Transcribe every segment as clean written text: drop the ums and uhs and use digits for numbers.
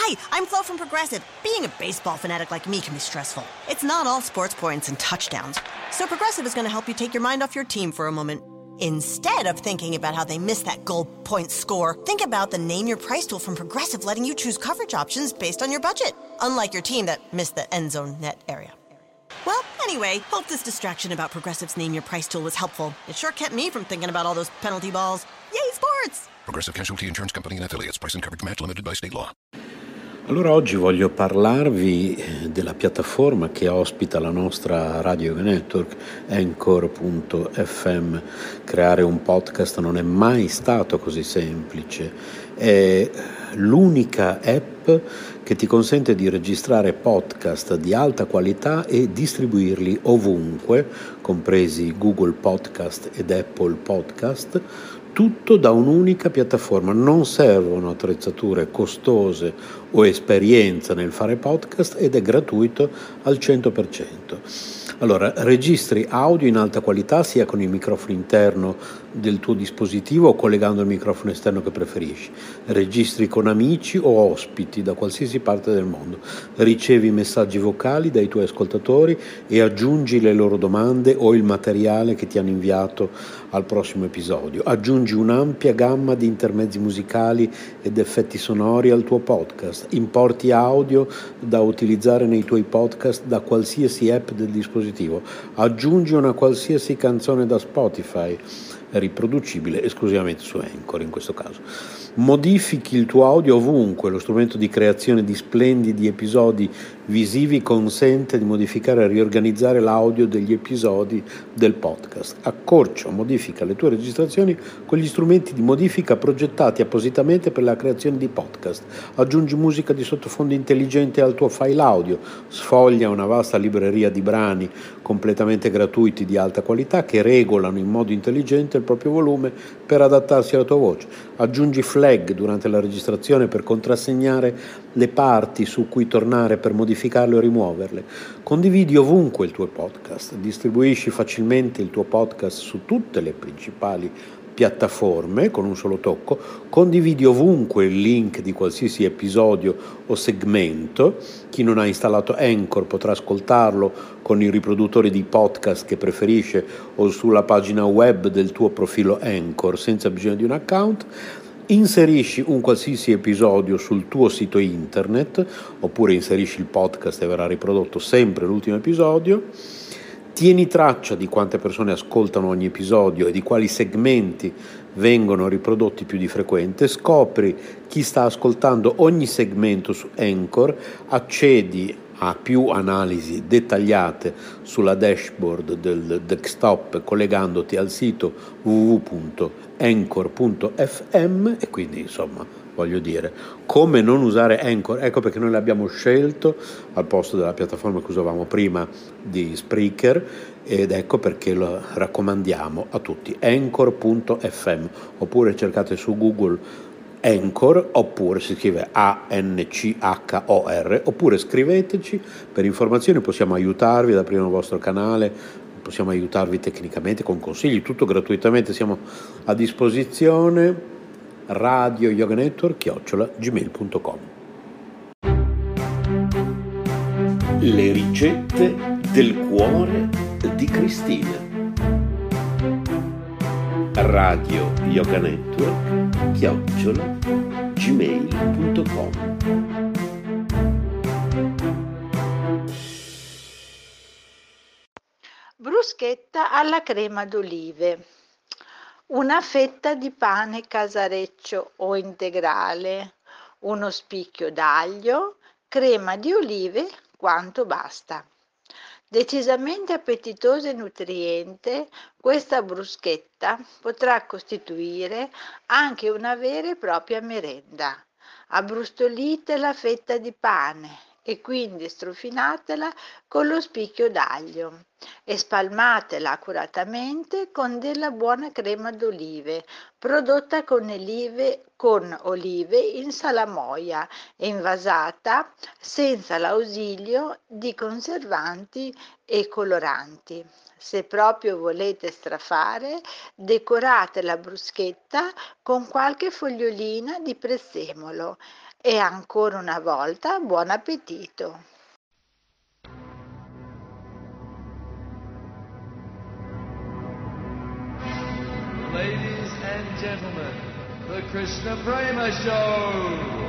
Hi, I'm Flo from Progressive. Being a baseball fanatic like me can be stressful. It's not all sports points and touchdowns. So Progressive is going to help you take your mind off your team for a moment. Instead of thinking about how they missed that goal point score, think about the Name Your Price tool from Progressive, letting you choose coverage options based on your budget. Unlike your team that missed the end zone net area. Well, anyway, hope this distraction about Progressive's Name Your Price tool was helpful. It sure kept me from thinking about all those penalty balls. Yay, sports! Progressive Casualty Insurance Company and Affiliates. Price and coverage match limited by state law. Allora oggi voglio parlarvi della piattaforma che ospita la nostra Radio Network, Anchor.fm. Creare un podcast non è mai stato così semplice. È l'unica app che ti consente di registrare podcast di alta qualità e distribuirli ovunque, compresi Google Podcast ed Apple Podcast, tutto da un'unica piattaforma. Non servono attrezzature costose o esperienza nel fare podcast ed è gratuito al 100%. Allora, registri audio in alta qualità sia con il microfono interno del tuo dispositivo o collegando il microfono esterno che preferisci. Registri con amici o ospiti da qualsiasi parte del mondo. Ricevi messaggi vocali dai tuoi ascoltatori e aggiungi le loro domande o il materiale che ti hanno inviato al prossimo episodio. Aggiungi un'ampia gamma di intermezzi musicali ed effetti sonori al tuo podcast. Importi audio da utilizzare nei tuoi podcast da qualsiasi app del dispositivo. Aggiungi una qualsiasi canzone da Spotify, riproducibile esclusivamente su Anchor in questo caso. Modifichi il tuo audio ovunque. Lo strumento di creazione di splendidi episodi visivi consente di modificare e riorganizzare l'audio degli episodi del podcast. Accorcia o modifica le tue registrazioni con gli strumenti di modifica progettati appositamente per la creazione di podcast. Aggiungi musica di sottofondo intelligente al tuo file audio. Sfoglia una vasta libreria di brani completamente gratuiti di alta qualità che regolano in modo intelligente il proprio volume per adattarsi alla tua voce. Aggiungi flag durante la registrazione per contrassegnare le parti su cui tornare per modificarle o rimuoverle. Condividi ovunque il tuo podcast. Distribuisci facilmente il tuo podcast su tutte le principali piattaforme con un solo tocco. Condividi ovunque il link di qualsiasi episodio o segmento. Chi non ha installato Anchor potrà ascoltarlo con i riproduttori di podcast che preferisce o sulla pagina web del tuo profilo Anchor senza bisogno di un account. Inserisci un qualsiasi episodio sul tuo sito internet oppure inserisci il podcast e verrà riprodotto sempre l'ultimo episodio. Tieni traccia di quante persone ascoltano ogni episodio e di quali segmenti vengono riprodotti più di frequente. Scopri chi sta ascoltando ogni segmento su Anchor, accedi a più analisi dettagliate sulla dashboard del desktop collegandoti al sito www.anchor.fm e quindi insomma voglio dire come non usare Anchor. Ecco perché noi l'abbiamo scelto al posto della piattaforma che usavamo prima di Spreaker ed ecco perché lo raccomandiamo a tutti. Anchor.fm oppure cercate su Google Anchor oppure si scrive Anchor oppure scriveteci per informazioni, possiamo aiutarvi ad aprire il vostro canale, possiamo aiutarvi tecnicamente con consigli, tutto gratuitamente, siamo a disposizione. Radio Yoga Network @gmail.com. Le ricette del cuore di Cristina. Radio Yoga Network @gmail.com. Bruschetta alla crema d'olive. Una fetta di pane casareccio o integrale, uno spicchio d'aglio, crema di olive quanto basta. Decisamente appetitosa e nutriente, questa bruschetta potrà costituire anche una vera e propria merenda. Abbrustolite la fetta di pane e quindi strofinatela con lo spicchio d'aglio e spalmatela accuratamente con della buona crema d'olive prodotta con olive in salamoia e invasata senza l'ausilio di conservanti e coloranti. Se proprio volete strafare, decorate la bruschetta con qualche fogliolina di prezzemolo E ancora una volta buon appetito! Ladies and gentlemen, the Krishna Prema Show!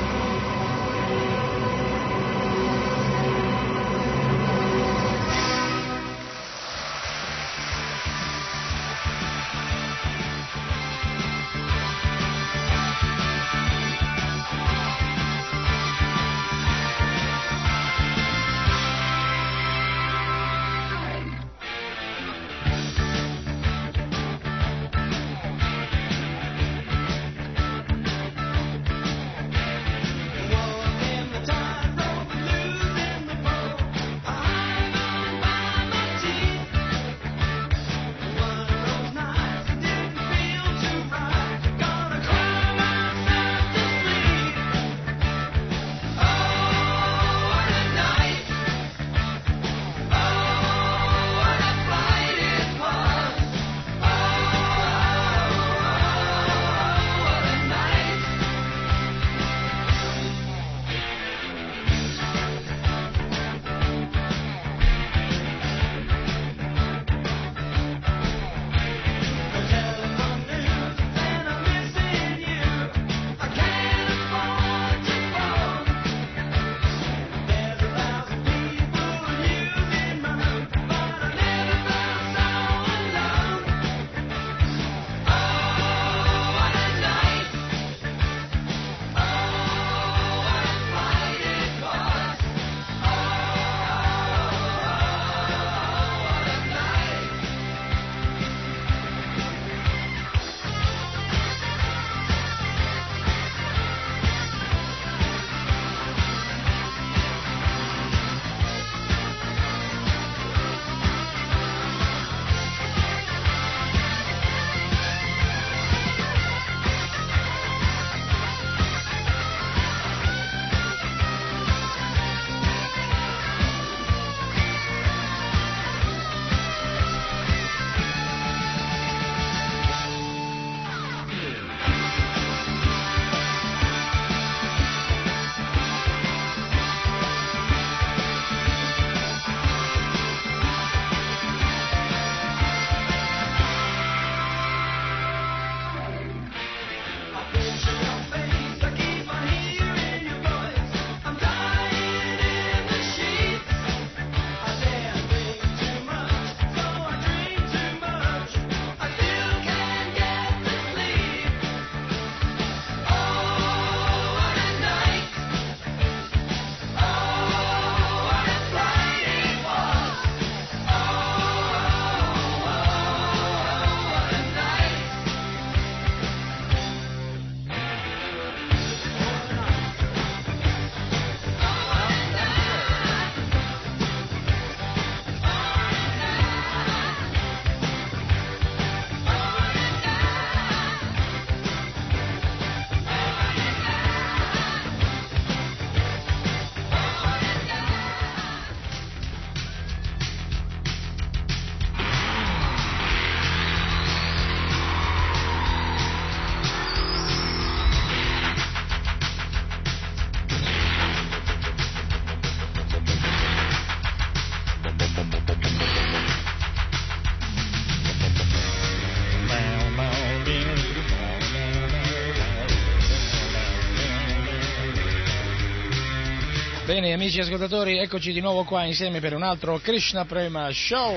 Bene, amici ascoltatori, eccoci di nuovo qua insieme per un altro Krishna Prema Show.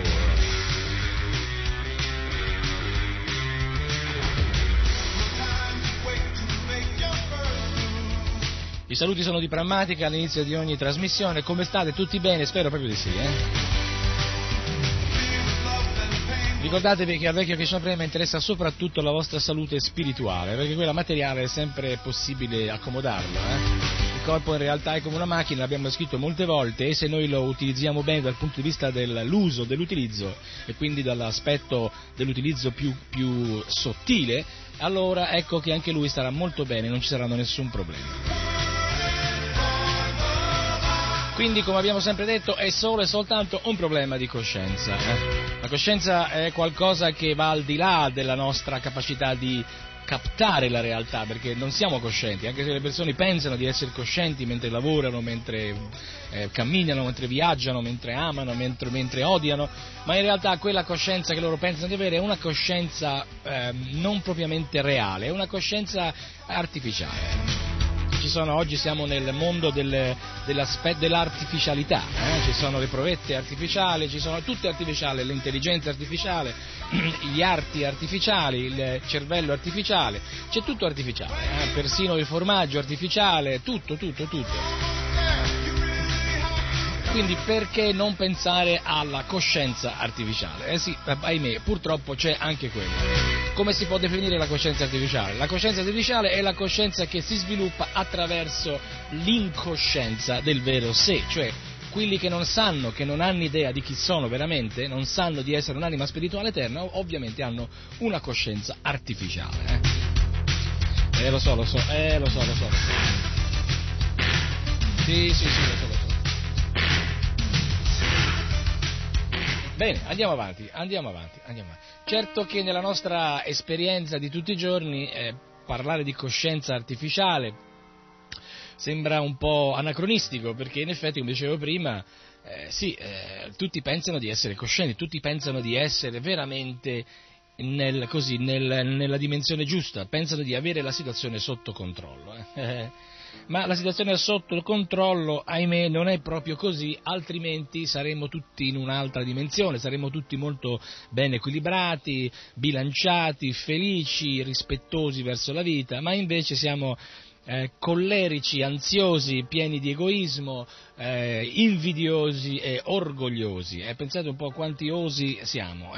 I saluti sono di Prammatica all'inizio di ogni trasmissione. Come state? Tutti bene? Spero proprio di sì, Ricordatevi che al vecchio Krishna Prema interessa soprattutto la vostra salute spirituale, perché quella materiale è sempre possibile accomodarla, Il corpo in realtà è come una macchina, l'abbiamo scritto molte volte, e se noi lo utilizziamo bene dal punto di vista dell'uso, dell'utilizzo, e quindi dall'aspetto dell'utilizzo più sottile, allora ecco che anche lui starà molto bene, non ci saranno nessun problema. Quindi, come abbiamo sempre detto, è solo e soltanto un problema di coscienza. La coscienza è qualcosa che va al di là della nostra capacità di captare la realtà, perché non siamo coscienti, anche se le persone pensano di essere coscienti mentre lavorano, mentre camminano, mentre viaggiano, mentre amano, mentre odiano, ma in realtà quella coscienza che loro pensano di avere è una coscienza non propriamente reale, è una coscienza artificiale. Oggi siamo nel mondo dell'artificialità, ci sono le provette artificiali, ci sono tutte artificiali, l'intelligenza artificiale, gli arti artificiali, il cervello artificiale, c'è tutto artificiale, persino il formaggio artificiale, tutto. Quindi perché non pensare alla coscienza artificiale? Sì, ahimè, purtroppo c'è anche quella. Come si può definire la coscienza artificiale? La coscienza artificiale è la coscienza che si sviluppa attraverso l'incoscienza del vero sé, cioè quelli che non sanno, che non hanno idea di chi sono veramente, non sanno di essere un'anima spirituale eterna, ovviamente hanno una coscienza artificiale. Lo so. Sì, lo so. Bene, andiamo avanti. Certo che nella nostra esperienza di tutti i giorni parlare di coscienza artificiale sembra un po' anacronistico, perché in effetti, come dicevo prima, tutti pensano di essere coscienti, tutti pensano di essere veramente nella dimensione giusta, pensano di avere la situazione sotto controllo. Ma la situazione è sotto controllo, ahimè, non è proprio così, altrimenti saremmo tutti in un'altra dimensione, saremmo tutti molto ben equilibrati, bilanciati, felici, rispettosi verso la vita, ma invece siamo collerici, ansiosi, pieni di egoismo, invidiosi e orgogliosi. Pensate un po' quanti osi siamo,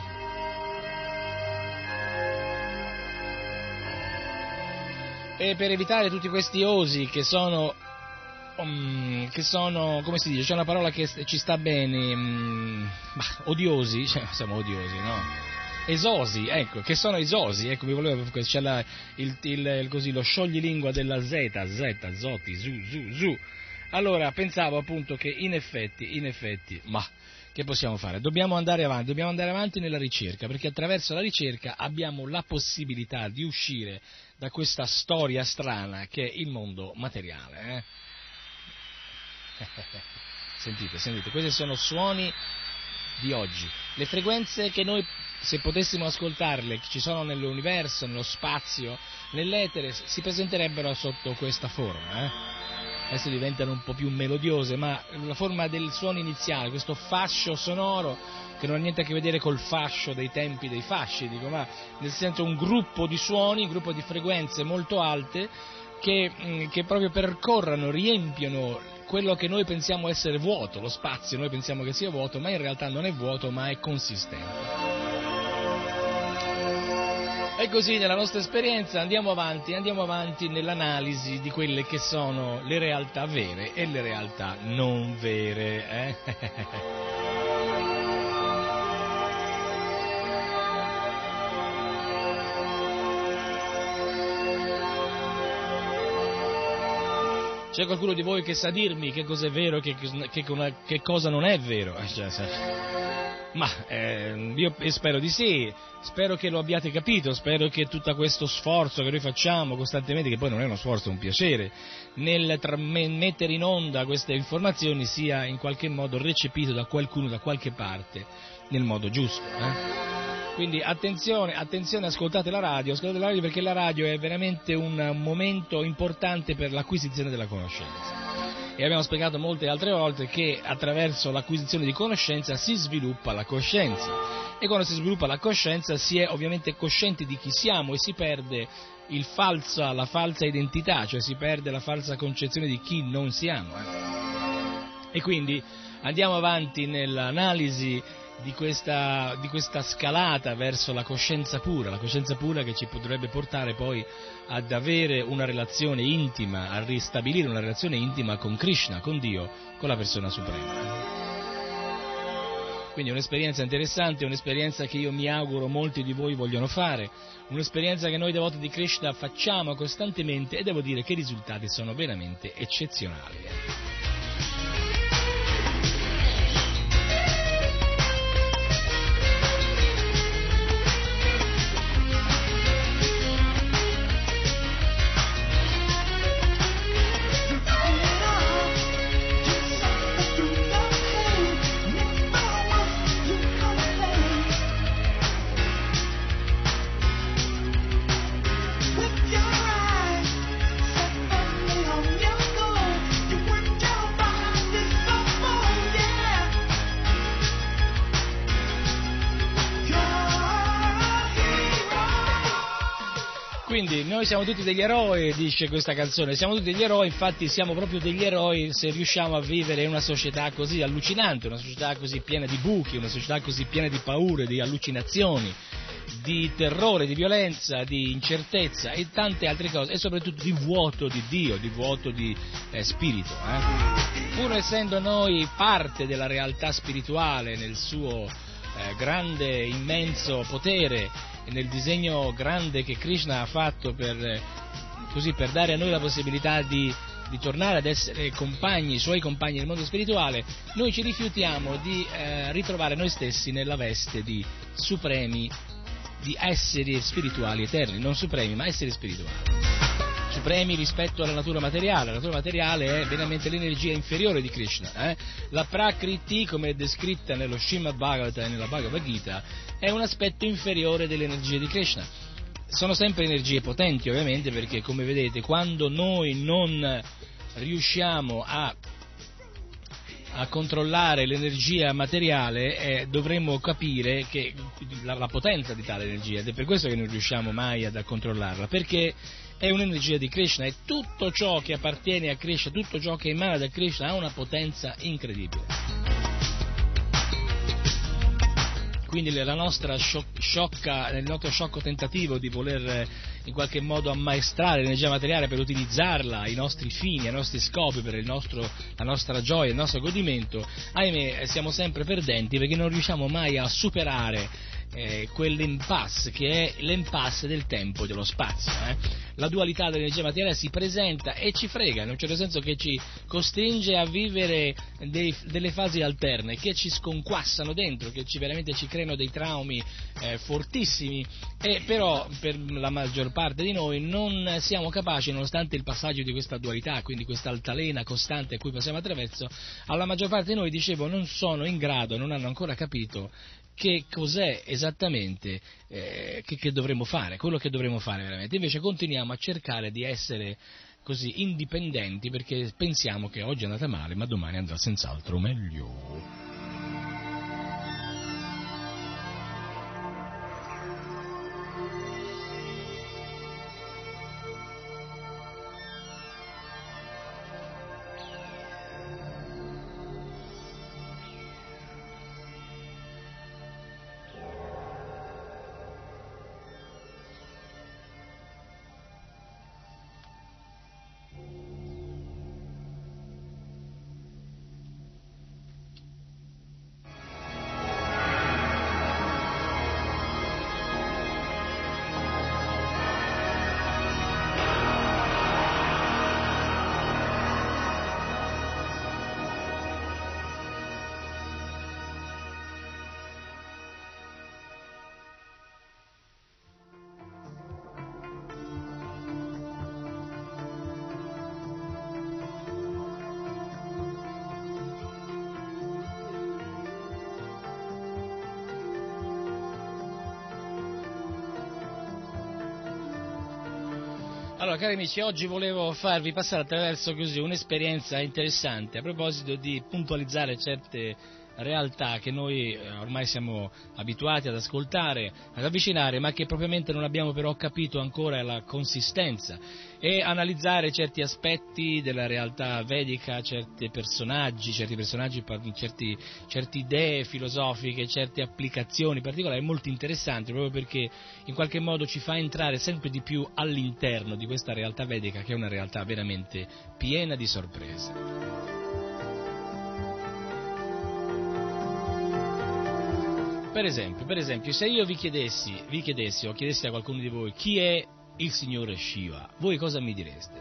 E per evitare tutti questi osi che sono, come si dice, c'è una parola che ci sta bene, odiosi, siamo odiosi, no? Esosi, ecco, che sono esosi, ecco, mi volevo, c'è lo scioglilingua della zoti, zu. Allora, pensavo appunto che in effetti, ma che possiamo fare? Dobbiamo andare avanti nella ricerca, perché attraverso la ricerca abbiamo la possibilità di uscire da questa storia strana che è il mondo materiale. Sentite, questi sono suoni di oggi. Le frequenze che noi, se potessimo ascoltarle, che ci sono nell'universo, nello spazio, nell'etere, si presenterebbero sotto questa forma. Adesso diventano un po' più melodiose, ma la forma del suono iniziale, questo fascio sonoro, che non ha niente a che vedere col fascio dei tempi dei fasci, ma nel senso un gruppo di suoni, un gruppo di frequenze molto alte che proprio percorrono, riempiono quello che noi pensiamo essere vuoto, lo spazio, noi pensiamo che sia vuoto, ma in realtà non è vuoto, ma è consistente. E così nella nostra esperienza andiamo avanti nell'analisi di quelle che sono le realtà vere e le realtà non vere. C'è qualcuno di voi che sa dirmi che cosa è vero e che cosa non è vero? Ma io spero di sì, spero che lo abbiate capito, spero che tutto questo sforzo che noi facciamo costantemente, che poi non è uno sforzo, è un piacere, nel mettere in onda queste informazioni sia in qualche modo recepito da qualcuno da qualche parte nel modo giusto. Quindi attenzione, ascoltate la radio perché la radio è veramente un momento importante per l'acquisizione della conoscenza. E abbiamo spiegato molte altre volte che attraverso l'acquisizione di conoscenza si sviluppa la coscienza, e quando si sviluppa la coscienza si è ovviamente coscienti di chi siamo e si perde la falsa identità, cioè si perde la falsa concezione di chi non siamo. E quindi andiamo avanti nell'analisi di questa scalata verso la coscienza pura che ci potrebbe portare poi ad avere una relazione intima, a ristabilire una relazione intima con Krishna, con Dio, con la persona suprema. Quindi un'esperienza interessante, un'esperienza che io mi auguro molti di voi vogliono fare, un'esperienza che noi devoti di Krishna facciamo costantemente, e devo dire che i risultati sono veramente eccezionali. Quindi noi siamo tutti degli eroi, dice questa canzone, siamo tutti degli eroi, infatti siamo proprio degli eroi se riusciamo a vivere in una società così allucinante, una società così piena di buchi, una società così piena di paure, di allucinazioni, di terrore, di violenza, di incertezza e tante altre cose, e soprattutto di vuoto di Dio, di vuoto di spirito. Pur essendo noi parte della realtà spirituale nel suo grande, immenso potere, nel disegno grande che Krishna ha fatto per dare a noi la possibilità di tornare ad essere compagni, suoi compagni nel mondo spirituale, noi ci rifiutiamo di ritrovare noi stessi nella veste di supremi, di esseri spirituali eterni, non supremi ma esseri spirituali. Supremi rispetto alla natura materiale. La natura materiale è veramente l'energia inferiore di Krishna. La Prakriti, come è descritta nello Srimad Bhagavata e nella Bhagavad Gita, è un aspetto inferiore delle energie di Krishna. Sono sempre energie potenti, ovviamente, perché, come vedete, quando noi non riusciamo a controllare l'energia materiale, dovremmo capire che la potenza di tale energia, ed è per questo che non riusciamo mai a controllarla, perché è un'energia di Krishna e tutto ciò che appartiene a Krishna, tutto ciò che emana da Krishna ha una potenza incredibile. Quindi il nostro sciocco tentativo di voler in qualche modo ammaestrare l'energia materiale per utilizzarla ai nostri fini, ai nostri scopi, per la nostra gioia, il nostro godimento, ahimè siamo sempre perdenti, perché non riusciamo mai a superare quell'impasse che è l'impasse del tempo e dello spazio. La dualità dell'energia materiale si presenta e ci frega, in un certo senso, che ci costringe a vivere delle fasi alterne che ci sconquassano dentro, che veramente ci creano dei traumi fortissimi, e però per la maggior parte di noi non siamo capaci, nonostante il passaggio di questa dualità, quindi questa altalena costante a cui passiamo attraverso, alla maggior parte di noi, dicevo, non sono in grado, non hanno ancora capito che cos'è esattamente che dovremmo fare, quello che dovremmo fare veramente. Invece continuiamo a cercare di essere così indipendenti, perché pensiamo che oggi è andata male, ma domani andrà senz'altro meglio. Allora, cari amici, oggi volevo farvi passare attraverso così un'esperienza interessante a proposito di puntualizzare certe realtà che noi ormai siamo abituati ad ascoltare, ad avvicinare, ma che propriamente non abbiamo però capito ancora la consistenza, e analizzare certi aspetti della realtà vedica, certi personaggi, certe idee filosofiche, certe applicazioni particolari molto interessanti, proprio perché in qualche modo ci fa entrare sempre di più all'interno di questa realtà vedica, che è una realtà veramente piena di sorprese. Per esempio, se io vi chiedessi o chiedessi a qualcuno di voi chi è il signore Shiva, voi cosa mi direste?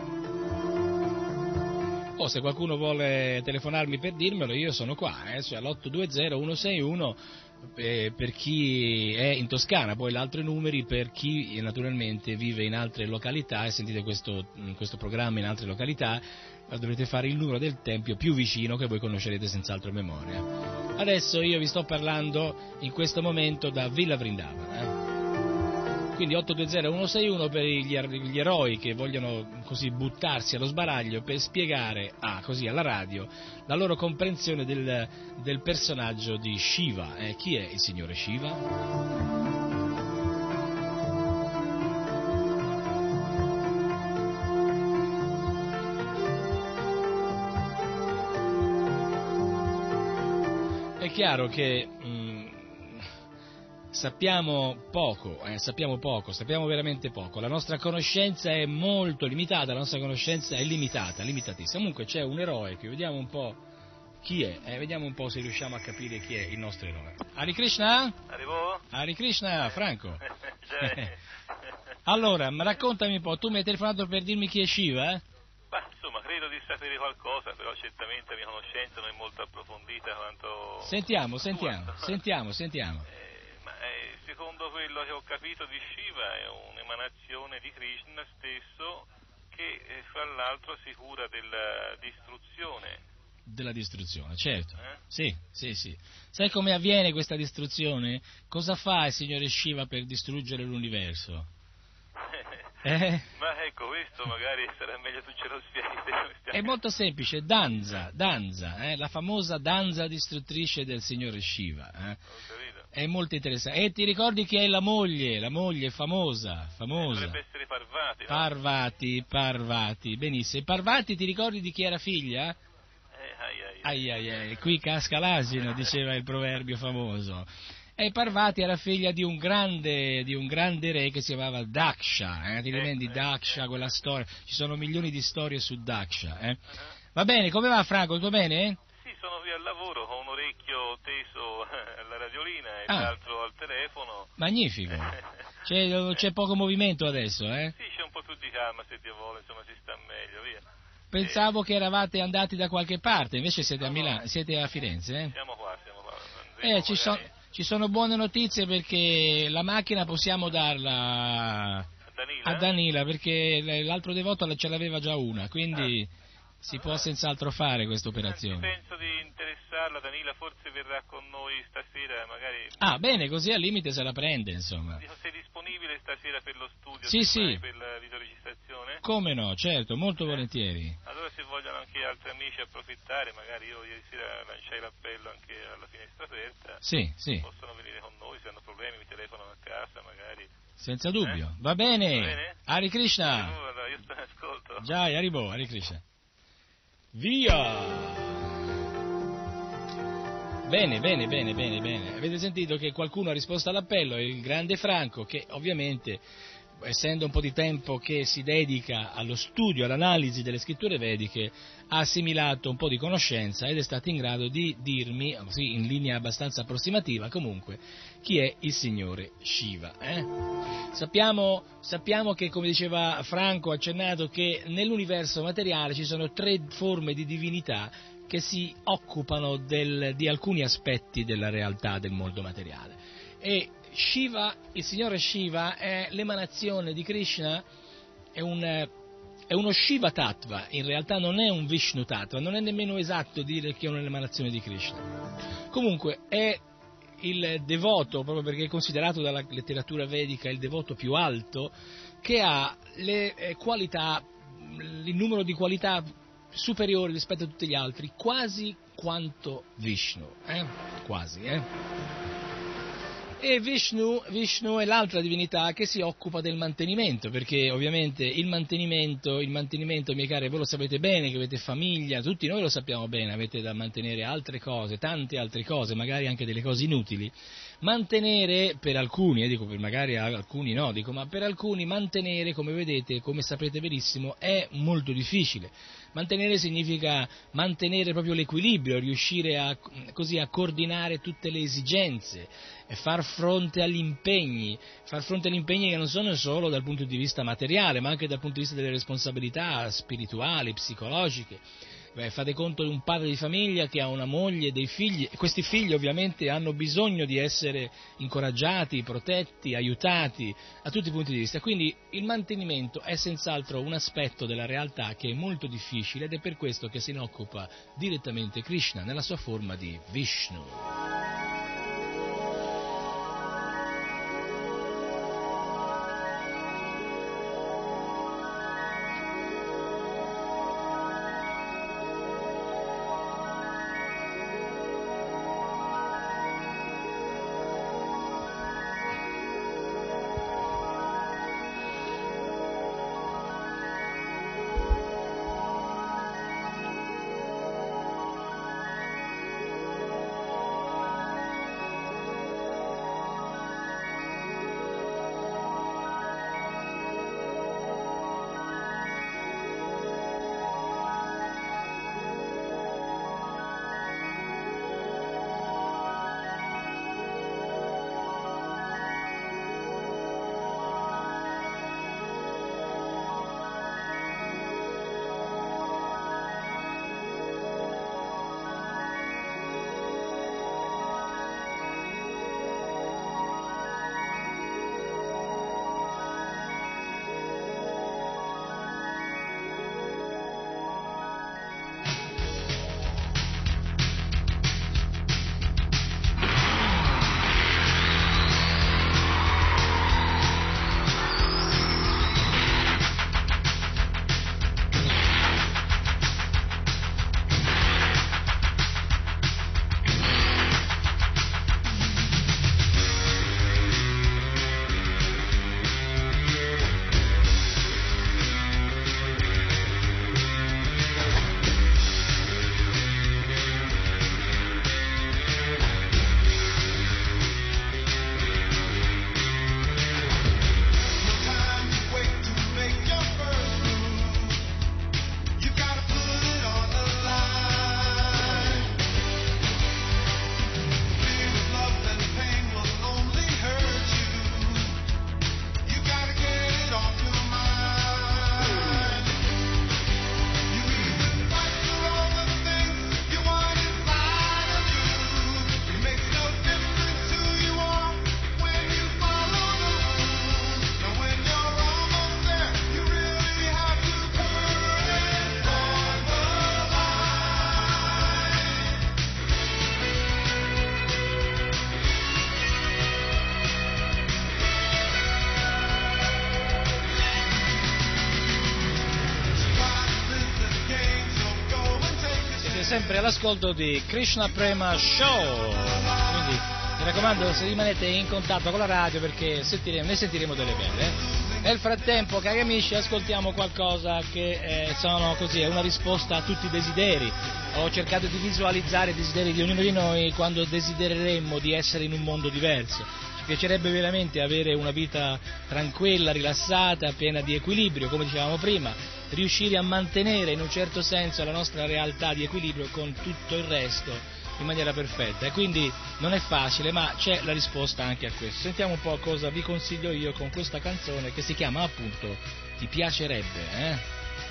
O se qualcuno vuole telefonarmi per dirmelo, io sono qua, cioè all'820-161 per chi è in Toscana, poi gli altri numeri per chi naturalmente vive in altre località e sentite questo programma in altre località, dovrete fare il numero del tempio più vicino, che voi conoscerete senz'altro a memoria. Adesso io vi sto parlando in questo momento da Villa Vrindavana. Quindi 820-161 per gli eroi che vogliono così buttarsi allo sbaraglio per spiegare così alla radio la loro comprensione del personaggio di Shiva. Chi è il signore Shiva? È chiaro che sappiamo sappiamo veramente poco, la nostra conoscenza è molto limitata, la nostra conoscenza è limitatissima. Comunque c'è un eroe che vediamo un po' chi è, vediamo un po' se riusciamo a capire chi è il nostro eroe. Hare Krishna? Arrivo? Hare Krishna, Franco. Allora, raccontami un po', tu mi hai telefonato per dirmi chi è Shiva? Beh, insomma, credo di sapere qualcosa, però certamente la mia conoscenza non è molto approfondita quanto... Sentiamo. Secondo quello che ho capito di Shiva è un'emanazione di Krishna stesso che fra l'altro si cura della distruzione. Della distruzione, certo. Sì. Sai come avviene questa distruzione? Cosa fa il Signore Shiva per distruggere l'universo? Ma ecco, questo magari sarà meglio tu ce lo spieghi. È molto semplice, danza, la famosa danza distruttrice del Signore Shiva. Ho capito. È molto interessante. E ti ricordi chi è la moglie famosa? Dovrebbe essere Parvati, no? Parvati, benissimo. Parvati ti ricordi di chi era figlia? Qui casca l'asino, diceva il proverbio famoso. E Parvati era figlia di un grande re che si chiamava Daksha, ti ricordi Daksha, quella storia? Ci sono milioni di storie su Daksha. Va bene, come va Franco, tutto bene? Sì, sono qui al lavoro, ho un orecchio teso alla radiolina e l'altro al telefono. Magnifico, c'è poco movimento adesso, Sì, c'è un po' più di calma se Dio vuole, insomma si sta meglio, via. Pensavo che eravate andati da qualche parte, invece siete a Milano, siete a Firenze, Siamo qua. Ci sono buone notizie perché la macchina possiamo darla a Danila perché l'altro devoto ce l'aveva già una, quindi si può senz'altro fare questa operazione. Penso di interessarla, Danila forse verrà con noi stasera, magari... Bene, così al limite se la prende, insomma. Dico, sei disponibile stasera per lo studio? Sì. Per la videoregistrazione? Come no, certo, molto volentieri. Allora se vogliono anche altri amici approfittare, magari io ieri sera lanciai l'appello anche alla finestra aperta. Sì. Possono venire con noi, se hanno problemi mi telefonano a casa, magari. Senza dubbio. Va bene. Hare Krishna. Allora, io sto in ascolto. Jai, Haribo, Hare Krishna. Via! Bene. Avete sentito che qualcuno ha risposto all'appello, il grande Franco, che ovviamente, essendo un po' di tempo che si dedica allo studio, all'analisi delle scritture vediche, ha assimilato un po' di conoscenza ed è stato in grado di dirmi, sì, in linea abbastanza approssimativa comunque, chi è il Signore Shiva. Sappiamo che, come diceva Franco, ha accennato che nell'universo materiale ci sono 3 forme di divinità che si occupano di alcuni aspetti della realtà del mondo materiale. E Shiva, il Signore Shiva, è l'emanazione di Krishna, è uno Shiva Tattva, in realtà non è un Vishnu Tattva, non è nemmeno esatto dire che è un'emanazione di Krishna. Comunque è il devoto, proprio perché è considerato dalla letteratura vedica il devoto più alto, che ha le qualità, il numero di qualità superiori rispetto a tutti gli altri, quasi quanto Vishnu, quasi. E Vishnu è l'altra divinità che si occupa del mantenimento, perché ovviamente il mantenimento, miei cari, voi lo sapete bene che avete famiglia, tutti noi lo sappiamo bene, avete da mantenere altre cose, tante altre cose, magari anche delle cose inutili. Mantenere per alcuni, dico per magari alcuni no, ma per alcuni mantenere, come vedete, come sapete benissimo, è molto difficile. Mantenere significa mantenere proprio l'equilibrio, riuscire a coordinare tutte le esigenze, e far fronte agli impegni che non sono solo dal punto di vista materiale, ma anche dal punto di vista delle responsabilità spirituali, psicologiche. Fate conto di un padre di famiglia che ha una moglie e dei figli, e questi figli ovviamente hanno bisogno di essere incoraggiati, protetti, aiutati a tutti i punti di vista. Quindi il mantenimento è senz'altro un aspetto della realtà che è molto difficile ed è per questo che se ne occupa direttamente Krishna nella sua forma di Vishnu. siete sempre all'ascolto di Krishna Prema Show, quindi mi raccomando, se rimanete in contatto con la radio, perché ne sentiremo delle belle. Nel frattempo, cari amici, ascoltiamo qualcosa che sono così, è una risposta a tutti i desideri. Ho cercato di visualizzare i desideri di ognuno di noi quando desidereremmo di essere in un mondo diverso. Ci piacerebbe veramente avere una vita tranquilla, rilassata, piena di equilibrio, come dicevamo prima, riuscire a mantenere in un certo senso la nostra realtà di equilibrio con tutto il resto in maniera perfetta, e quindi non è facile, ma c'è la risposta anche a questo. Sentiamo un po' cosa vi consiglio io con questa canzone che si chiama appunto Ti piacerebbe,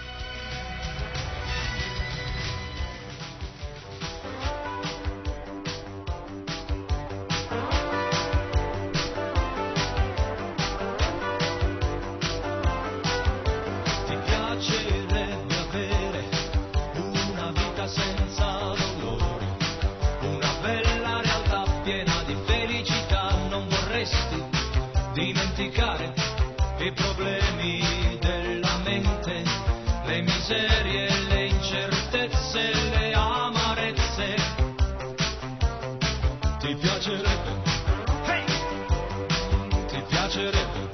dimenticare i problemi della mente, le miserie, le incertezze, le amarezze. Ti piacerebbe? Hey! Ti piacerebbe?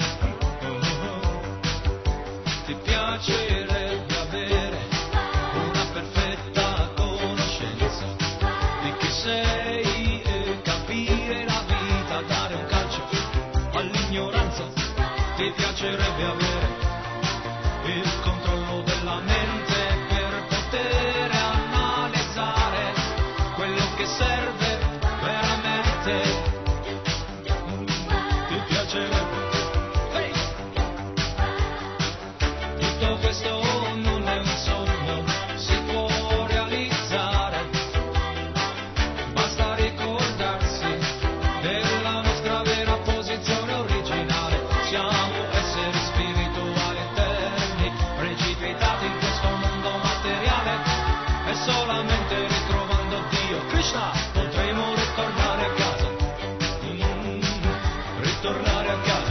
Ti piacerebbe avere una perfetta conoscenza di chi sei e capire la vita, dare un calcio all'ignoranza. Ti piacerebbe avere il controllo della mente per poter analizzare quello che serve veramente. Ti piacerebbe? Hey! Tutto questo non è un sogno, si può realizzare, basta ricordarsi della nostra vera posizione originale. Siamo esseri spirituali eterni, precipitati in questo mondo materiale, e solamente ritrovando Dio, Krishna, potremo ritornare a casa. Ritornare a casa.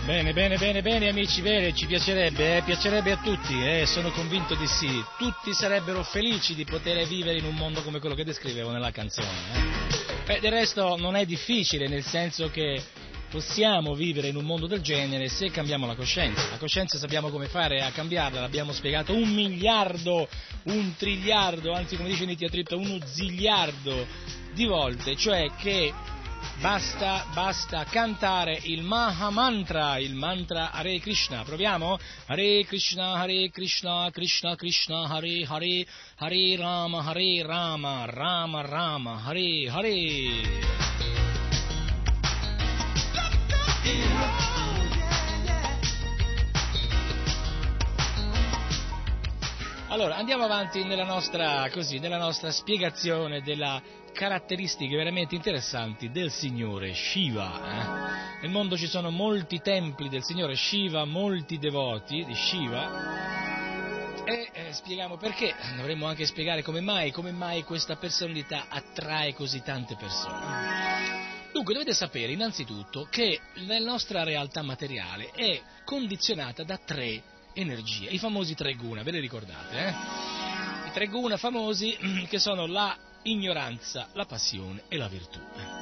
Bene amici, bene, ci piacerebbe a tutti, sono convinto di sì. Tutti sarebbero felici di poter vivere in un mondo come quello che descrivevo nella canzone. Del resto non è difficile, nel senso che possiamo vivere in un mondo del genere se cambiamo la coscienza. La coscienza sappiamo come fare a cambiarla, l'abbiamo spiegato 1 miliardo, 1 triliardo, anzi come dice Nitya Tripta 1 ziliardo di volte, cioè che basta cantare il Maha Mantra, il mantra Hare Krishna. Proviamo? Hare Krishna, Krishna Krishna, Hare Hare, Hare Rama, Rama Rama, Hare Hare. Allora, andiamo avanti nella nostra spiegazione della caratteristiche veramente interessanti del signore Shiva. Nel mondo ci sono molti templi del signore Shiva, molti devoti di Shiva, e spieghiamo perché. Dovremmo anche spiegare come mai questa personalità attrae così tante persone. Dunque, dovete sapere innanzitutto che la nostra realtà materiale è condizionata da 3 energie, i famosi 3 guna, ve le ricordate? I 3 guna famosi che sono la ignoranza, la passione e la virtù.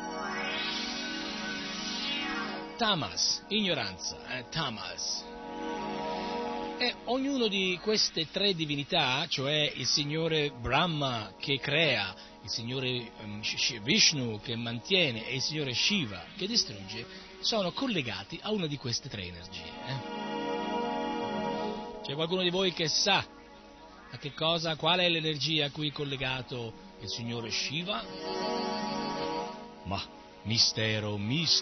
Tamas, ignoranza, tamas. E ognuno di queste 3 divinità, cioè il signore Brahma che crea, il signore Vishnu che mantiene e il signore Shiva che distrugge, sono collegati a una di queste 3 energie. C'è qualcuno di voi che sa qual è l'energia a cui è collegato il signore Shiva? Ma, mistero.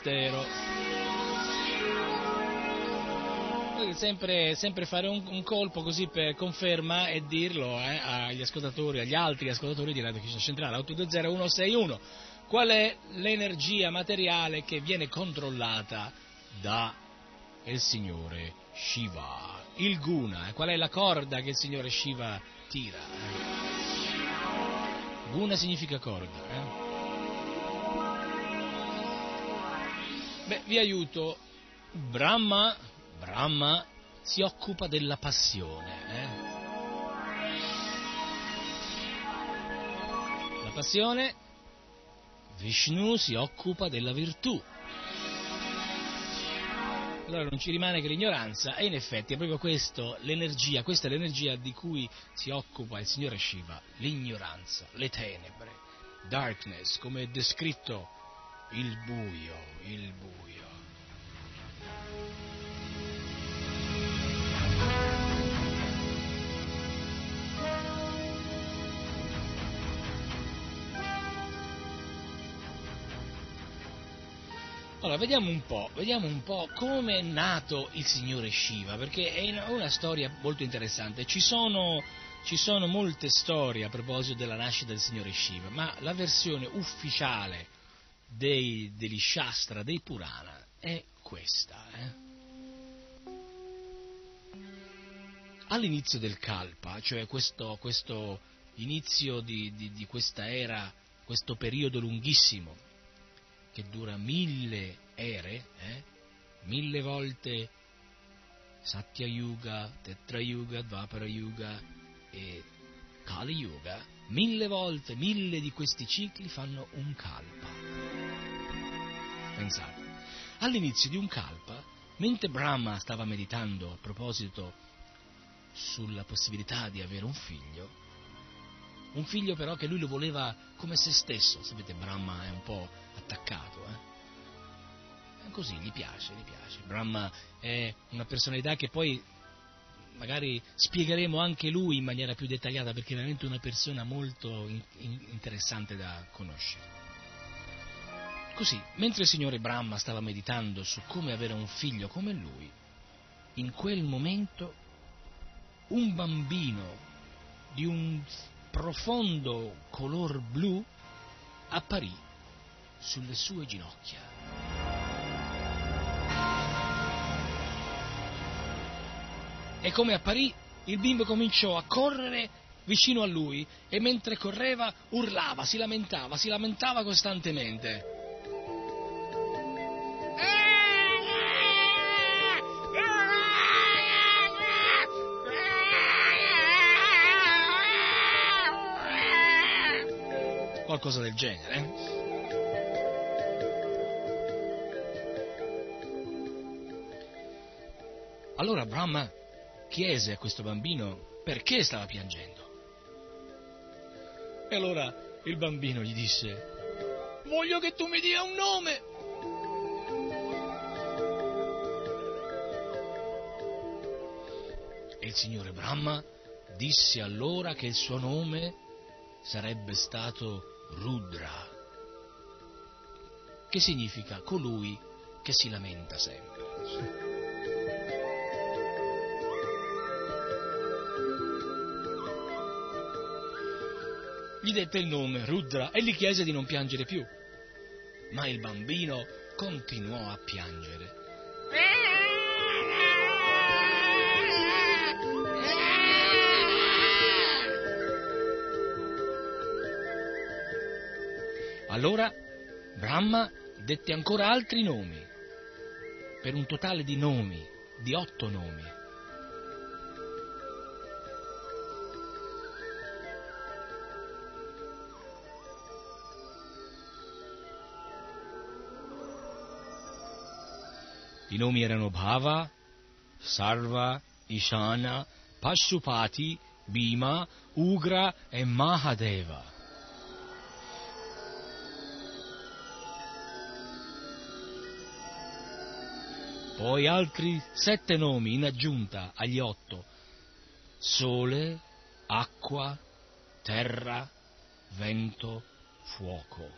Potete sempre fare un colpo così per conferma e dirlo agli ascoltatori, agli altri ascoltatori di Radio Krishna Centrale, 820-161. Qual è l'energia materiale che viene controllata da il signore Shiva? Il guna, qual è la corda che il signore Shiva tira? Guna significa corda. Vi aiuto. Brahma si occupa della passione. La passione. Vishnu si occupa della virtù. Allora non ci rimane che l'ignoranza, e in effetti è proprio questa è l'energia di cui si occupa il signore Shiva, l'ignoranza, le tenebre, darkness, come è descritto il buio. Allora, vediamo un po' come è nato il signore Shiva, perché è una storia molto interessante. Ci sono molte storie a proposito della nascita del signore Shiva, ma la versione ufficiale degli Shastra, dei Purana, è questa. All'inizio del Kalpa, cioè questo inizio di questa era, questo periodo lunghissimo, che dura 1000 ere, 1000 volte Satya Yuga, Tetra Yuga, Dvapara Yuga e Kali Yuga, 1000 volte, 1000 di questi cicli fanno un kalpa. Pensate, all'inizio di un kalpa, mentre Brahma stava meditando a proposito sulla possibilità di avere un figlio però che lui lo voleva come se stesso. Sapete, Brahma è un po' attaccato, così gli piace. Brahma è una personalità che poi magari spiegheremo anche lui in maniera più dettagliata, perché è veramente una persona molto interessante da conoscere. Così, mentre il signore Brahma stava meditando su come avere un figlio come lui, in quel momento un bambino di un profondo color blu apparì sulle sue ginocchia. E come apparì, il bimbo cominciò a correre vicino a lui e mentre correva urlava, si lamentava costantemente. qualcosa del genere. Allora Brahma chiese a questo bambino perché stava piangendo. E allora il bambino gli disse: voglio che tu mi dia un nome. E il signore Brahma disse allora che il suo nome sarebbe stato Rudra, che significa colui che si lamenta sempre. Gli dette il nome Rudra e gli chiese di non piangere più, ma il bambino continuò a piangere. Allora Brahma dette ancora altri nomi, per un totale di 8 nomi. I nomi erano Bhava, Sarva, Ishana, Pashupati, Bhima, Ugra e Mahadeva. Poi altri 7 nomi in aggiunta agli 8: Sole, Acqua, Terra, Vento, Fuoco.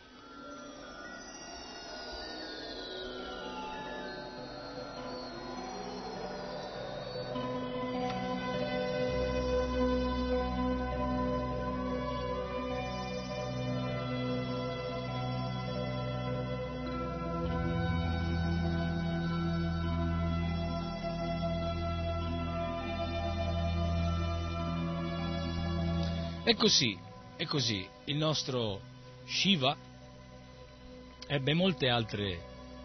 E così, il nostro Shiva ebbe molte altre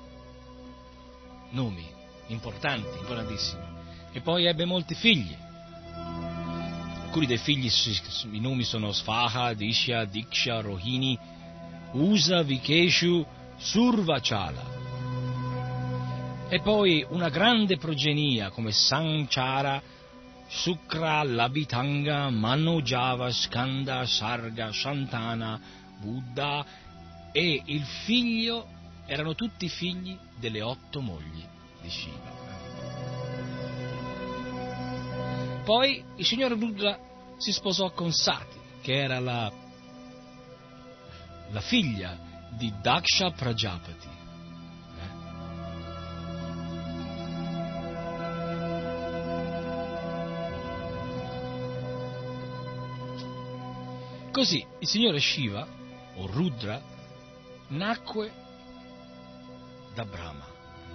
nomi importantissimi, e poi ebbe molti figli. Alcuni dei figli, i nomi sono Svaha, Dishya, Diksha, Rohini, Usa, Vikeshu, Survachala. E poi una grande progenia come Sanchara, Sukra, Labitanga, Manojava, Skanda, Sarga, Shantana, Buddha, e il figlio erano tutti figli delle 8 mogli di Shiva. Poi il signore Rudra si sposò con Sati, che era la figlia di Daksha Prajapati. Così il signore Shiva, o Rudra, nacque da Brahma.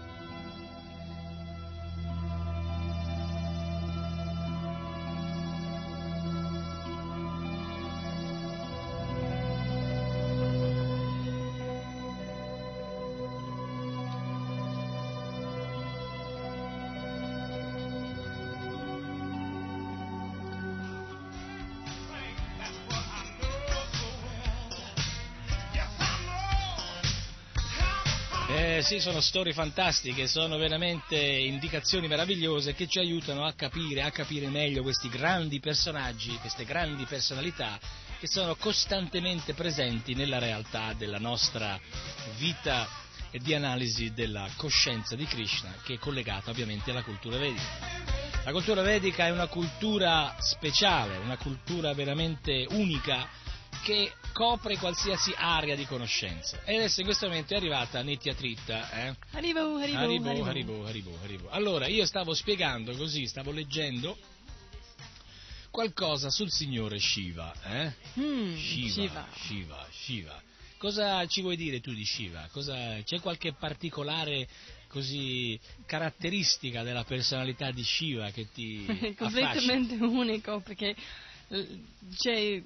Sì, sono storie fantastiche, sono veramente indicazioni meravigliose che ci aiutano a capire meglio questi grandi personaggi, queste grandi personalità che sono costantemente presenti nella realtà della nostra vita e di analisi della coscienza di Krishna, che è collegata ovviamente alla cultura vedica. La cultura vedica è una cultura speciale, una cultura veramente unica, che copre qualsiasi area di conoscenza. E adesso in questo momento è arrivata Nitya Tritta. Haribo. Allora, io stavo spiegando così, stavo leggendo qualcosa sul signore Shiva. Shiva. Cosa ci vuoi dire tu di Shiva? C'è qualche particolare così caratteristica della personalità di Shiva che ti completamente unico, perché c'è.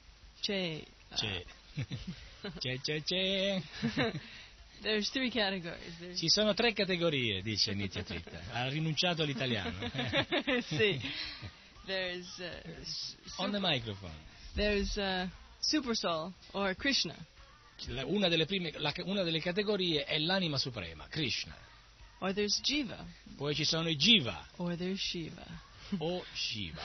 There's 3 categories. Ci sono 3 categorie, dice Nitya Tritta. Ha rinunciato all'italiano. Sì. There's on the microphone. There's Super Soul or Krishna. una delle categorie è l'anima suprema, Krishna. Or there's Jiva. Poi ci sono i Jiva. Or there's Shiva. O Shiva.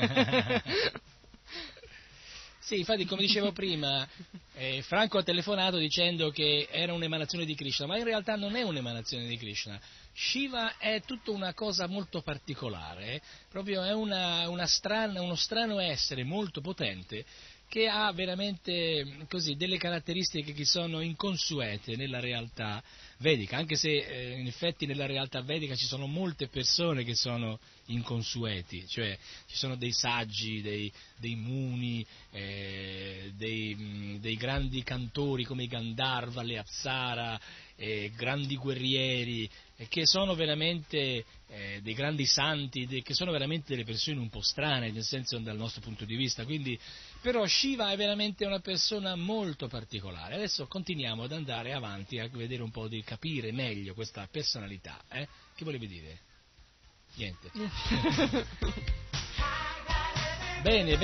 Sì, infatti, come dicevo prima, Franco ha telefonato dicendo che era un'emanazione di Krishna, ma in realtà non è un'emanazione di Krishna. Shiva è tutta una cosa molto particolare, proprio è uno strano essere molto potente che ha veramente così delle caratteristiche che sono inconsuete nella realtà vedica, anche se in effetti nella realtà vedica ci sono molte persone che sono inconsueti, cioè ci sono dei saggi, dei muni, dei grandi cantori come i Gandharva, le Apsara, grandi guerrieri, che sono veramente dei grandi santi, che sono veramente delle persone un po' strane, nel senso dal nostro punto di vista, quindi però Shiva è veramente una persona molto particolare. Adesso continuiamo ad andare avanti a vedere un po' di capire meglio questa personalità. Che volevi dire? Niente. Bene,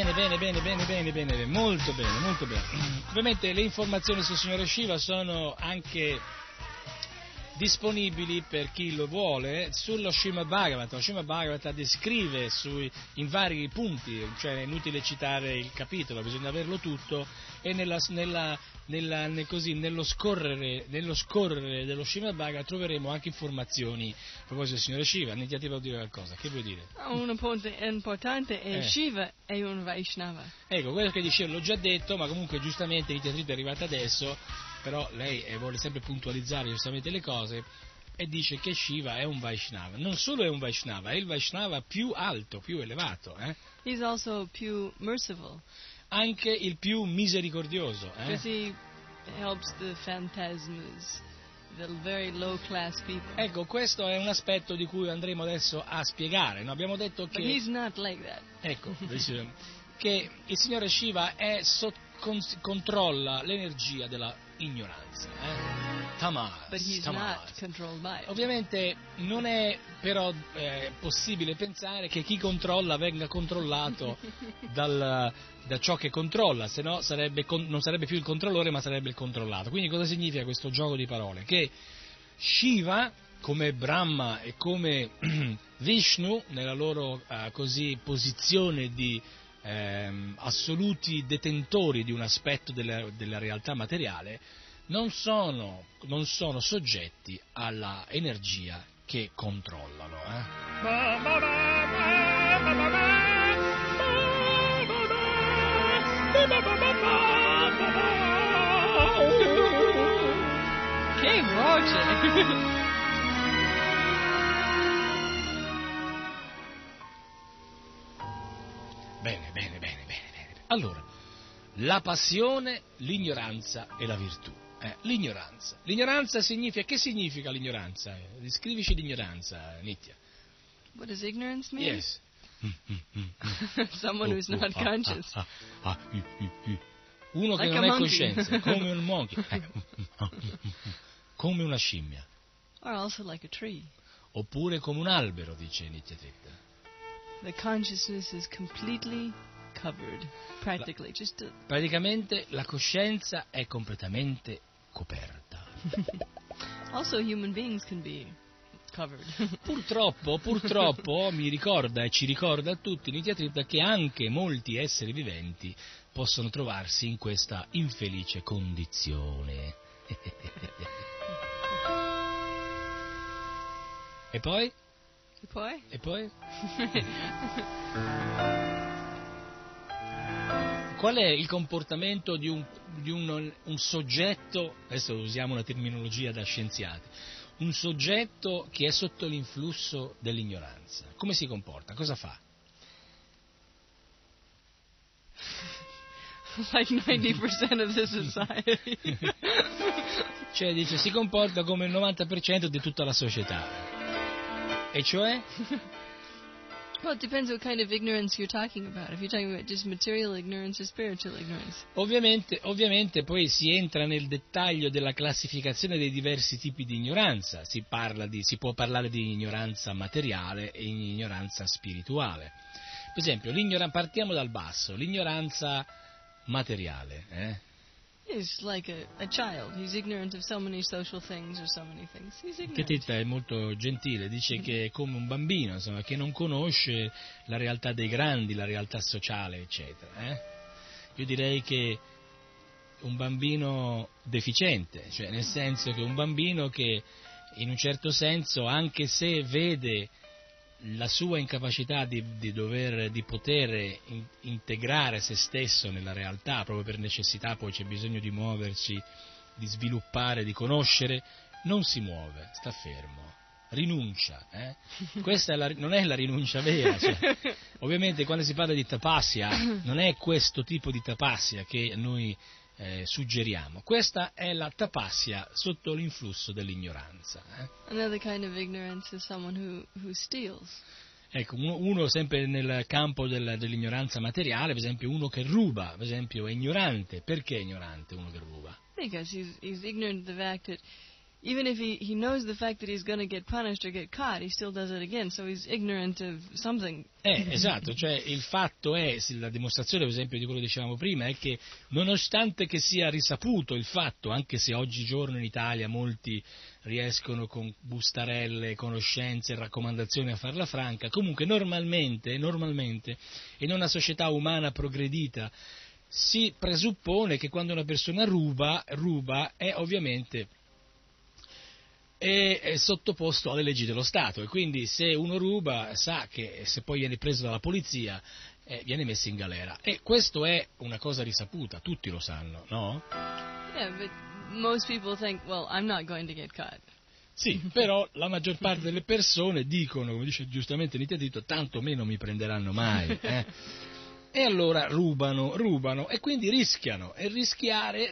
molto bene. Ovviamente le informazioni sul signore Shiva sono anche disponibili per chi lo vuole sullo Srimad Bhagavatam. Lo Srimad Bhagavatam descrive in vari punti, cioè è inutile citare il capitolo, bisogna averlo tutto, e nello scorrere dello Srimad Bhagavatam troveremo anche informazioni a proposito del signore Shiva. Nitya, ti devo dire qualcosa, che vuoi dire? Un punto importante è Shiva è un Vaishnava. Ecco, quello che dicevo l'ho già detto, ma comunque giustamente Nitya è arrivata adesso, però lei vuole sempre puntualizzare giustamente le cose e dice che Shiva è un Vaishnava. Non solo è un Vaishnava, è il Vaishnava più alto, più elevato. He's also più merciful. Anche il più misericordioso. Because he helps the phantasmas, the very low class people. Ecco, questo è un aspetto di cui andremo adesso a spiegare. No? Abbiamo detto che... But he's not like that. Ecco, che il signore Shiva controlla l'energia della ignoranza, Tamas. But he's not controlled by it. Ovviamente non è però possibile pensare che chi controlla venga controllato da ciò che controlla, se no non sarebbe più il controllore ma sarebbe il controllato. Quindi cosa significa questo gioco di parole? Che Shiva, come Brahma e come Vishnu, nella loro posizione di assoluti detentori di un aspetto della realtà materiale, non sono soggetti alla energia che controllano. Che voce! Bene. Allora, la passione, l'ignoranza e la virtù. L'ignoranza significa... Che significa l'ignoranza? Descrivici l'ignoranza, Nitya. What does ignorance mean? Yes. Someone who's not conscious. Uno che like non è cosciente, come un monkey. Come una scimmia. Or also like a tree. Oppure come un albero, dice Nitya Tritta. The consciousness is completely covered, practically. Praticamente la coscienza è completamente coperta. Also human beings can be covered. Purtroppo mi ricorda e ci ricorda a tutti Nitya Tritta che anche molti esseri viventi possono trovarsi in questa infelice condizione. E poi? Qual è il comportamento di un soggetto, adesso usiamo una terminologia da scienziati, un soggetto che è sotto l'influsso dell'ignoranza? Come si comporta? Cosa fa? Like 90% of the society. Cioè, dice, si comporta come il 90% di tutta la società. E cioè? Well, it depends what kind of ignorance you're talking about. If you're talking about just material ignorance or spiritual ignorance. Ovviamente poi si entra nel dettaglio della classificazione dei diversi tipi di ignoranza. Si può parlare di ignoranza materiale e ignoranza spirituale. Per esempio, partiamo dal basso, l'ignoranza materiale. He's like a child. He's ignorant of so many social things or so many things. He's ignorant. Ketetta è molto gentile, dice che è come un bambino, insomma, che non conosce la realtà dei grandi, la realtà sociale, eccetera. Io direi che un bambino deficiente, cioè nel senso che un bambino che in un certo senso, anche se vede la sua incapacità di poter integrare se stesso nella realtà, proprio per necessità, poi c'è bisogno di muoversi, di sviluppare, di conoscere, non si muove, sta fermo, rinuncia. Questa non è la rinuncia vera, cioè, ovviamente quando si parla di tapasya non è questo tipo di tapasya che noi suggeriamo, questa è la tapasya sotto l'influsso dell'ignoranza. Another kind of ignorance is someone who steals. Ecco, uno sempre nel campo dell'ignoranza materiale, per esempio uno che ruba, per esempio è ignorante. Perché è ignorante uno che ruba? Because he's ignorant of the fact that even if he knows the fact that he's going to get punished or get caught, he still does it again, so he's ignorant of something. Esatto, cioè il fatto è, la dimostrazione per esempio di quello che dicevamo prima, è che nonostante che sia risaputo il fatto, anche se oggigiorno in Italia molti riescono con bustarelle, conoscenze e raccomandazioni a farla franca, comunque normalmente in una società umana progredita si presuppone che quando una persona ruba è ovviamente è sottoposto alle leggi dello Stato, e quindi se uno ruba sa che se poi viene preso dalla polizia viene messo in galera, e questo è una cosa risaputa, tutti lo sanno, no? Yeah, but most people think, well, I'm not going to get caught. Sì, però la maggior parte delle persone dicono, come dice giustamente Nitya Tito, tanto me non mi prenderanno mai, E allora rubano e quindi rischiano, e rischiare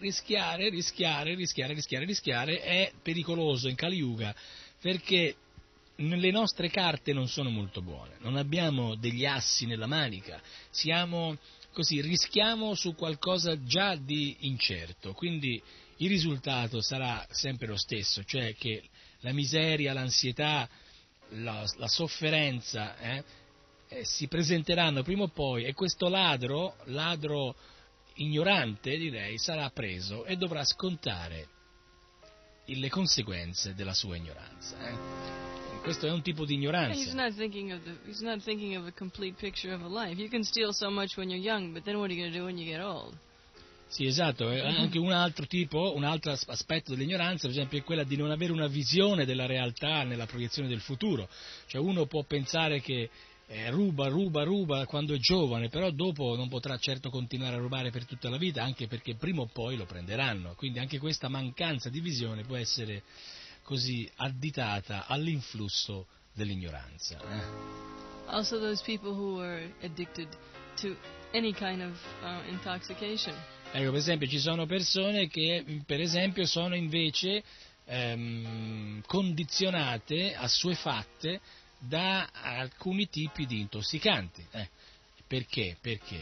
è pericoloso in Kali Yuga, perché le nostre carte non sono molto buone, non abbiamo degli assi nella manica, rischiamo su qualcosa già di incerto, quindi il risultato sarà sempre lo stesso, cioè che la miseria, l'ansietà, la sofferenza, si presenteranno prima o poi, e questo ladro ignorante, direi, sarà preso e dovrà scontare le conseguenze della sua ignoranza. Questo è un tipo di ignoranza. He's not thinking of a complete picture of a life. You can steal so much when you're young, but then what are you going to do when you get old? Sì, esatto, anche un altro aspetto dell'ignoranza, per esempio, è quella di non avere una visione della realtà nella proiezione del futuro. Cioè uno può pensare che ruba quando è giovane, però dopo non potrà certo continuare a rubare per tutta la vita, anche perché prima o poi lo prenderanno, quindi anche questa mancanza di visione può essere così additata all'influsso dell'ignoranza. Also those people who are addicted to any kind of intoxication. Ecco, per esempio ci sono persone che per esempio sono invece condizionate, assuefatte da alcuni tipi di intossicanti. Perché?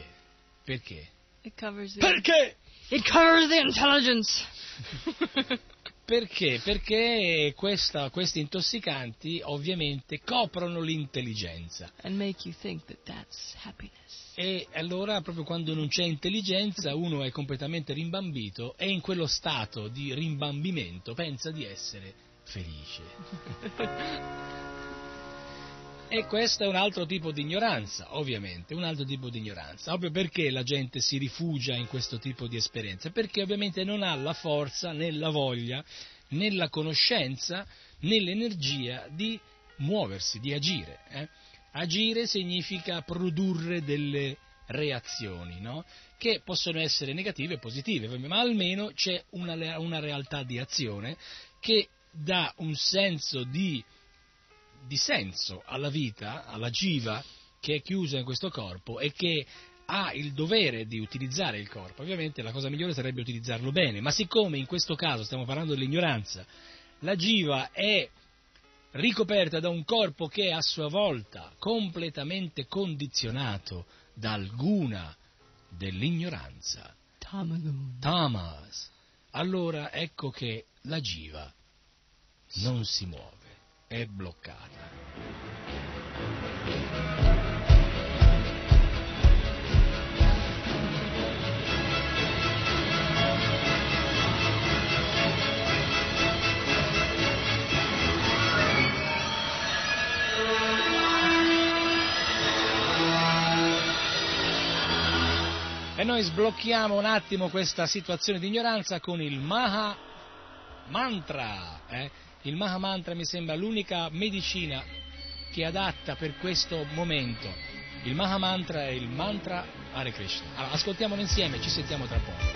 It covers the intelligence. Perché? Perché questi intossicanti ovviamente coprono l'intelligenza. And make you think that that's happiness. E allora proprio quando non c'è intelligenza uno è completamente rimbambito, e in quello stato di rimbambimento pensa di essere felice. E questo è un altro tipo di ignoranza, ovviamente, proprio perché la gente si rifugia in questo tipo di esperienze, perché ovviamente non ha la forza, né la voglia, né la conoscenza, né l'energia di muoversi, di agire. Agire significa produrre delle reazioni, no? Che possono essere negative e positive, ma almeno c'è una realtà di azione che dà un senso di senso alla vita, alla jiva che è chiusa in questo corpo e che ha il dovere di utilizzare il corpo. Ovviamente la cosa migliore sarebbe utilizzarlo bene, ma siccome in questo caso stiamo parlando dell'ignoranza, la jiva è ricoperta da un corpo che è a sua volta completamente condizionato dal guna dell'ignoranza, tamas, allora ecco che la jiva non si muove, è bloccata. noi sblocchiamo un attimo questa situazione di ignoranza con il Maha Mantra. Il Maha Mantra mi sembra l'unica medicina che è adatta per questo momento. Il Maha Mantra è il mantra Hare Krishna. Allora, ascoltiamolo insieme, ci sentiamo tra poco.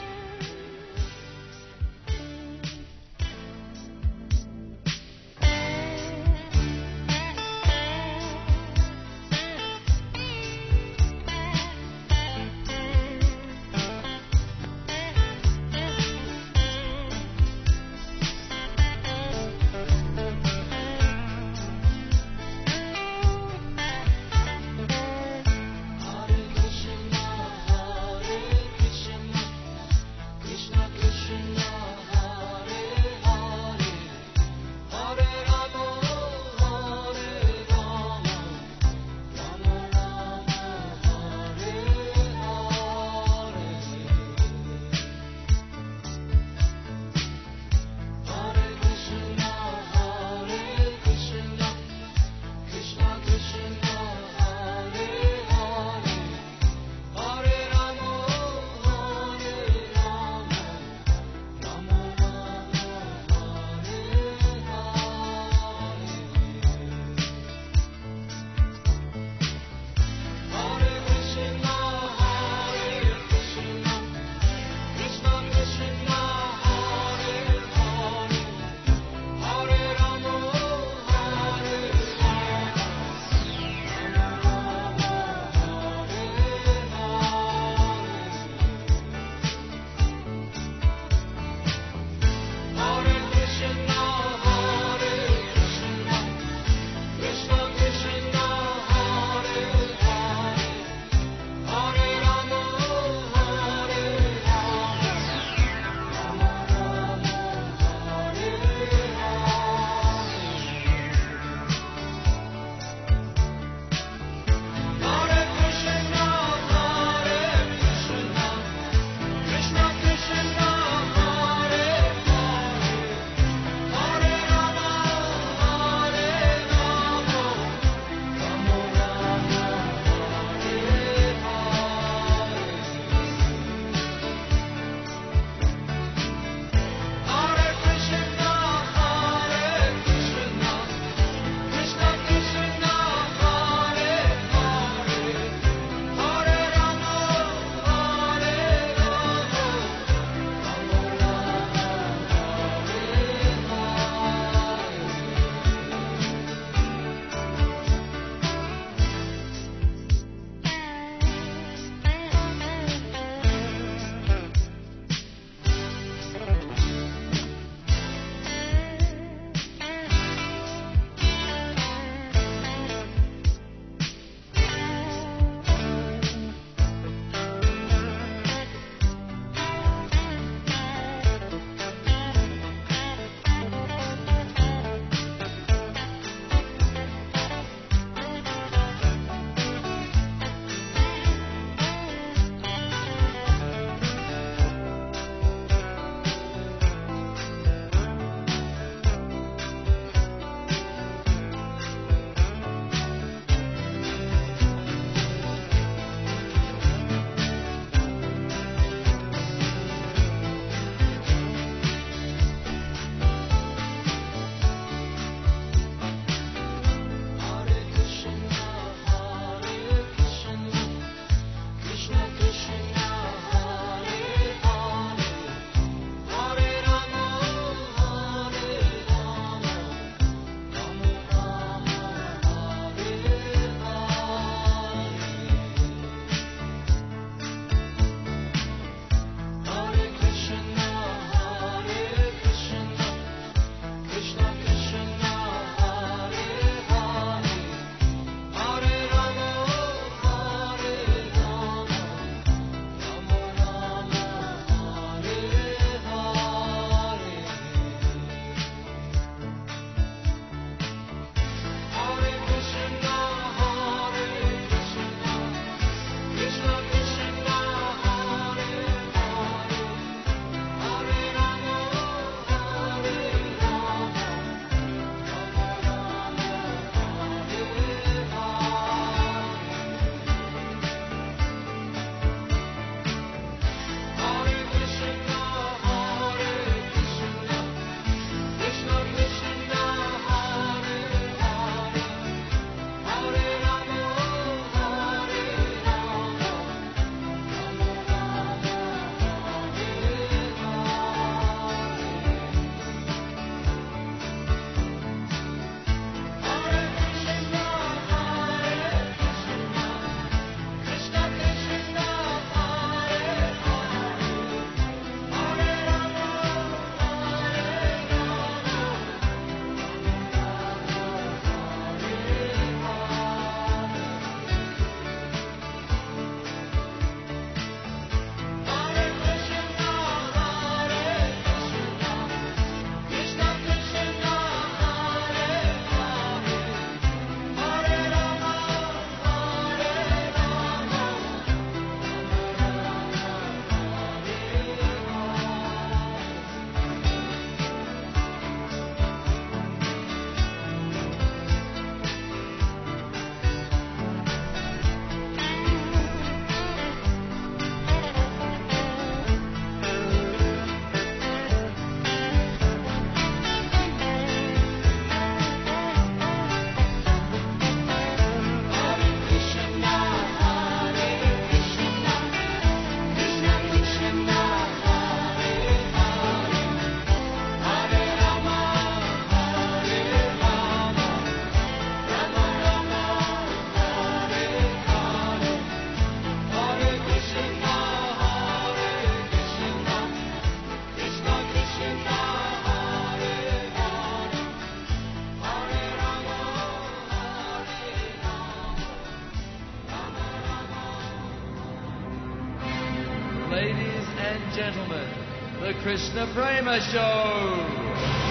and gentlemen, the Krishna Prema Show.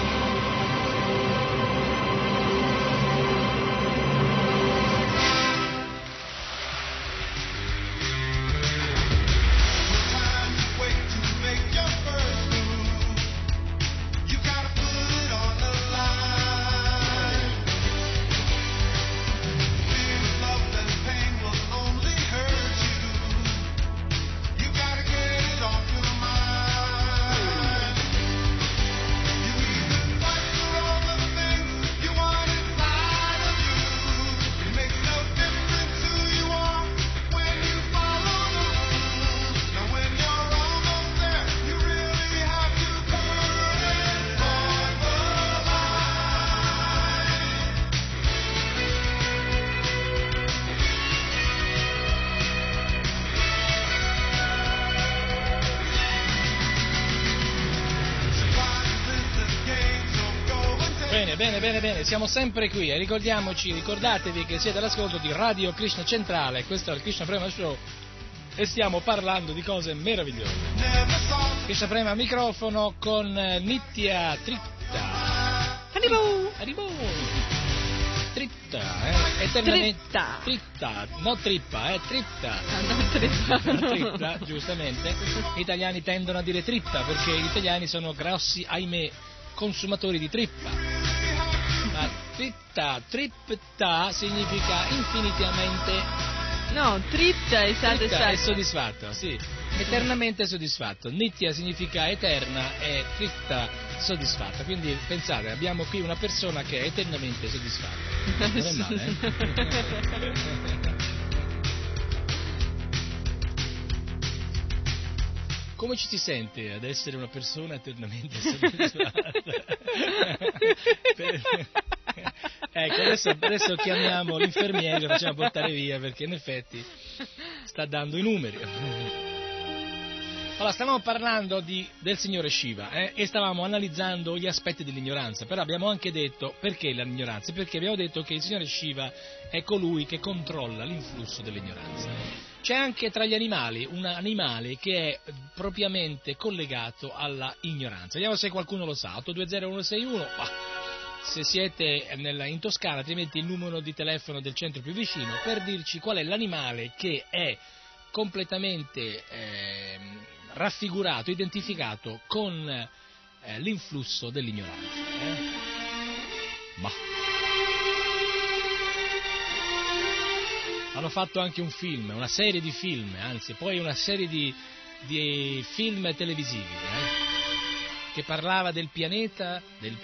Bene, siamo sempre qui e ricordatevi che siete all'ascolto di Radio Krishna Centrale, questo è il Krishna Prema Show e stiamo parlando di cose meravigliose. Krishna Prema al microfono con Nitya Tritta. Haribo! Tritta, eternamente. Tritta, no trippa, tritta. Tritta, giustamente. Gli italiani tendono a dire tritta perché gli italiani sono grossi, ahimè, consumatori di trippa. Ma tritta significa infinitamente. No, tritta è soddisfatto. Tritta è soddisfatto, sì. Eternamente soddisfatto. Nitya significa eterna e tritta soddisfatta. Quindi pensate, abbiamo qui una persona che è eternamente soddisfatta. Non è male, Come ci si sente ad essere una persona eternamente soddisfatta? Ecco, adesso chiamiamo l'infermiere e lo facciamo portare via perché in effetti sta dando i numeri. Allora, stavamo parlando del signore Shiva e stavamo analizzando gli aspetti dell'ignoranza, però abbiamo anche detto perché l'ignoranza, perché abbiamo detto che il signore Shiva è colui che controlla l'influsso dell'ignoranza. C'è anche tra gli animali un animale che è propriamente collegato alla ignoranza. Vediamo se qualcuno lo sa. 820-161. Se siete in Toscana, altrimenti il numero di telefono del centro più vicino per dirci qual è l'animale che è completamente raffigurato, identificato con l'influsso dell'ignoranza. Hanno fatto anche un film, una serie di film, anzi poi una serie di film televisivi che parlava del pianeta.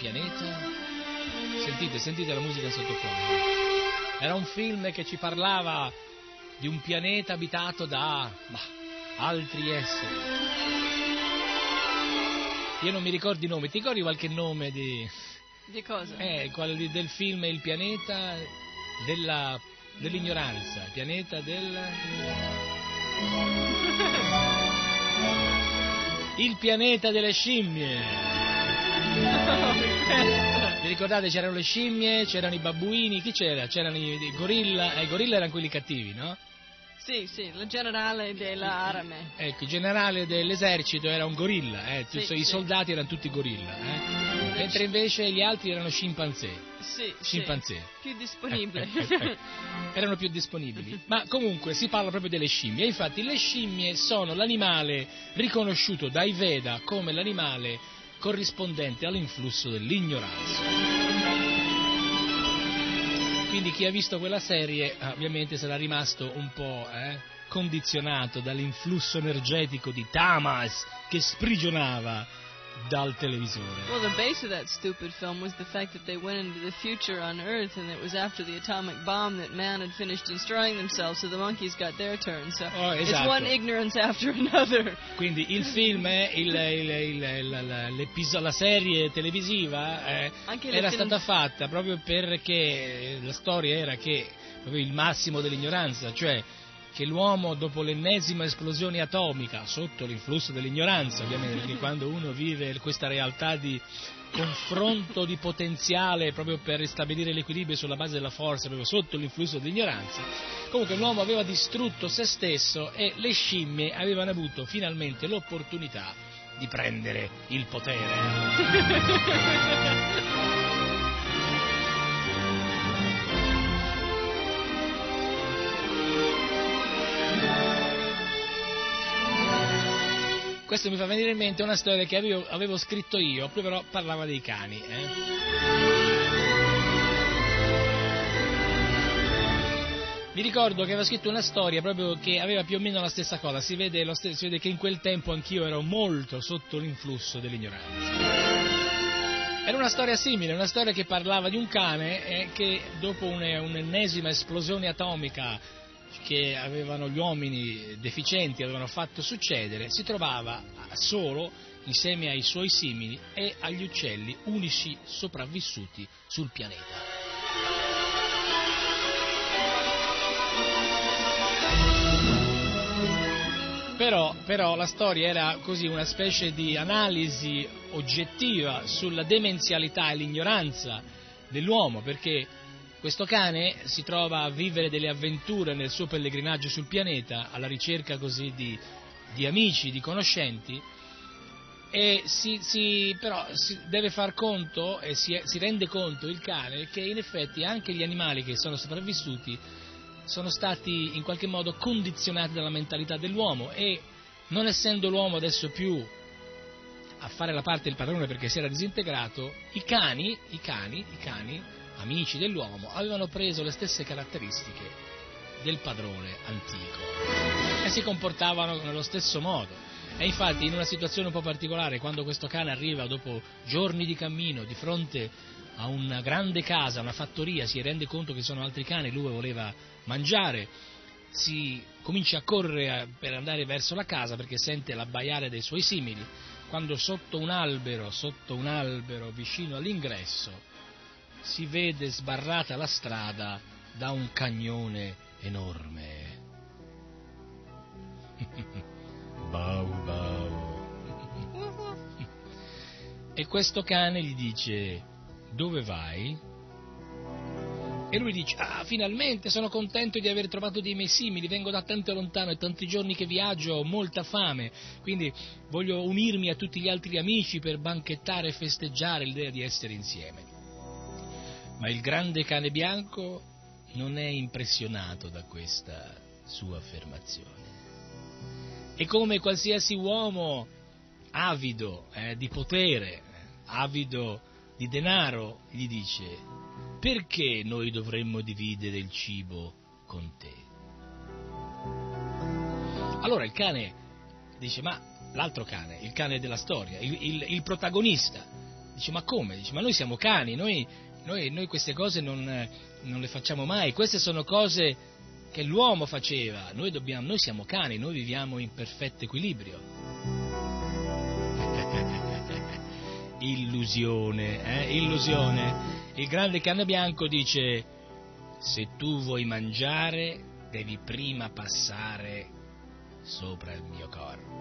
Sentite la musica in sottofondo. Era un film che ci parlava di un pianeta abitato da altri esseri. Io non mi ricordo i nomi, ti ricordi qualche nome di cosa? Quello del film Il pianeta dell'ignoranza, il pianeta il pianeta delle scimmie. Vi ricordate, c'erano le scimmie, c'erano i babbuini, chi c'era? C'erano i gorilla, i gorilla erano quelli cattivi, no? Sì, il generale dell'arame. Ecco, il generale dell'esercito era un gorilla, i soldati erano tutti gorilla, mentre invece gli altri erano scimpanzé. Scimpanzé. Più disponibili. Erano più disponibili. Ma comunque si parla proprio delle scimmie, infatti le scimmie sono l'animale riconosciuto dai Veda come l'animale corrispondente all'influsso dell'ignoranza. Quindi chi ha visto quella serie ovviamente sarà rimasto un po' condizionato dall'influsso energetico di Tamas che sprigionava dal televisore. Well, the base of that stupid film was the fact that they went into the future on Earth and it was after the atomic bomb that man had finished destroying themselves, so the monkeys got their turn. So esatto. It's one ignorance after another. Quindi il film, la serie televisiva era stata fatta proprio perché la storia era che proprio il massimo dell'ignoranza, cioè che l'uomo, dopo l'ennesima esplosione atomica, sotto l'influsso dell'ignoranza ovviamente, perché quando uno vive questa realtà di confronto di potenziale proprio per ristabilire l'equilibrio sulla base della forza, proprio sotto l'influsso dell'ignoranza, comunque l'uomo aveva distrutto se stesso e le scimmie avevano avuto finalmente l'opportunità di prendere il potere. Questo mi fa venire in mente una storia che avevo scritto io, però parlava dei cani. Mi ricordo che avevo scritto una storia proprio che aveva più o meno la stessa cosa, si vede che in quel tempo anch'io ero molto sotto l'influsso dell'ignoranza. Era una storia simile, una storia che parlava di un cane che dopo un'ennesima esplosione atomica che avevano gli uomini deficienti avevano fatto succedere, si trovava solo insieme ai suoi simili e agli uccelli unici sopravvissuti sul pianeta. Però la storia era così, una specie di analisi oggettiva sulla demenzialità e l'ignoranza dell'uomo, perché questo cane si trova a vivere delle avventure nel suo pellegrinaggio sul pianeta, alla ricerca così di amici, di conoscenti, e però si deve far conto e si rende conto il cane che in effetti anche gli animali che sono sopravvissuti sono stati in qualche modo condizionati dalla mentalità dell'uomo, e non essendo l'uomo adesso più a fare la parte del padrone perché si era disintegrato, i cani amici dell'uomo, avevano preso le stesse caratteristiche del padrone antico e si comportavano nello stesso modo. E infatti in una situazione un po' particolare, quando questo cane arriva dopo giorni di cammino di fronte a una grande casa, una fattoria, si rende conto che sono altri cani, lui voleva mangiare, si comincia a correre per andare verso la casa perché sente l'abbaiare dei suoi simili, quando sotto un albero vicino all'ingresso si vede sbarrata la strada da un cagnone enorme. Bau bau. E questo cane gli dice: dove vai? E lui dice: finalmente sono contento di aver trovato dei miei simili, vengo da tanto lontano, è tanti giorni che viaggio, ho molta fame, quindi voglio unirmi a tutti gli altri amici per banchettare e festeggiare l'idea di essere insieme. Ma il grande cane bianco non è impressionato da questa sua affermazione. E come qualsiasi uomo avido di potere, avido di denaro, gli dice: perché noi dovremmo dividere il cibo con te? Allora il cane dice: ma l'altro cane, il cane della storia, il protagonista, dice: ma come? Dice: ma noi siamo cani, noi queste cose non le facciamo mai, queste sono cose che l'uomo faceva, noi siamo cani, noi viviamo in perfetto equilibrio. Illusione. Il grande cane bianco dice: se tu vuoi mangiare devi prima passare sopra il mio corpo.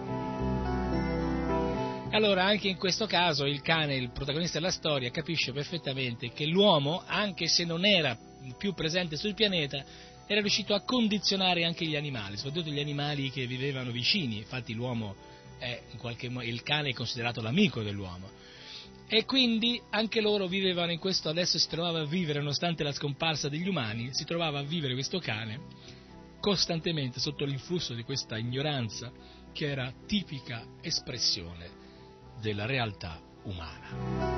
Allora anche in questo caso il cane, il protagonista della storia, capisce perfettamente che l'uomo, anche se non era più presente sul pianeta, era riuscito a condizionare anche gli animali, soprattutto gli animali che vivevano vicini. Infatti l'uomo è in qualche modo, il cane è considerato l'amico dell'uomo, e quindi anche loro vivevano in questo. Adesso si trovava a vivere, nonostante la scomparsa degli umani, si trovava a vivere questo cane costantemente sotto l'influsso di questa ignoranza che era tipica espressione della realtà umana.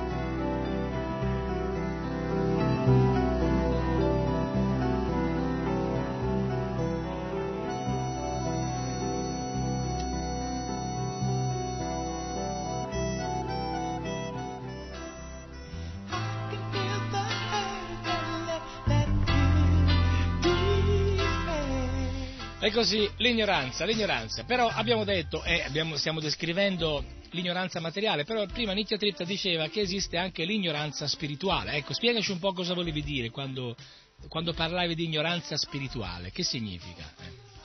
E così l'ignoranza, però abbiamo detto, stiamo descrivendo l'ignoranza materiale, però prima Nityatripta diceva che esiste anche l'ignoranza spirituale. Ecco, spiegaci un po' cosa volevi dire quando parlavi di ignoranza spirituale, che significa?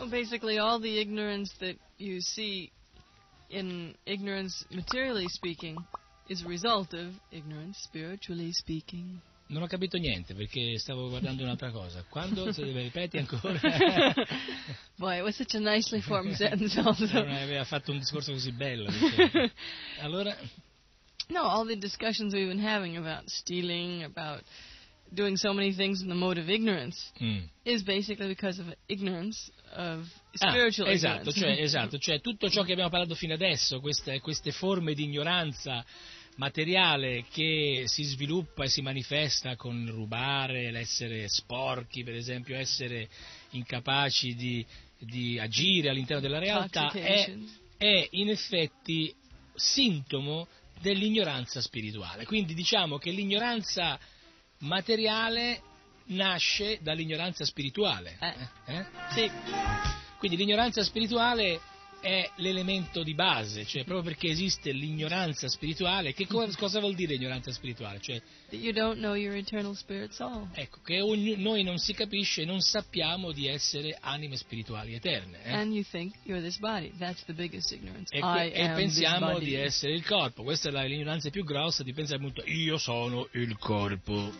Well, basically all the ignorance that you see in ignorance, materially speaking, is a result of ignorance, spiritually speaking. Non ho capito niente perché stavo guardando un'altra cosa. Quando? Se deve ripeti ancora? Boy, it was such a nicely formed sentence also. Non aveva fatto un discorso così bello. Diciamo. Allora? No, all the discussions we've been having about stealing, about doing so many things in the mode of ignorance, is basically because of ignorance of spiritual ignorance. Esatto, cioè tutto ciò che abbiamo parlato fino adesso, queste forme di ignoranza materiale che si sviluppa e si manifesta con rubare, l'essere sporchi, per esempio, essere incapaci di agire all'interno della realtà, è in effetti sintomo dell'ignoranza spirituale. Quindi diciamo che l'ignoranza materiale nasce dall'ignoranza spirituale. Sì. Quindi l'ignoranza spirituale è l'elemento di base, cioè proprio perché esiste l'ignoranza spirituale. Che cosa vuol dire ignoranza spirituale? Cioè, that you don't know your eternal spirit soul. Ecco, che noi non si capisce, non sappiamo di essere anime spirituali eterne. And you think you're this body. That's the biggest ignorance. E pensiamo di essere il corpo. Questa è l'ignoranza più grossa, di pensare appunto io sono il corpo.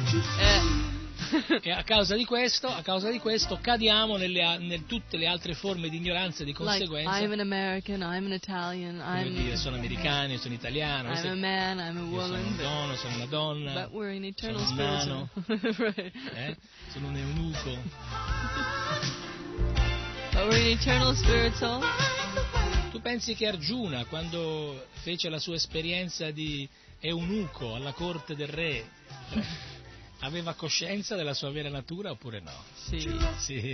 E a causa di questo cadiamo nelle tutte le altre forme di ignoranza, di conseguenza. Like, I'm an American, I'm an Italian, sono americano, sono italiano. I'm a man, I'm a woman. Sono una donna. But we're in eternal sono spirit. Right. Sono un eunuco. But we're in eternal spirit soul. Tu pensi che Arjuna, quando fece la sua esperienza di eunuco alla corte del re, aveva coscienza della sua vera natura oppure no? Sì.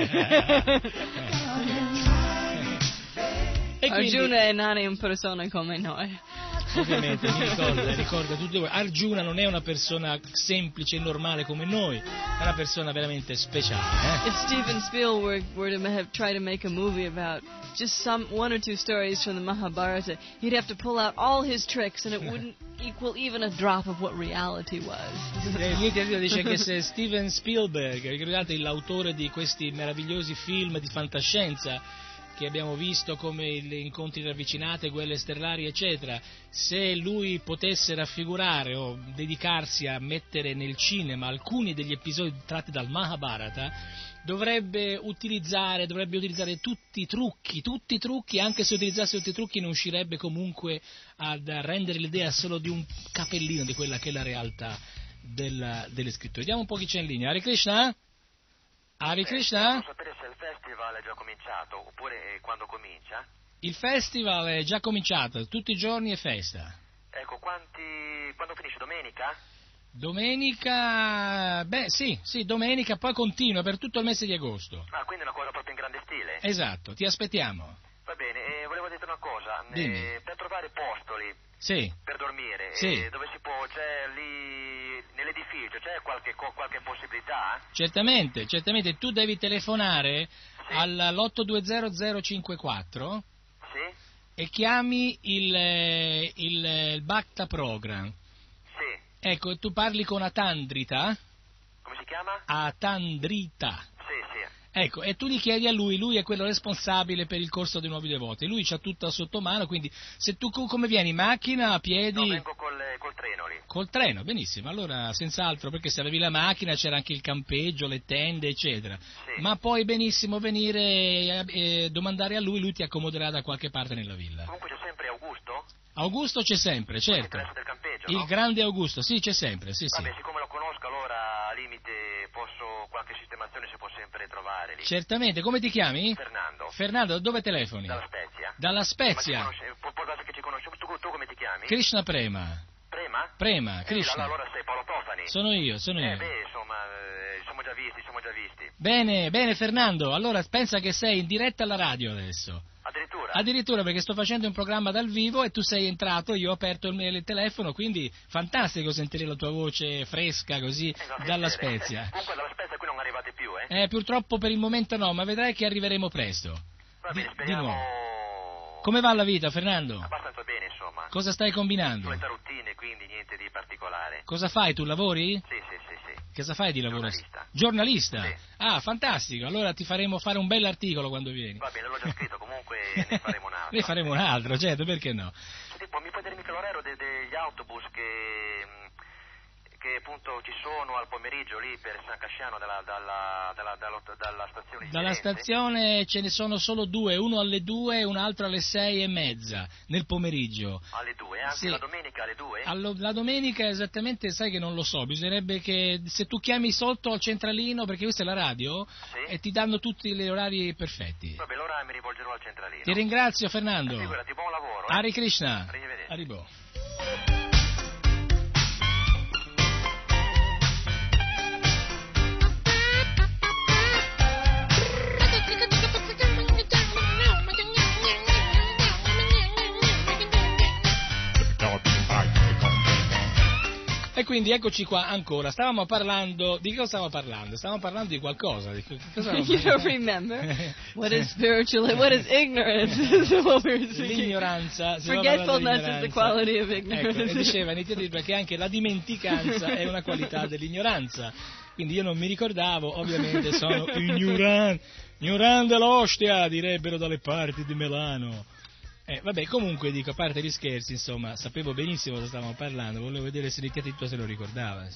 E Arjuna è non è una persona come noi. Ovviamente, ricorda tutti voi. Arjuna non è una persona semplice e normale come noi, è una persona veramente speciale. If Steven Spielberg were to try to make a movie about just one or two stories from the Mahabharata, he'd have to pull out all his tricks and it wouldn't equal even a drop of what reality was. L'Italia dice che se Steven Spielberg, ricordate l'autore di questi meravigliosi film di fantascienza che abbiamo visto come le incontri ravvicinate, quelle stellari, eccetera, se lui potesse raffigurare o dedicarsi a mettere nel cinema alcuni degli episodi tratti dal Mahabharata, dovrebbe utilizzare tutti i trucchi, anche se utilizzasse tutti i trucchi non riuscirebbe comunque a rendere l'idea solo di un capellino di quella che è la realtà delle scritture. Vediamo un po' chi c'è in linea. Hare Krishna? Hare Krishna? Posso sapere se il festival è già cominciato oppure quando comincia? Il festival è già cominciato, tutti i giorni è festa. Ecco, quando finisce? Domenica? Domenica, sì, domenica, poi continua per tutto il mese di agosto. Ah, quindi è una cosa proprio in grande stile? Esatto, ti aspettiamo. Va bene, volevo dire una cosa, per trovare postoli per dormire, dove si può, c'è lì nell'edificio, c'è qualche possibilità? Certamente, tu devi telefonare all'820-054 e chiami il Bhakta Program. Sì. Ecco, tu parli con Atandrita. Come si chiama? Atandrita. Sì. Ecco, e tu gli chiedi a lui è quello responsabile per il corso dei nuovi devoti. Lui c'ha tutto sotto mano, quindi se tu come vieni, in macchina, a piedi? No, vengo col treno lì. Col treno, benissimo, allora senz'altro, perché se avevi la macchina c'era anche il campeggio, le tende, eccetera. Sì. Ma puoi benissimo venire e domandare a lui ti accomoderà da qualche parte nella villa. Comunque c'è sempre Augusto? Augusto c'è sempre, certo. Del campeggio, il grande Augusto, sì, c'è sempre, sì. Vabbè, siccome lo conosco, allora al limite qualche sistemazione si può sempre trovare lì. Certamente, come ti chiami? Fernando, dove telefoni? Dalla Spezia. Dalla Spezia? Può darsi che ci conosciamo. Tu come ti chiami? Krishna Prema. Prema, Krishna. Allora sei Paolo Tofani. Sono io. Insomma, siamo già visti. Bene, Fernando, allora pensa che sei in diretta alla radio adesso. Addirittura perché sto facendo un programma dal vivo e tu sei entrato, io ho aperto il telefono, quindi fantastico sentire la tua voce fresca così dalla Spezia. Comunque dalla Spezia qui non arrivate più, purtroppo per il momento no, ma vedrai che arriveremo presto. Va bene, speriamo. Di nuovo. Come va la vita, Fernando? Abbastanza bene, insomma. Cosa stai combinando? Solita routine, quindi niente di particolare. Cosa fai, tu lavori? Sì. Cosa fai di lavoro? Giornalista. Sì. Ah, fantastico, allora ti faremo fare un bell'articolo quando vieni. Va bene, l'ho già scritto, comunque ne faremo un altro. Ne faremo un altro, certo, perché no? Tipo, mi puoi dire mica l'orario degli autobus che appunto ci sono al pomeriggio lì per San Casciano dalla stazione di Dalla Firenze? stazione ce ne sono solo 2, uno alle 2 e un altro alle 6:30 nel pomeriggio. Alle 2, anche sì. La domenica alle 2? La domenica esattamente, sai che non lo so, bisognerebbe che se tu chiami sotto al centralino, perché questa è la radio, sì. E ti danno tutti gli orari perfetti. Vabbè, allora mi rivolgerò al centralino. Ti ringrazio, Fernando. Figurati, buon lavoro. Hare Krishna. Arrivederci. Arrivo. E quindi eccoci qua ancora. Stavamo parlando di cosa stavamo parlando? Stavamo parlando di qualcosa. You don't remember? What is spiritual? What is ignorance? Is what we were speaking. L'ignoranza. Forgetfulness is the quality of ignorance. Ecco, e diceva Nityatippa che anche la dimenticanza è una qualità dell'ignoranza. Quindi io non mi ricordavo, ovviamente sono ignorante l'ostia, direbbero dalle parti di Milano. Vabbè, comunque dico, a parte gli scherzi, insomma, sapevo benissimo cosa stavamo parlando, volevo vedere se Nityatippa se lo ricordava.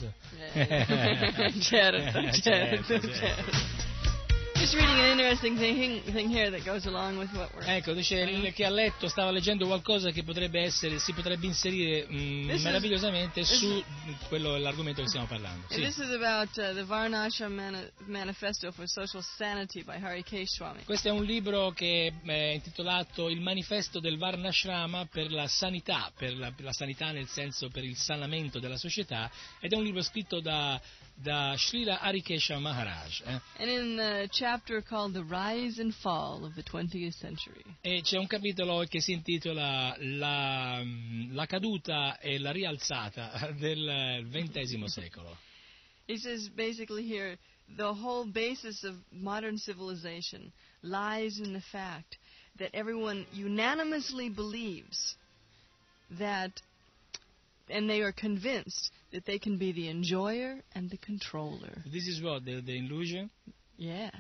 Certo. Just reading an interesting thing here that goes along with what we're... Ecco, dice che ha letto, stava leggendo qualcosa che si potrebbe inserire meravigliosamente su quello l'argomento che stiamo parlando. Sì. This is about the Varnashram Manifesto for Social Sanity by Harikesh Swami. Questo è un libro che è intitolato Il manifesto del Varnashrama per la sanità, per la sanità nel senso per il sanamento della società, ed è un libro scritto da Srila Harikesha Maharaj. And in the chapter called The Rise and Fall of the 20th Century. E c'è un capitolo che si intitola la caduta e la rialzata del XX secolo. He says basically here, the whole basis of modern civilization lies in the fact that everyone unanimously believes that, and they are convinced that they can be the enjoyer and the controller. This is what, the illusion? Yeah.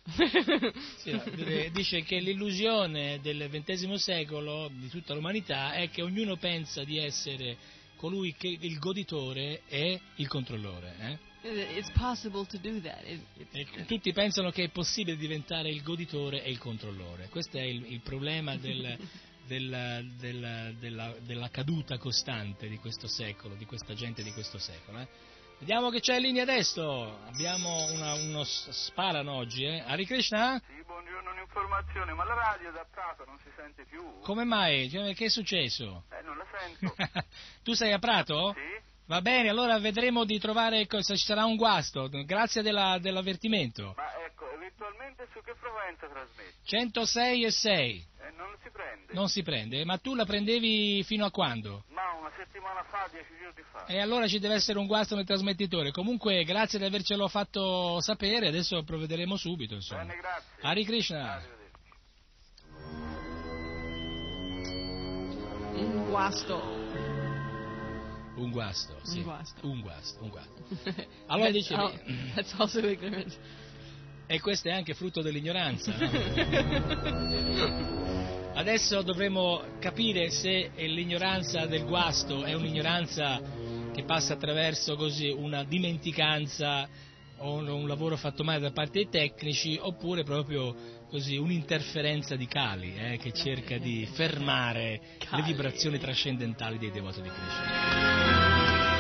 Sì, dice che l'illusione del XX secolo di tutta l'umanità è che ognuno pensa di essere colui che il goditore e il controllore. It's possible to do that. Tutti pensano che è possibile diventare il goditore e il controllore. Questo è il problema della caduta costante di questo secolo, di questa gente di questo secolo. Vediamo che c'è in linea adesso. Abbiamo uno sparano oggi, Hare Krishna? Sì, buongiorno, un'informazione, ma la radio da Prato non si sente più? Come mai? Che è successo? Non la sento. Tu sei a Prato? Sì. Va bene, allora vedremo di trovare se ci sarà un guasto, grazie dell'avvertimento. Ma ecco, eventualmente su che frequenza trasmette? 106,6. Non si prende. Non si prende, ma tu la prendevi fino a quando? Ma una settimana fa, 10 giorni fa. E allora ci deve essere un guasto nel trasmettitore. Comunque, grazie di avercelo fatto sapere, adesso provvederemo subito, insomma. Bene, grazie. Hare Krishna. Un guasto. Un guasto, sì. Un guasto. Allora dice... That's also ignorance. E questo è anche frutto dell'ignoranza, no? Adesso dovremo capire se l'ignoranza del guasto è un'ignoranza che passa attraverso così una dimenticanza o un lavoro fatto male da parte dei tecnici, oppure proprio così un'interferenza di Kali che cerca di fermare le vibrazioni trascendentali dei devoti di Krishna.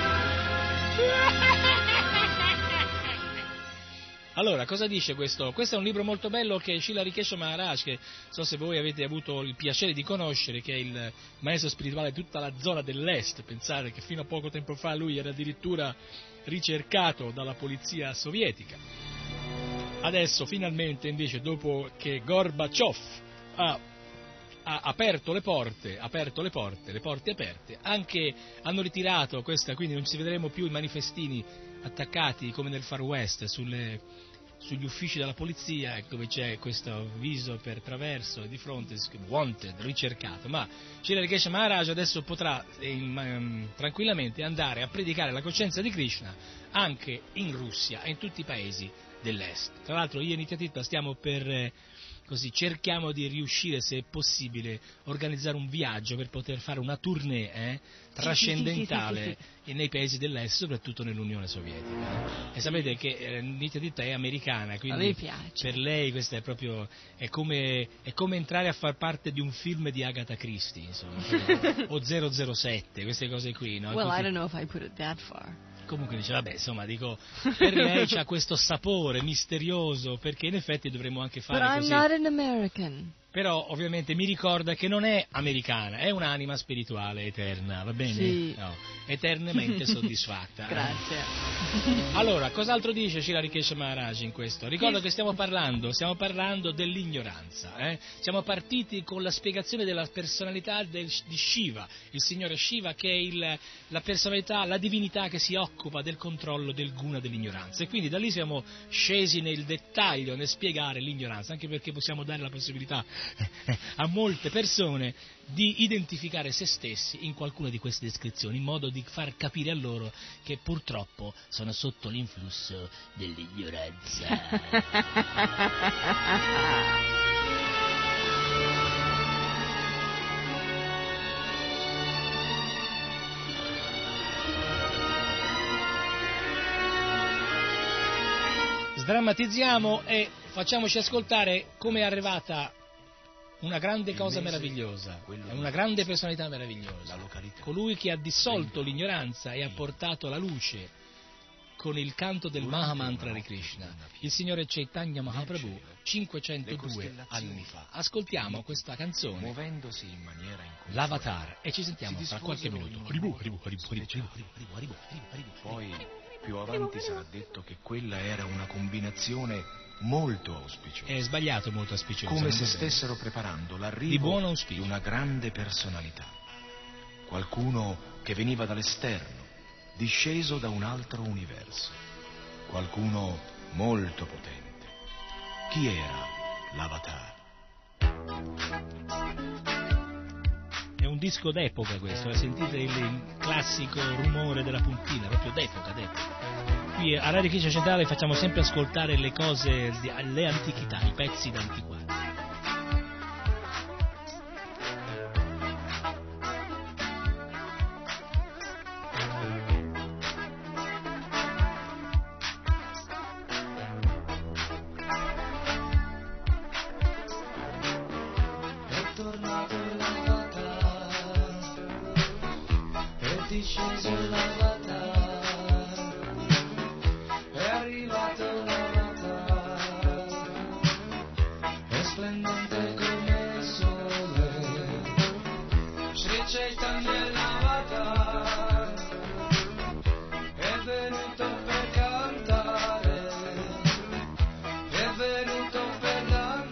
Allora, cosa dice questo? Questo è un libro molto bello che Srila Harikesha Maharaj, che non so se voi avete avuto il piacere di conoscere, che è il maestro spirituale di tutta la zona dell'est. Pensate che fino a poco tempo fa lui era addirittura ricercato dalla polizia sovietica. Adesso, finalmente, invece, dopo che Gorbaciov ha aperto le porte aperte, anche hanno ritirato questa, quindi non ci vedremo più i manifestini attaccati come nel Far West sugli uffici della polizia, dove c'è questo viso per traverso di fronte, wanted, ricercato, ma Srila Rikesh Maharaj adesso potrà tranquillamente andare a predicare la coscienza di Krishna anche in Russia e in tutti i paesi dell'est. Tra l'altro io e Nityananda stiamo per... Così cerchiamo di riuscire, se è possibile, organizzare un viaggio per poter fare una tournée trascendentale nei paesi dell'est, soprattutto nell'Unione Sovietica. E sapete che Nityananda è americana, quindi per lei questo è proprio è come entrare a far parte di un film di Agatha Christie, insomma, o 007, queste cose qui, no? Well, I don't know if I put it that far. Comunque dice, vabbè, insomma, dico, per lei c'ha questo sapore misterioso, perché in effetti dovremmo anche fare But così. I'm not an American. Però ovviamente mi ricorda che non è americana, è un'anima spirituale eterna, va bene? Sì. No, eternamente soddisfatta. Grazie. Allora, cos'altro dice Srila Rikesh Maharaj in questo? Ricordo che stiamo parlando dell'ignoranza. Siamo partiti con la spiegazione della personalità di Shiva, il signore Shiva, che è la personalità, la divinità che si occupa del controllo del guna dell'ignoranza. E quindi da lì siamo scesi nel dettaglio, nel spiegare l'ignoranza, anche perché possiamo dare la possibilità a molte persone di identificare se stessi in qualcuna di queste descrizioni, in modo di far capire a loro che purtroppo sono sotto l'influsso dell'ignoranza. Sdrammatizziamo e facciamoci ascoltare come è arrivata una grande cosa meravigliosa, una grande personalità meravigliosa, colui che ha dissolto l'ignoranza e ha portato la luce con il canto del Mahamantra di Krishna, il Signore Chaitanya Mahaprabhu, 502 anni fa. Ascoltiamo questa canzone, l'Avatar, e ci sentiamo tra qualche minuto. Poi più avanti sarà detto che quella era una combinazione molto auspiciosa. È sbagliato, molto auspicioso. Come se stessero preparando l'arrivo di una grande personalità. Qualcuno che veniva dall'esterno, disceso da un altro universo. Qualcuno molto potente. Chi era l'Avatar? È un disco d'epoca questo, sentite il classico rumore della puntina, proprio d'epoca. Qui a Radio Krishna Centrale facciamo sempre ascoltare le cose, le antichità, i pezzi d'antiquato. È tornato l'Avatar, è disceso l'Avatar. È arrivato l'Avatar, è splendente come il sole. Sri Chaitanya l'Avatar, è venuto per cantare, è venuto per danzare.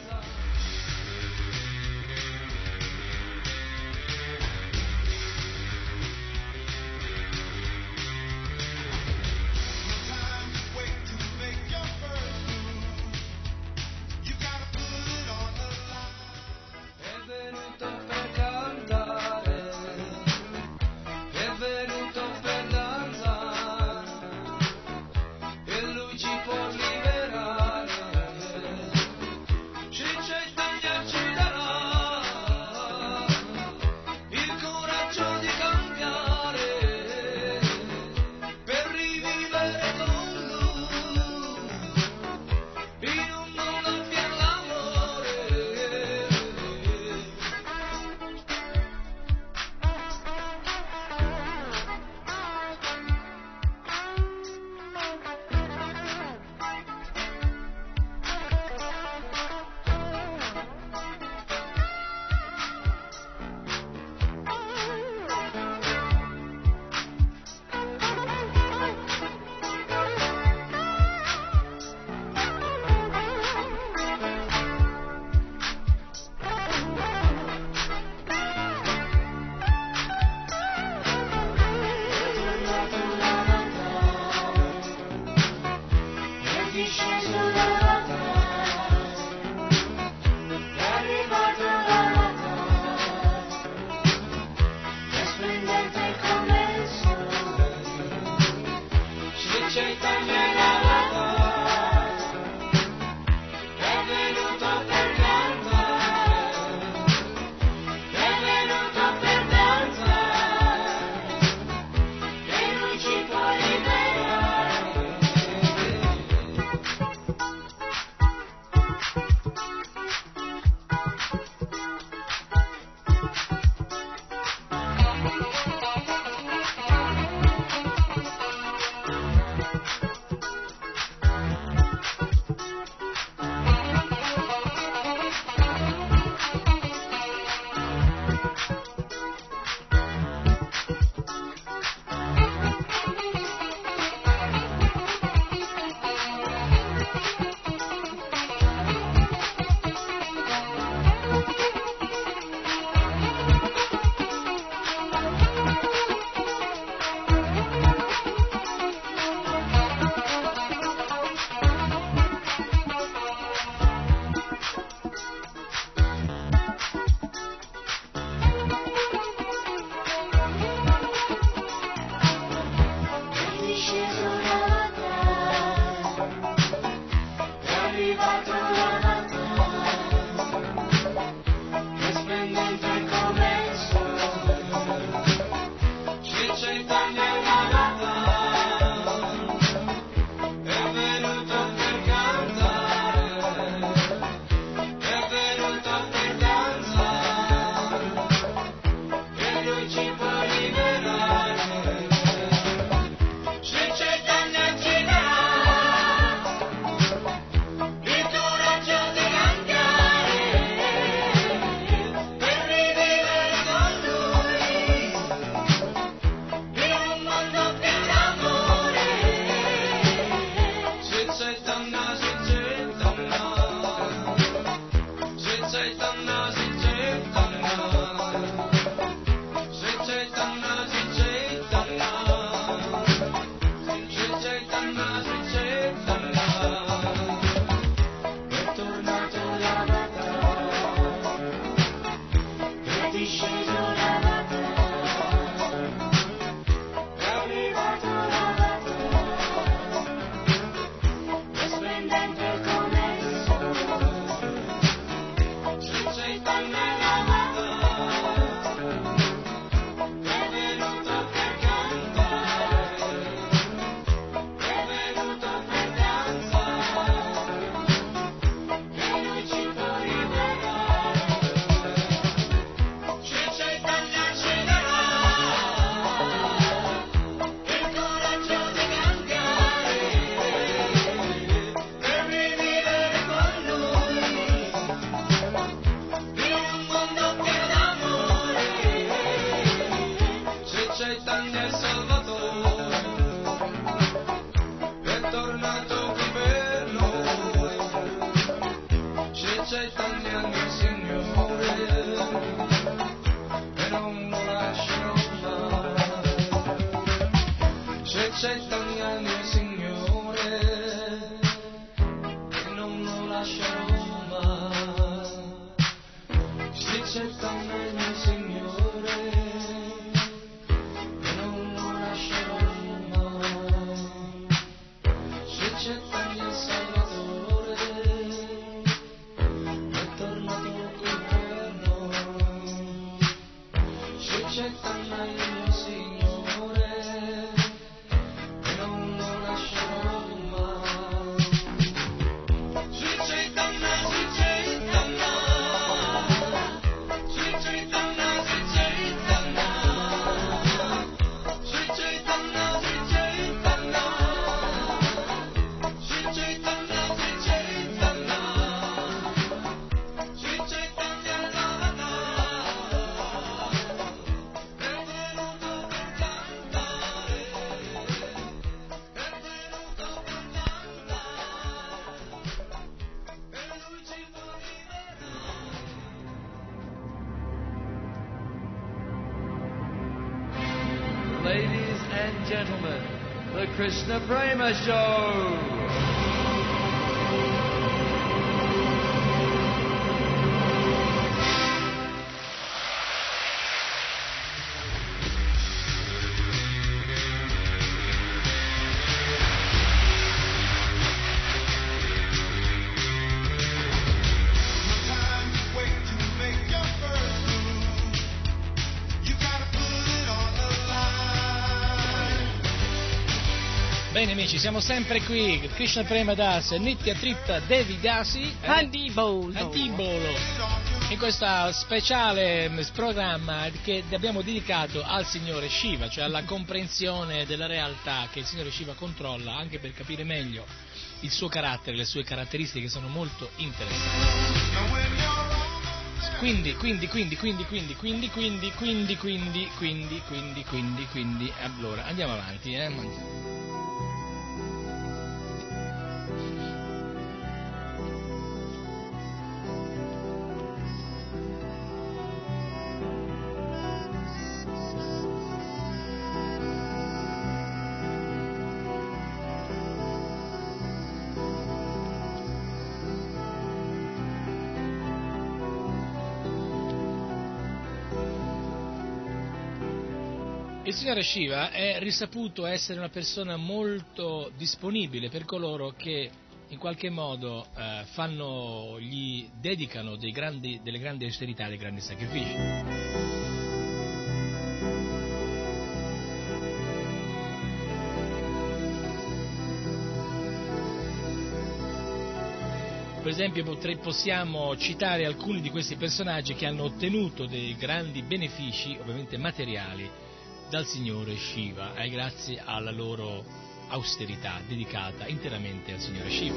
Ladies and gentlemen, the Krishna Prema Show. Bene amici, siamo sempre qui, Krishna Prema Das, Nitya Tripta Devi Dasi, Hadibolo, in questo speciale programma che abbiamo dedicato al Signore Shiva, cioè alla comprensione della realtà che il Signore Shiva controlla, anche per capire meglio il suo carattere, le sue caratteristiche sono molto interessanti. Quindi, allora, andiamo avanti, Il Signore Shiva è risaputo essere una persona molto disponibile per coloro che in qualche modo gli dedicano delle grandi austerità, dei grandi sacrifici. Per esempio possiamo citare alcuni di questi personaggi che hanno ottenuto dei grandi benefici, ovviamente materiali, dal Signore Shiva, grazie alla loro austerità dedicata interamente al Signore Shiva.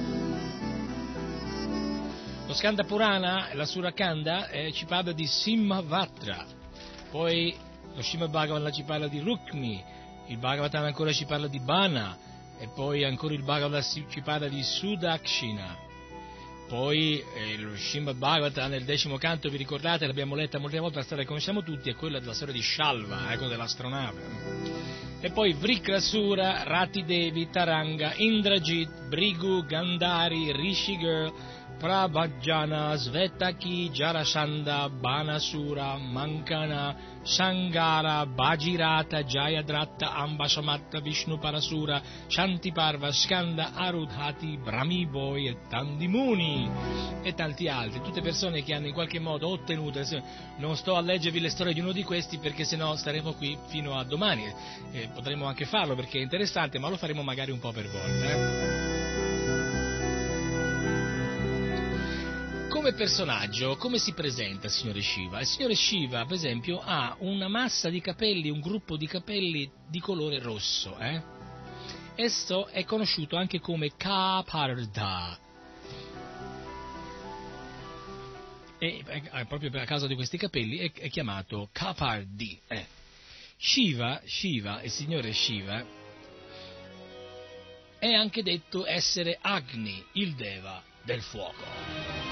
Lo Skanda Purana, la Sura Kanda, ci parla di Simhavatra, poi lo Srimad Bhagavatam ci parla di Rukmi, il Bhagavatam ancora ci parla di Bana, e poi ancora il Bhagavatam ci parla di Sudakshina. Poi lo Srimad Bhagavatam nel 10° canto, vi ricordate, l'abbiamo letta molte volte, la storia che conosciamo tutti, è quella della storia di Shalva, quella dell'astronave. E poi Vrikrasura, Rati Devi, Taranga, Indrajit, Brigu, Gandhari, Rishi Girl, Prabhajana, Svetaki, Jarasandha, Banasura, Mankana, Sangara, Bajirata, Jayadratta, Ambasamatta, Vishnu Parasura, Shantiparva, Skanda, Arudhati, Brahmiboi e Tandimuni e tanti altri, tutte persone che hanno in qualche modo ottenuto. Non sto a leggervi le storie di uno di questi perché sennò staremo qui fino a domani, potremmo anche farlo perché è interessante, ma lo faremo magari un po' per volta. Come personaggio, come si presenta il Signore Shiva? Il Signore Shiva, per esempio, ha una massa di capelli, un gruppo di capelli di colore rosso. Esso è conosciuto anche come Kaparda. E proprio a causa di questi capelli è chiamato Kapardi. Shiva, il Signore Shiva, è anche detto essere Agni, il Deva del fuoco.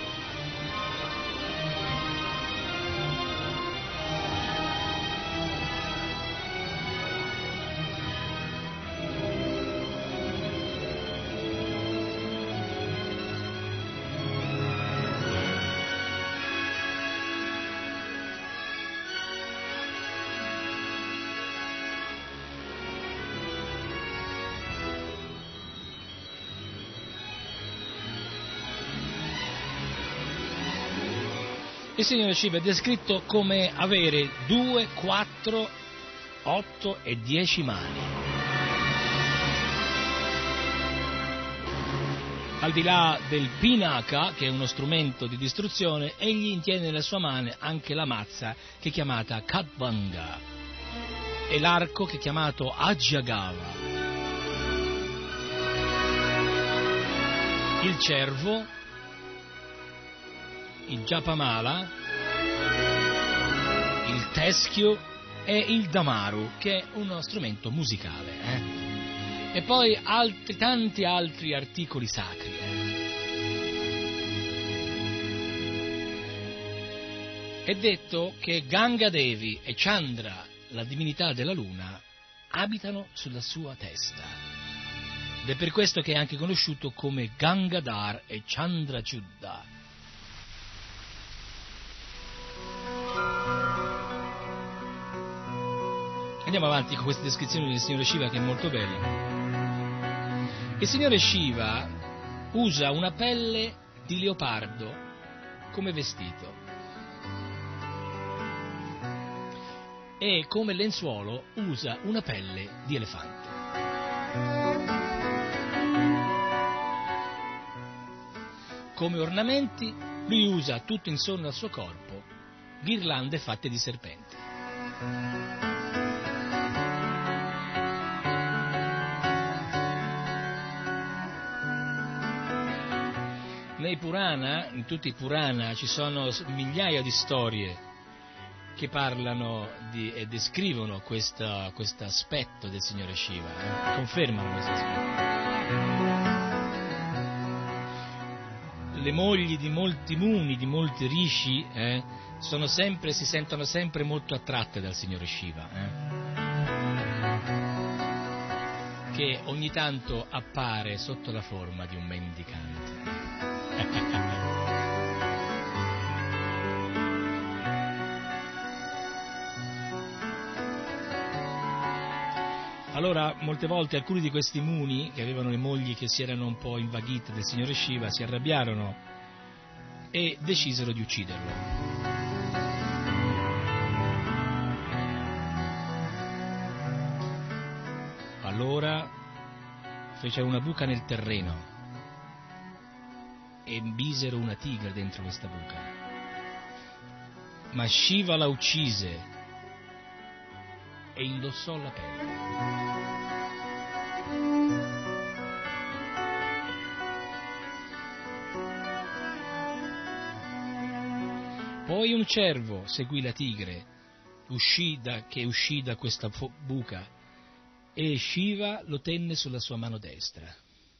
Il Signore Shiva è descritto come avere 2, 4, 8 e 10 mani. Al di là del Pinaka, che è uno strumento di distruzione, egli tiene nella sua mano anche la mazza, che è chiamata Khatvanga, e l'arco, che è chiamato Ajagava, il cervo, il Japamala, il teschio e il damaru, che è uno strumento musicale. E poi tanti altri articoli sacri. È detto che Ganga Devi e Chandra la divinità della luna, abitano sulla sua testa. Ed è per questo che è anche conosciuto come Gangadhar e Chandrachudha. Andiamo avanti con queste descrizioni del signore Shiva, che è molto bella. Il signore Shiva usa una pelle di leopardo come vestito e come lenzuolo usa una pelle di elefante. Come ornamenti lui usa tutto intorno al suo corpo ghirlande fatte di serpenti. Nei Purana, in tutti i Purana, ci sono migliaia di storie che parlano e descrivono questo aspetto del signore Shiva, confermano questo aspetto. Le mogli di molti muni, di molti rishi, si sentono sempre molto attratte dal signore Shiva, che ogni tanto appare sotto la forma di un mendicante. Allora, molte volte alcuni di questi muni, che avevano le mogli che si erano un po' invaghite del signore Shiva, si arrabbiarono e decisero di ucciderlo. Allora fecero una buca nel terreno e misero una tigre dentro questa buca. Ma Shiva la uccise e indossò la pelle. Poi un cervo seguì la tigre, che uscì da questa buca, e Shiva lo tenne sulla sua mano destra.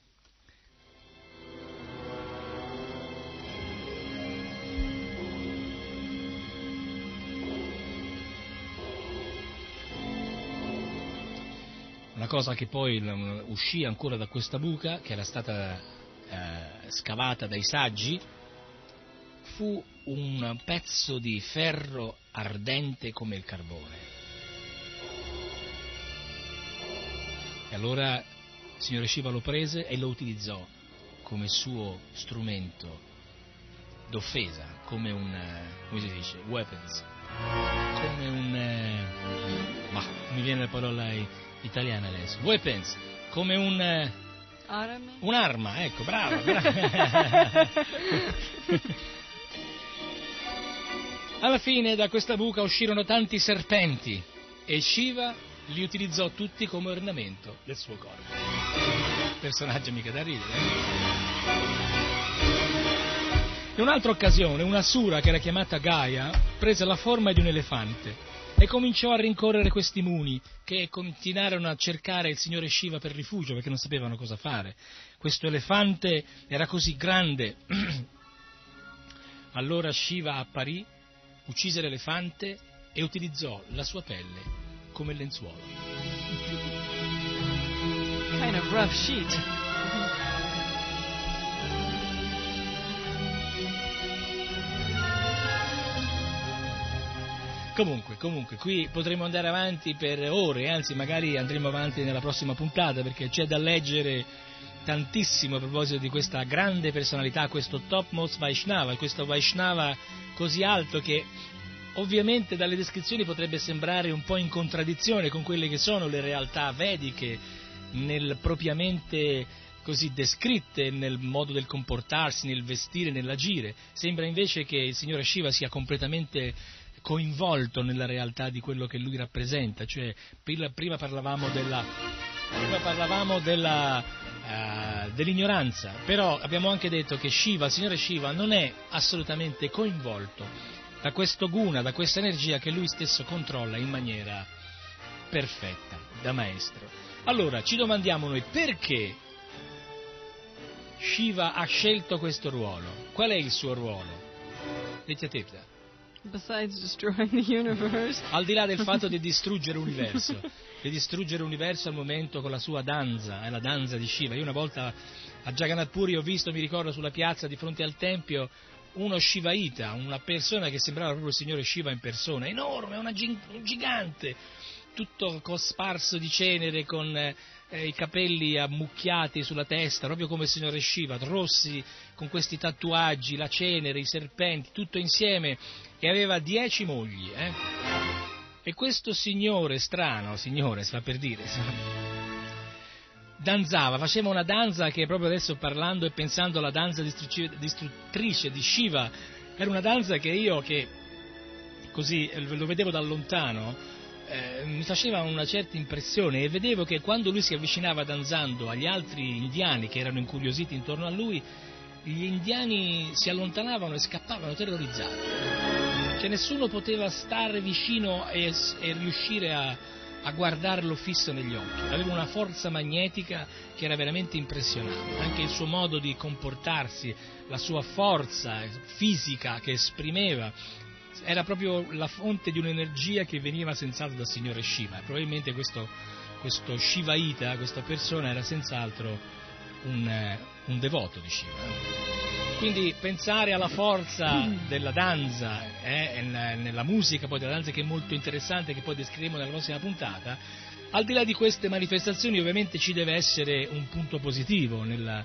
Una cosa che poi uscì ancora da questa buca, che era stata scavata dai saggi, fu un pezzo di ferro ardente come il carbone. E allora il signore Shiva lo prese e lo utilizzò come suo strumento d'offesa, come come si dice, weapons, come ma mi viene la parola italiana adesso, weapons, come un'arma, ecco, brava. Alla fine da questa buca uscirono tanti serpenti e Shiva li utilizzò tutti come ornamento del suo corpo. Personaggio mica da ridere. In un'altra occasione una sura che era chiamata Gaia prese la forma di un elefante e cominciò a rincorrere questi muni che continuarono a cercare il signore Shiva per rifugio perché non sapevano cosa fare. Questo elefante era così grande. Allora Shiva apparì, uccise l'elefante e utilizzò la sua pelle come lenzuolo. Kind of rough sheet. Comunque, qui potremo andare avanti per ore, anzi magari andremo avanti nella prossima puntata perché c'è da leggere tantissimo a proposito di questa grande personalità, questo topmost Vaishnava, questo Vaishnava così alto che ovviamente dalle descrizioni potrebbe sembrare un po' in contraddizione con quelle che sono le realtà vediche propriamente così descritte nel modo del comportarsi, nel vestire, nell'agire. Sembra invece che il signore Shiva sia completamente coinvolto nella realtà di quello che lui rappresenta, cioè prima parlavamo dell'ignoranza, però abbiamo anche detto che Shiva, il signore Shiva, non è assolutamente coinvolto da questo guna, da questa energia che lui stesso controlla in maniera perfetta, da maestro. Allora, ci domandiamo noi perché Shiva ha scelto questo ruolo? Qual è il suo ruolo? Nityatipta. Besides destroying the universe. Al di là del fatto di distruggere l'universo, al momento con la sua danza, è la danza di Shiva. Io una volta a Jagannath Puri ho visto, mi ricordo, sulla piazza di fronte al tempio uno Shivaita, una persona che sembrava proprio il signore Shiva in persona, enorme, un gigante, tutto cosparso di cenere, con i capelli ammucchiati sulla testa, proprio come il signore Shiva, rossi, con questi tatuaggi, la cenere, i serpenti, tutto insieme, e aveva 10 mogli. E questo signore strano, signore, si fa per dire, danzava, faceva una danza che proprio adesso, parlando e pensando alla danza distruttrice di Shiva, era una danza che io, che così lo vedevo da lontano, mi faceva una certa impressione, e vedevo che quando lui si avvicinava danzando agli altri indiani che erano incuriositi intorno a lui, gli indiani si allontanavano e scappavano terrorizzati, cioè nessuno poteva stare vicino e riuscire a guardarlo fisso negli occhi. Aveva una forza magnetica che era veramente impressionante, anche il suo modo di comportarsi, la sua forza fisica che esprimeva, era proprio la fonte di un'energia che veniva senz'altro dal signore Shiva. Probabilmente questo Shivaita, questa persona, era senz'altro un devoto di Shiva. Quindi pensare alla forza della danza, nella musica poi della danza, che è molto interessante, che poi descriveremo nella prossima puntata, al di là di queste manifestazioni ovviamente ci deve essere un punto positivo nel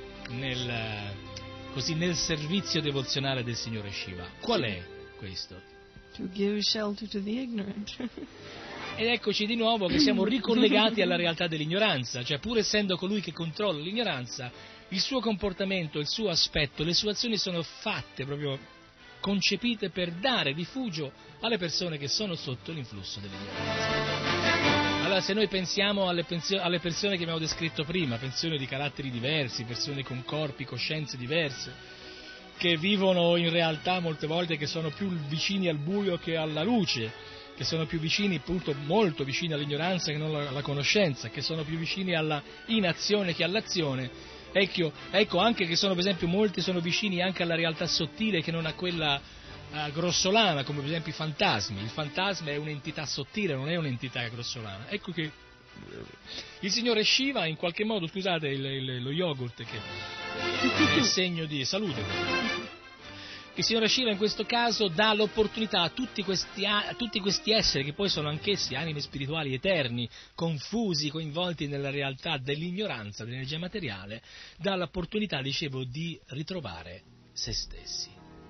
servizio devozionale del signore Shiva. Qual è questo? To give shelter to the ignorant. Ed eccoci di nuovo che siamo ricollegati alla realtà dell'ignoranza, cioè pur essendo colui che controlla l'ignoranza, il suo comportamento, il suo aspetto, le sue azioni sono fatte, proprio concepite per dare rifugio alle persone che sono sotto l'influsso dell'ignoranza. Allora, se noi pensiamo alle persone che abbiamo descritto prima, persone di caratteri diversi, persone con corpi, coscienze diverse, che vivono in realtà molte volte, che sono più vicini al buio che alla luce, che sono più vicini, appunto, molto vicini all'ignoranza che non alla conoscenza, che sono più vicini alla inazione che all'azione. Ecco anche che sono, per esempio, molti sono vicini anche alla realtà sottile che non a quella grossolana, come per esempio i fantasmi. Il fantasma è un'entità sottile, non è un'entità grossolana. Ecco che il signore Shiva, in qualche modo, scusate lo yogurt che è segno di salute. Il signore Shiva in questo caso dà l'opportunità a tutti questi esseri, che poi sono anch'essi anime spirituali eterni, confusi, coinvolti nella realtà dell'ignoranza, dell'energia materiale, dà l'opportunità, dicevo, di ritrovare se stessi.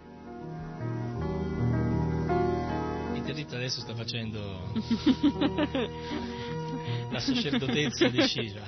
Interditta adesso sta facendo la sacerdotessa di Shiva.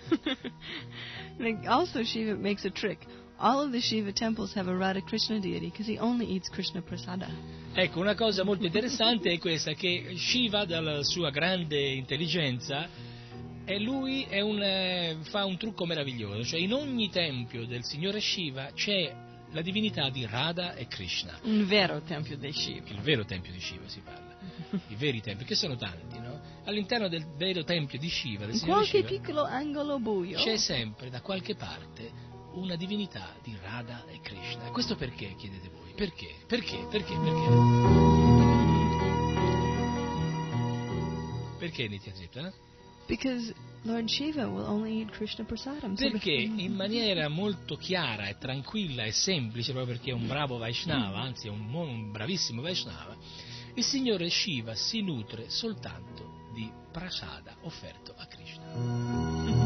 Also, Shiva makes a trick. All of the Shiva temples have a Radha Krishna deity because he only eats Krishna prasada. Ecco, una cosa molto interessante è questa, che Shiva, dalla sua grande intelligenza, lui fa un trucco meraviglioso, cioè in ogni tempio del signore Shiva c'è la divinità di Radha e Krishna. Un vero tempio di Shiva. Il vero tempio di Shiva si parla. I veri tempi, che sono tanti, no? All'interno del vero tempio di Shiva, del signore Shiva, qualche piccolo angolo buio, c'è sempre da qualche parte una divinità di Radha e Krishna. Questo perché, chiedete voi? Perché? Perché, Nityananda? Because Lord Shiva will only eat Krishna prasadam. Perché in maniera molto chiara e tranquilla e semplice, proprio perché è un bravo Vaishnava, anzi è un bravissimo Vaishnava, il signore Shiva si nutre soltanto di prasada offerto a Krishna.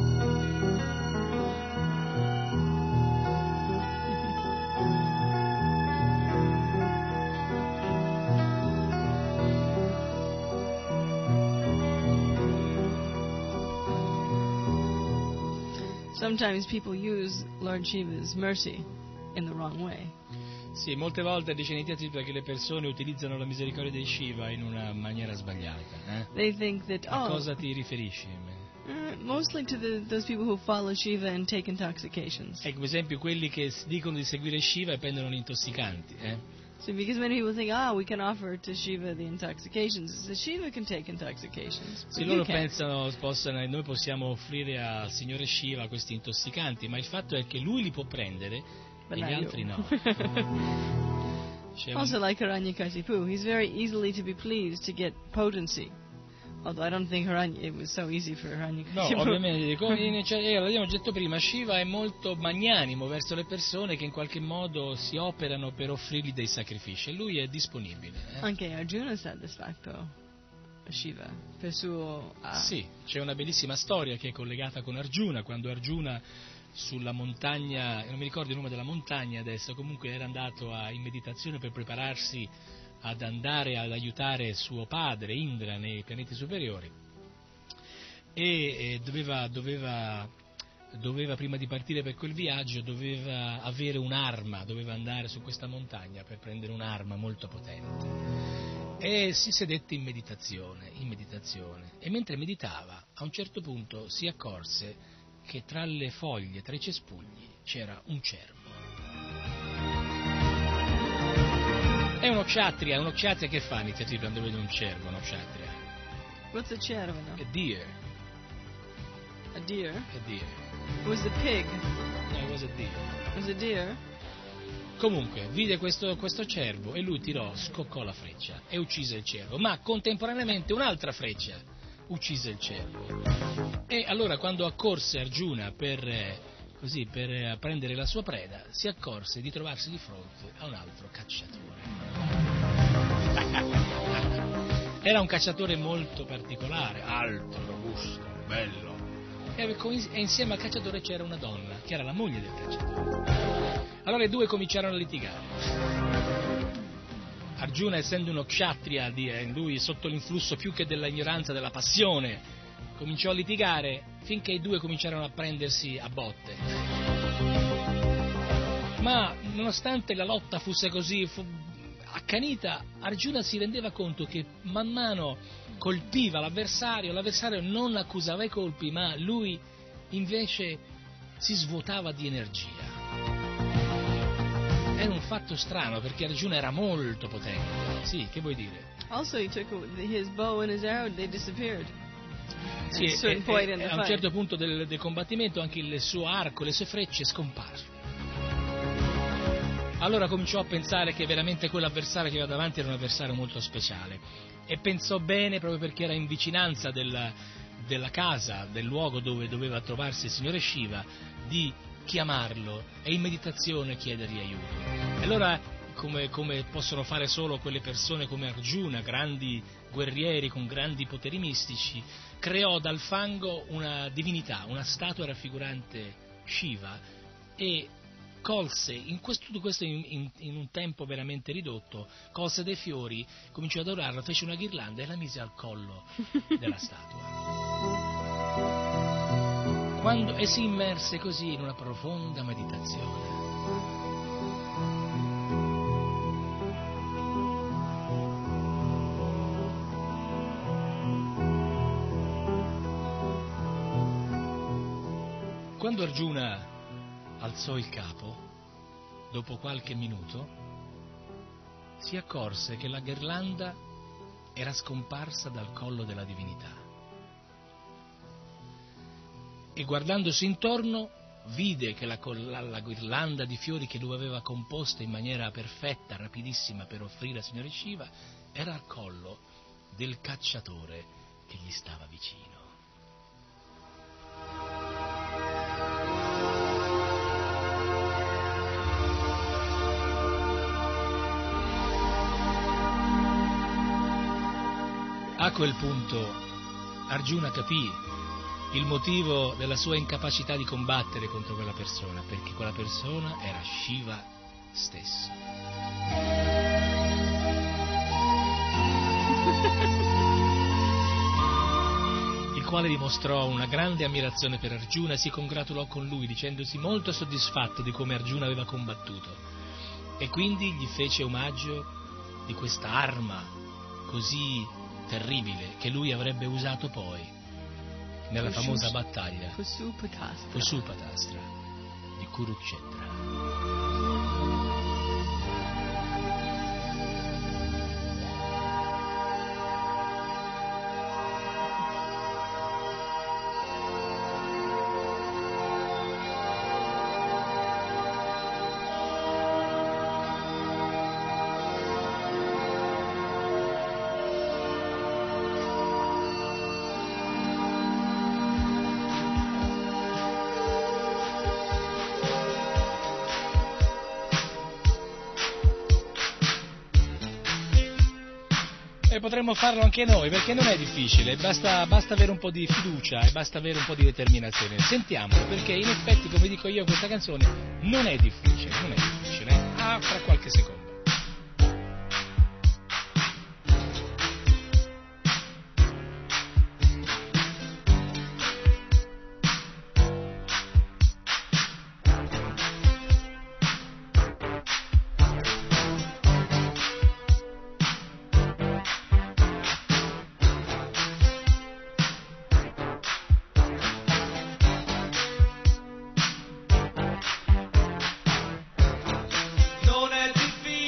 Sometimes people use Lord Shiva's mercy in the wrong way. Sì, molte volte dice Nityananda che le persone utilizzano la misericordia di Shiva in una maniera sbagliata. They think that, a cosa ti riferisci? Mostly to those people who follow Shiva and take intoxications. Ecco, per esempio, quelli che dicono di seguire Shiva e prendono gli intossicanti. So because many people think, we can offer to Shiva the intoxications. So Shiva can take intoxications. Sì, loro pensano noi possiamo offrire al signore Shiva questi intossicanti, ma il fatto è che lui li può prendere e gli altri no. Also like Hiranyakashipu, he's very easily to be pleased to get potency. Although I don't think it was so easy for Hiranyakashipu. No, ovviamente, come abbiamo detto prima, Shiva è molto magnanimo verso le persone che in qualche modo si operano per offrirgli dei sacrifici, e lui è disponibile. Anche Arjuna è soddisfatto a Shiva per suo... Sì, c'è una bellissima storia che è collegata con Arjuna, quando Arjuna sulla montagna, non mi ricordo il nome della montagna adesso, comunque era andato in meditazione per prepararsi ad andare ad aiutare suo padre Indra nei pianeti superiori, e doveva prima di partire per quel viaggio doveva avere un'arma, doveva andare su questa montagna per prendere un'arma molto potente, e si sedette in meditazione, e mentre meditava a un certo punto si accorse che tra le foglie, tra i cespugli c'era un cervo. È uno kshatriya che fa iniziativa quando vede un cervo, uno kshatriya? What's a cervo? No? A deer. A deer? A deer. It was a pig. No, it was a deer. It was a deer? Comunque, vide questo cervo e lui scoccò la freccia e uccise il cervo, ma contemporaneamente un'altra freccia uccise il cervo. E allora quando accorse Arjuna per prendere la sua preda, si accorse di trovarsi di fronte a un altro cacciatore. Era un cacciatore molto particolare, alto, robusto, bello, e insieme al cacciatore c'era una donna, che era la moglie del cacciatore. Allora i due cominciarono a litigare. Arjuna, essendo uno kshatriya, lui sotto l'influsso più che dell'ignoranza, della passione, cominciò a litigare finché i due cominciarono a prendersi a botte. Ma nonostante la lotta fosse così accanita, Arjuna si rendeva conto che man mano colpiva l'avversario non accusava i colpi, ma lui invece si svuotava di energia. Era un fatto strano, perché Arjuna era molto potente. Sì, che vuoi dire? Also he took his bow and his arrow, they disappeared. Sì, e a un certo punto del combattimento anche il suo arco, le sue frecce scomparvero. Allora cominciò a pensare che veramente quell'avversario che aveva davanti era un avversario molto speciale, e pensò bene, proprio perché era in vicinanza della casa, del luogo dove doveva trovarsi il signore Shiva, di chiamarlo e in meditazione chiedergli aiuto. E allora, come possono fare solo quelle persone come Arjuna, grandi guerrieri con grandi poteri mistici, creò dal fango una divinità, una statua raffigurante Shiva, e colse, tutto questo in un tempo veramente ridotto, colse dei fiori, cominciò ad adorarlo, fece una ghirlanda e la mise al collo della statua. E si immerse così in una profonda meditazione. Quando Arjuna alzò il capo, dopo qualche minuto, si accorse che la ghirlanda era scomparsa dal collo della divinità. E guardandosi intorno, vide che la ghirlanda di fiori che lui aveva composto in maniera perfetta, rapidissima, per offrire al signore Shiva, era al collo del cacciatore che gli stava vicino. A quel punto Arjuna capì il motivo della sua incapacità di combattere contro quella persona, perché quella persona era Shiva stesso. Il quale dimostrò una grande ammirazione per Arjuna e si congratulò con lui, dicendosi molto soddisfatto di come Arjuna aveva combattuto, e quindi gli fece omaggio di questa arma così terribile che lui avrebbe usato poi nella famosa battaglia Pashupatastra di Kurukshetra. e potremmo farlo anche noi, perché non è difficile, basta avere un po' di fiducia e basta avere un po' di determinazione. Sentiamolo, perché in effetti, come dico io, questa canzone non è difficile, fra qualche secondo. Non è difficile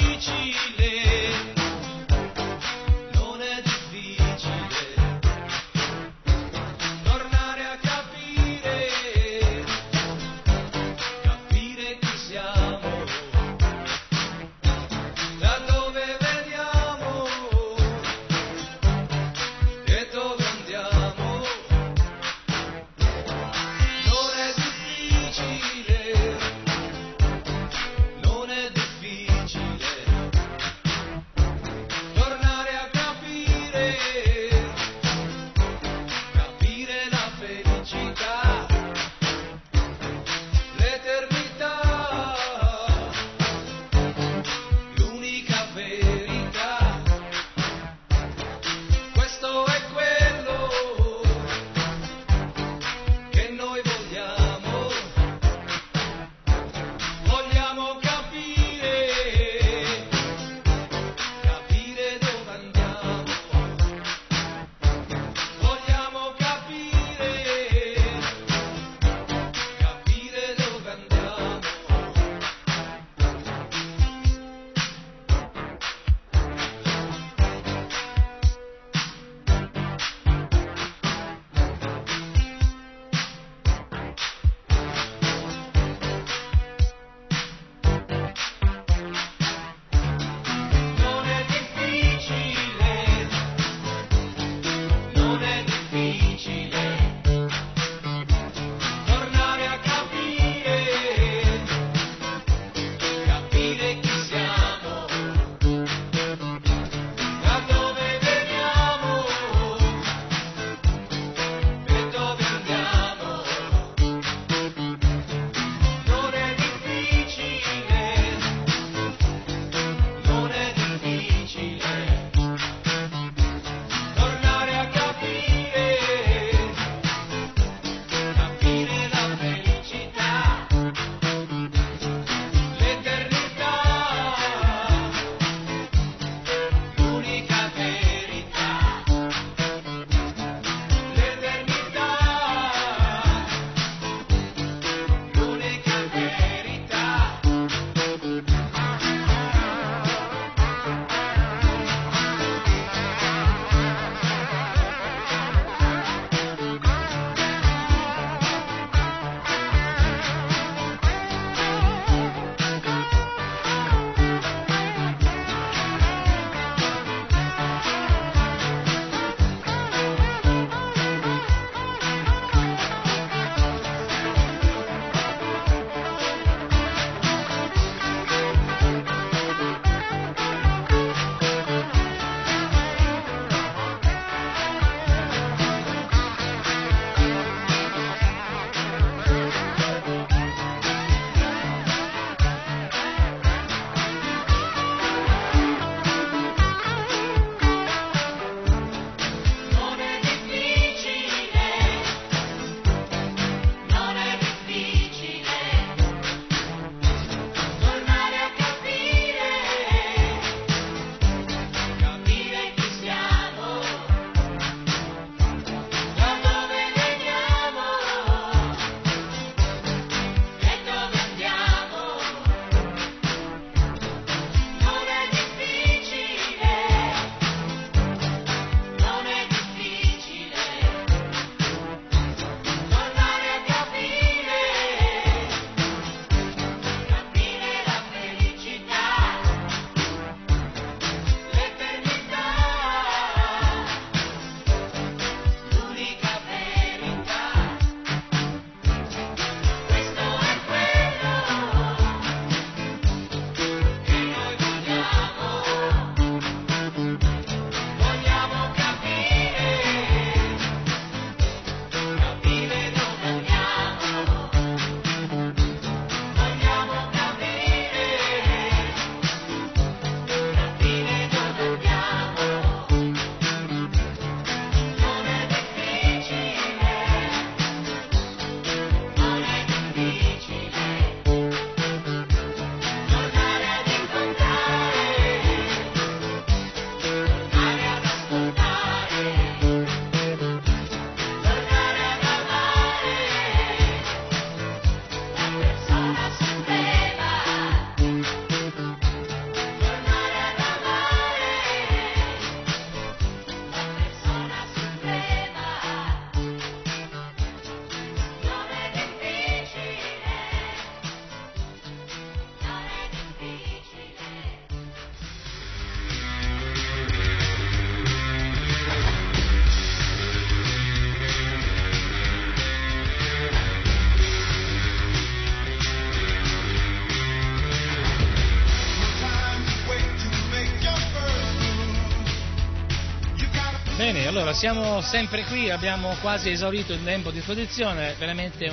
Bene, allora siamo sempre qui, abbiamo quasi esaurito il tempo a disposizione, veramente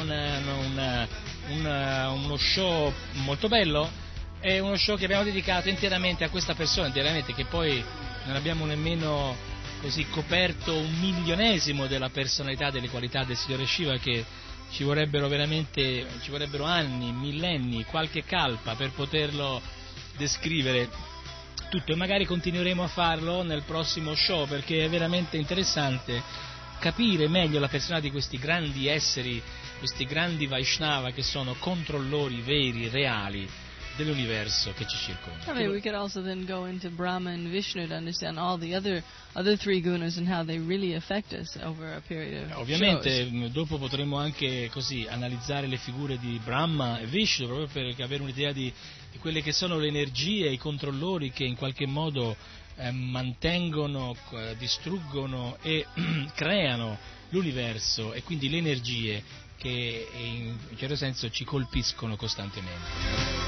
uno show molto bello, è uno show che abbiamo dedicato interamente a questa persona, interamente, che poi non abbiamo nemmeno così coperto 1/1000 della personalità, delle qualità del signore Shiva, che ci vorrebbero anni, millenni, qualche calpa per poterlo descrivere tutto, e magari continueremo a farlo nel prossimo show, perché è veramente interessante capire meglio la personalità di questi grandi esseri, questi grandi Vaishnava che sono controllori veri, reali dell'universo che ci circonda. I mean, we could also then go into Brahma and Vishnu to understand all the other three gunas and how they really affect us over a period of Ovviamente shows. Dopo potremo anche così analizzare le figure di Brahma e Vishnu, proprio per avere un'idea di quelle che sono le energie, i controllori che in qualche modo mantengono, distruggono e creano l'universo, e quindi le energie che in un certo senso ci colpiscono costantemente.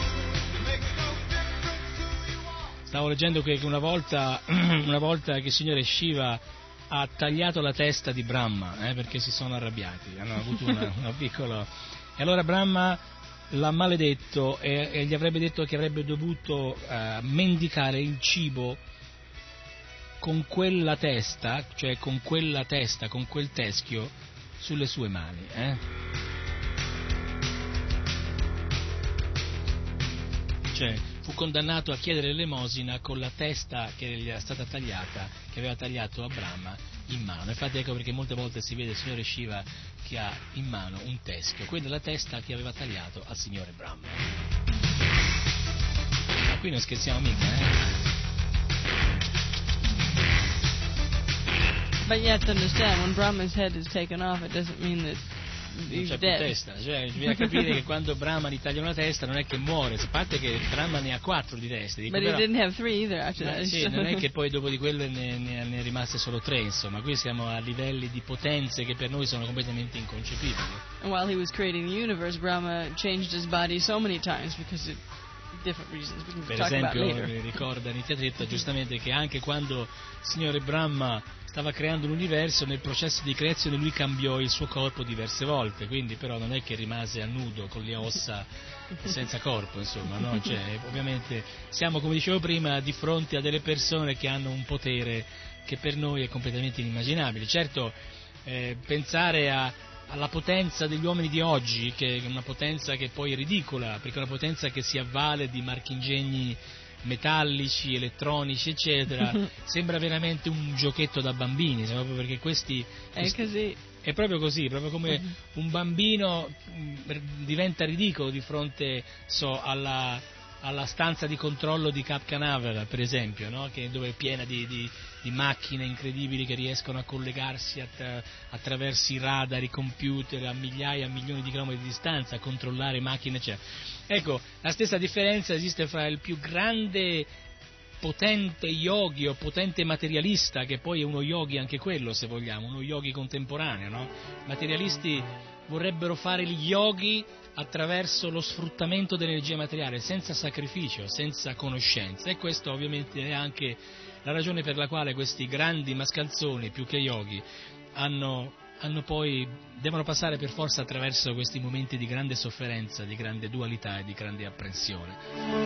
Stavo leggendo che una volta che il signore Shiva ha tagliato la testa di Brahma, perché si sono arrabbiati, hanno avuto una piccola... E allora Brahma l'ha maledetto e gli avrebbe detto che avrebbe dovuto mendicare il cibo con quella testa, cioè con quel teschio sulle sue mani. Cioè, fu condannato a chiedere l'elemosina con la testa che gli era stata tagliata, che aveva tagliato a Brahma in mano. Infatti ecco perché molte volte si vede il signore Shiva che ha in mano un teschio, quella è la testa che aveva tagliato al signore Brahma. Ma qui non scherziamo mica, But you have to understand, when Brahma's head is taken off, it doesn't mean that non c'è più testa, cioè bisogna capire che quando Brahma gli tagliano la testa non è che muore, a parte che Brahma ne ha 4 di teste. But he didn't have 3 either after that. Sì, non è che poi dopo di quelle ne rimaste solo 3, insomma, qui siamo a livelli di potenze che per noi sono completamente inconcepibili. And while he was creating the universe, Brahma changed his body so many times because of different reasons we can per talk esempio, about later. ricorda Nityatretta giustamente che anche quando il signore Brahma stava creando l'universo, nel processo di creazione lui cambiò il suo corpo diverse volte, quindi però non è che rimase a nudo con le ossa senza corpo, insomma, no? Cioè, ovviamente siamo, come dicevo prima, di fronte a delle persone che hanno un potere che per noi è completamente inimmaginabile. Certo, pensare alla potenza degli uomini di oggi, che è una potenza che poi è ridicola, perché è una potenza che si avvale di marchingegni metallici, elettronici, eccetera, sembra veramente un giochetto da bambini, proprio perché questi è proprio così, proprio come un bambino diventa ridicolo di fronte alla stanza di controllo di Cap Canaveral, per esempio, no? Dove è piena di macchine incredibili che riescono a collegarsi attraverso i radar, i computer a migliaia, milioni di chilometri di distanza, a controllare macchine, eccetera. Ecco, la stessa differenza esiste fra il più grande potente yogi o potente materialista, che poi è uno yogi anche quello, se vogliamo, uno yogi contemporaneo, no? Materialisti vorrebbero fare gli yogi attraverso lo sfruttamento dell'energia materiale, senza sacrificio, senza conoscenza, e questo ovviamente è anche la ragione per la quale questi grandi mascalzoni, più che yogi, devono passare per forza attraverso questi momenti di grande sofferenza, di grande dualità e di grande apprensione.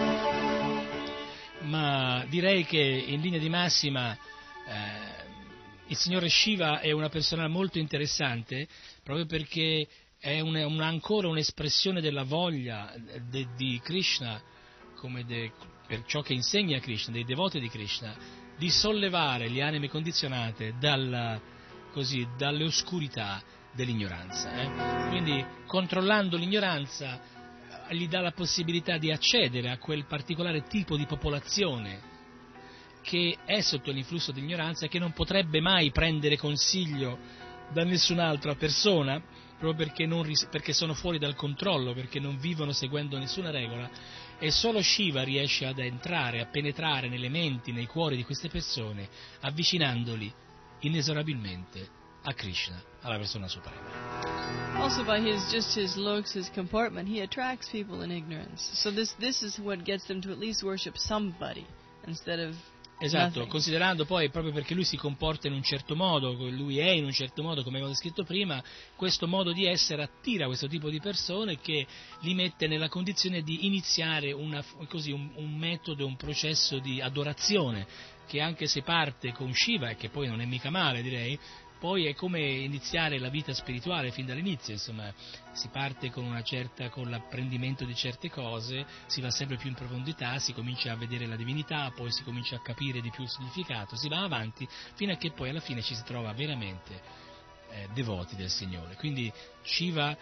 Ma direi che in linea di massima il signore Shiva è una persona molto interessante, proprio perché è ancora un'espressione della voglia di Krishna, come per ciò che insegna Krishna, dei devoti di Krishna, di sollevare le anime condizionate dalle oscurità dell'ignoranza. Quindi, controllando l'ignoranza, gli dà la possibilità di accedere a quel particolare tipo di popolazione che è sotto l'influsso dell'ignoranza e che non potrebbe mai prendere consiglio da nessun'altra persona, proprio perché sono fuori dal controllo, perché non vivono seguendo nessuna regola, e solo Shiva riesce ad entrare, a penetrare nelle menti, nei cuori di queste persone, avvicinandoli inesorabilmente a Krishna, alla persona suprema. Also by his looks, his comportment, he attracts people in ignorance. So this is what gets them to at least worship somebody instead of Esatto, considerando poi, proprio perché lui si comporta in un certo modo, lui è in un certo modo, come avevo descritto prima, questo modo di essere attira questo tipo di persone che li mette nella condizione di iniziare un metodo, un processo di adorazione, che anche se parte con Shiva, e che poi non è mica male, direi, poi è come iniziare la vita spirituale fin dall'inizio, insomma, si parte con l'apprendimento di certe cose, si va sempre più in profondità, si comincia a vedere la divinità, poi si comincia a capire di più il significato, si va avanti fino a che poi alla fine ci si trova veramente devoti del Signore. Quindi Shiva,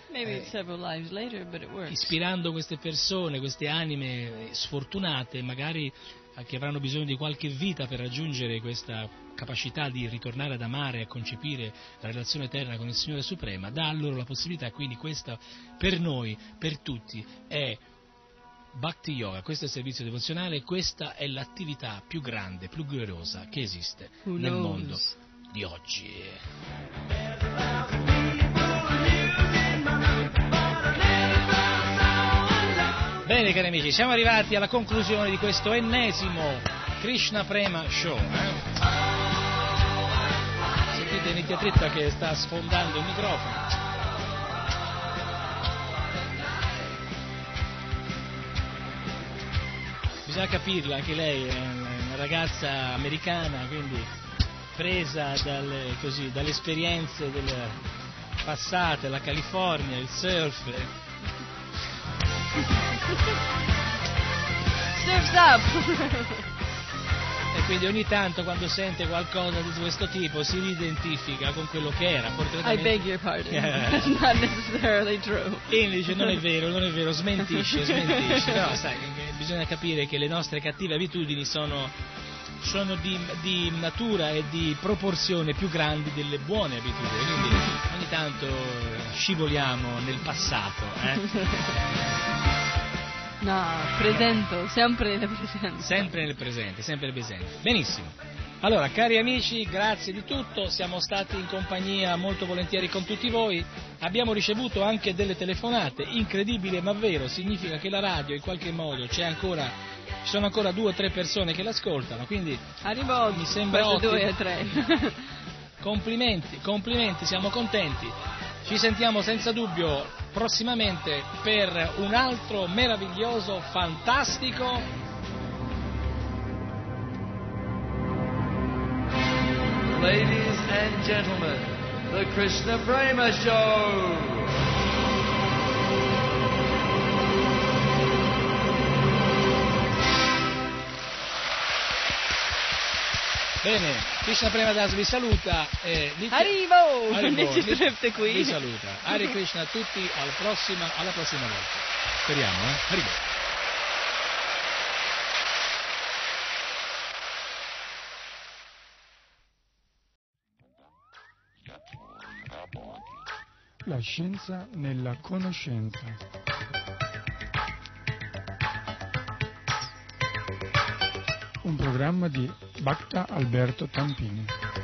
ispirando queste persone, queste anime sfortunate, magari che avranno bisogno di qualche vita per raggiungere questa capacità di ritornare ad amare e a concepire la relazione eterna con il Signore Suprema, dà loro la possibilità. Quindi questa per noi, per tutti, è Bhakti Yoga, questo è il servizio devozionale, questa è l'attività più grande, più gloriosa che esiste nel mondo di oggi. Bene cari amici, siamo arrivati alla conclusione di questo ennesimo Krishna Prema Show. Sentite Nitya che sta sfondando il microfono. Bisogna capirla, anche lei è una ragazza americana, quindi presa dalle esperienze del passato, la California, il surf. Surf's up! E quindi ogni tanto quando sente qualcosa di questo tipo si ridentifica con quello che era. I beg your pardon. That's not necessarily true. E dice non è vero, smentisce. Però sai, bisogna capire che le nostre cattive abitudini sono di natura e di proporzione più grandi delle buone abitudini, quindi ogni tanto scivoliamo nel passato. No, sempre nel presente. Benissimo. Allora, cari amici, grazie di tutto, siamo stati in compagnia molto volentieri con tutti voi, abbiamo ricevuto anche delle telefonate, incredibile ma vero, significa che la radio in qualche modo ci sono ancora 2 o 3 persone che l'ascoltano, quindi mi sembra ottimo. 2 o 3. Complimenti, siamo contenti. Ci sentiamo senza dubbio prossimamente per un altro meraviglioso, fantastico Ladies and gentlemen, the Krishna Prema Show. Bene, Krishna Prema Das vi saluta. Arrivo! Qui. Vi saluta. Hare Krishna a tutti, alla prossima volta. Speriamo, Arrivo. La scienza nella conoscenza. Un programma di Bhakta Alberto Tampini.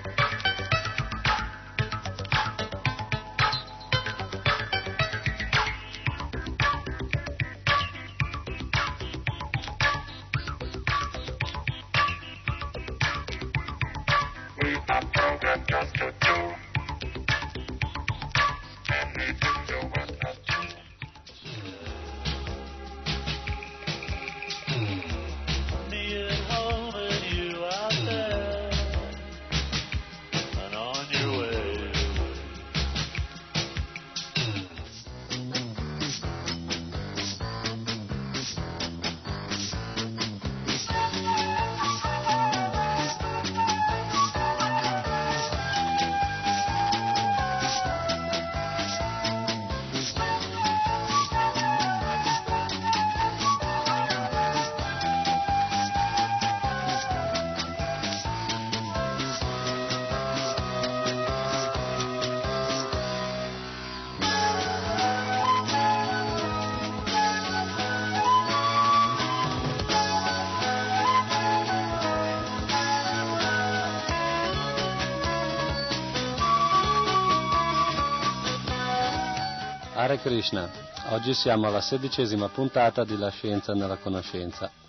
Hare Krishna, oggi siamo alla 16ª puntata di La Scienza nella Conoscenza.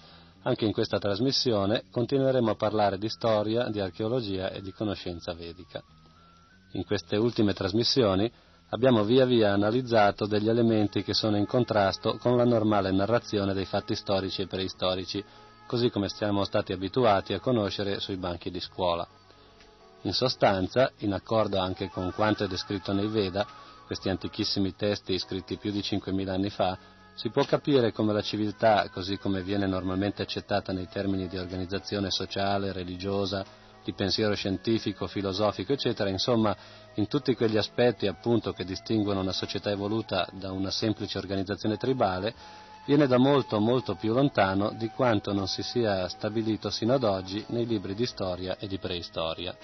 anche in questa trasmissione continueremo a parlare di storia, di archeologia e di conoscenza vedica. In queste ultime trasmissioni abbiamo via via analizzato degli elementi che sono in contrasto con la normale narrazione dei fatti storici e preistorici, così come siamo stati abituati a conoscere sui banchi di scuola. In sostanza, in accordo anche con quanto è descritto nei Veda, questi antichissimi testi scritti più di 5.000 anni fa, si può capire come la civiltà, così come viene normalmente accettata nei termini di organizzazione sociale, religiosa, di pensiero scientifico, filosofico, eccetera, insomma, in tutti quegli aspetti appunto che distinguono una società evoluta da una semplice organizzazione tribale, viene da molto molto più lontano di quanto non si sia stabilito sino ad oggi nei libri di storia e di preistoria.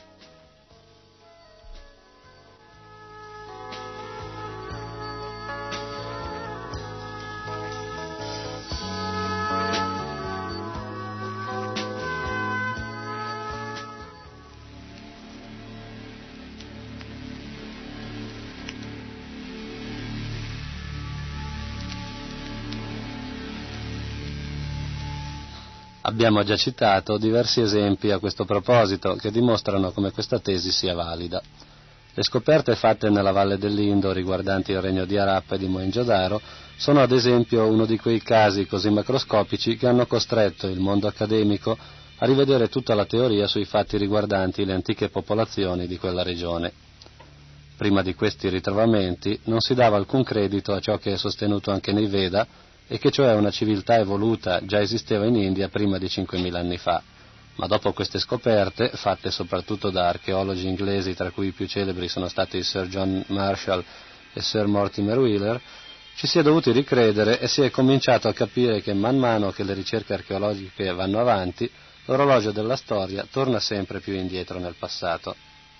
Abbiamo già citato diversi esempi a questo proposito che dimostrano come questa tesi sia valida. Le scoperte fatte nella Valle dell'Indo riguardanti il regno di Harappa e di Mohenjo-daro sono ad esempio uno di quei casi così macroscopici che hanno costretto il mondo accademico a rivedere tutta la teoria sui fatti riguardanti le antiche popolazioni di quella regione. Prima di questi ritrovamenti non si dava alcun credito a ciò che è sostenuto anche nei Veda, e che cioè una civiltà evoluta già esisteva in India prima di 5.000 anni fa, ma dopo queste scoperte, fatte soprattutto da archeologi inglesi tra cui i più celebri sono stati Sir John Marshall e Sir Mortimer Wheeler, ci si è dovuti ricredere e si è cominciato a capire che man mano che le ricerche archeologiche vanno avanti, l'orologio della storia torna sempre più indietro nel passato.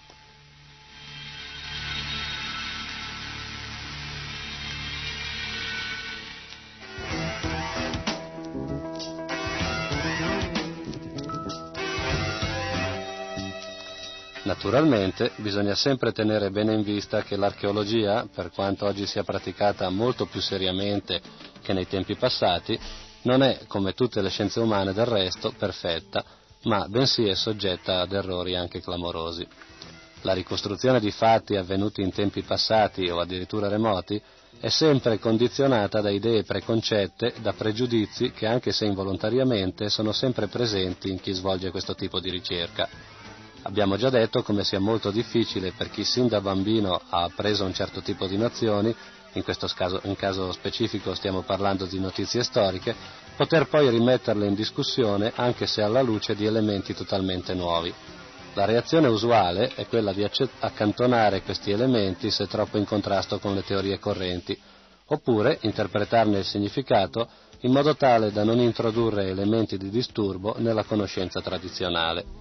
Naturalmente bisogna sempre tenere bene in vista che l'archeologia, per quanto oggi sia praticata molto più seriamente che nei tempi passati, non è, come tutte le scienze umane del resto, perfetta, ma bensì è soggetta ad errori anche clamorosi. La ricostruzione di fatti avvenuti in tempi passati o addirittura remoti è sempre condizionata da idee preconcette, da pregiudizi che, anche se involontariamente, sono sempre presenti in chi svolge questo tipo di ricerca. Abbiamo già detto come sia molto difficile per chi sin da bambino ha appreso un certo tipo di nozioni, in caso specifico stiamo parlando di notizie storiche, poter poi rimetterle in discussione anche se alla luce di elementi totalmente nuovi. La reazione usuale è quella di accantonare questi elementi se troppo in contrasto con le teorie correnti, oppure interpretarne il significato in modo tale da non introdurre elementi di disturbo nella conoscenza tradizionale.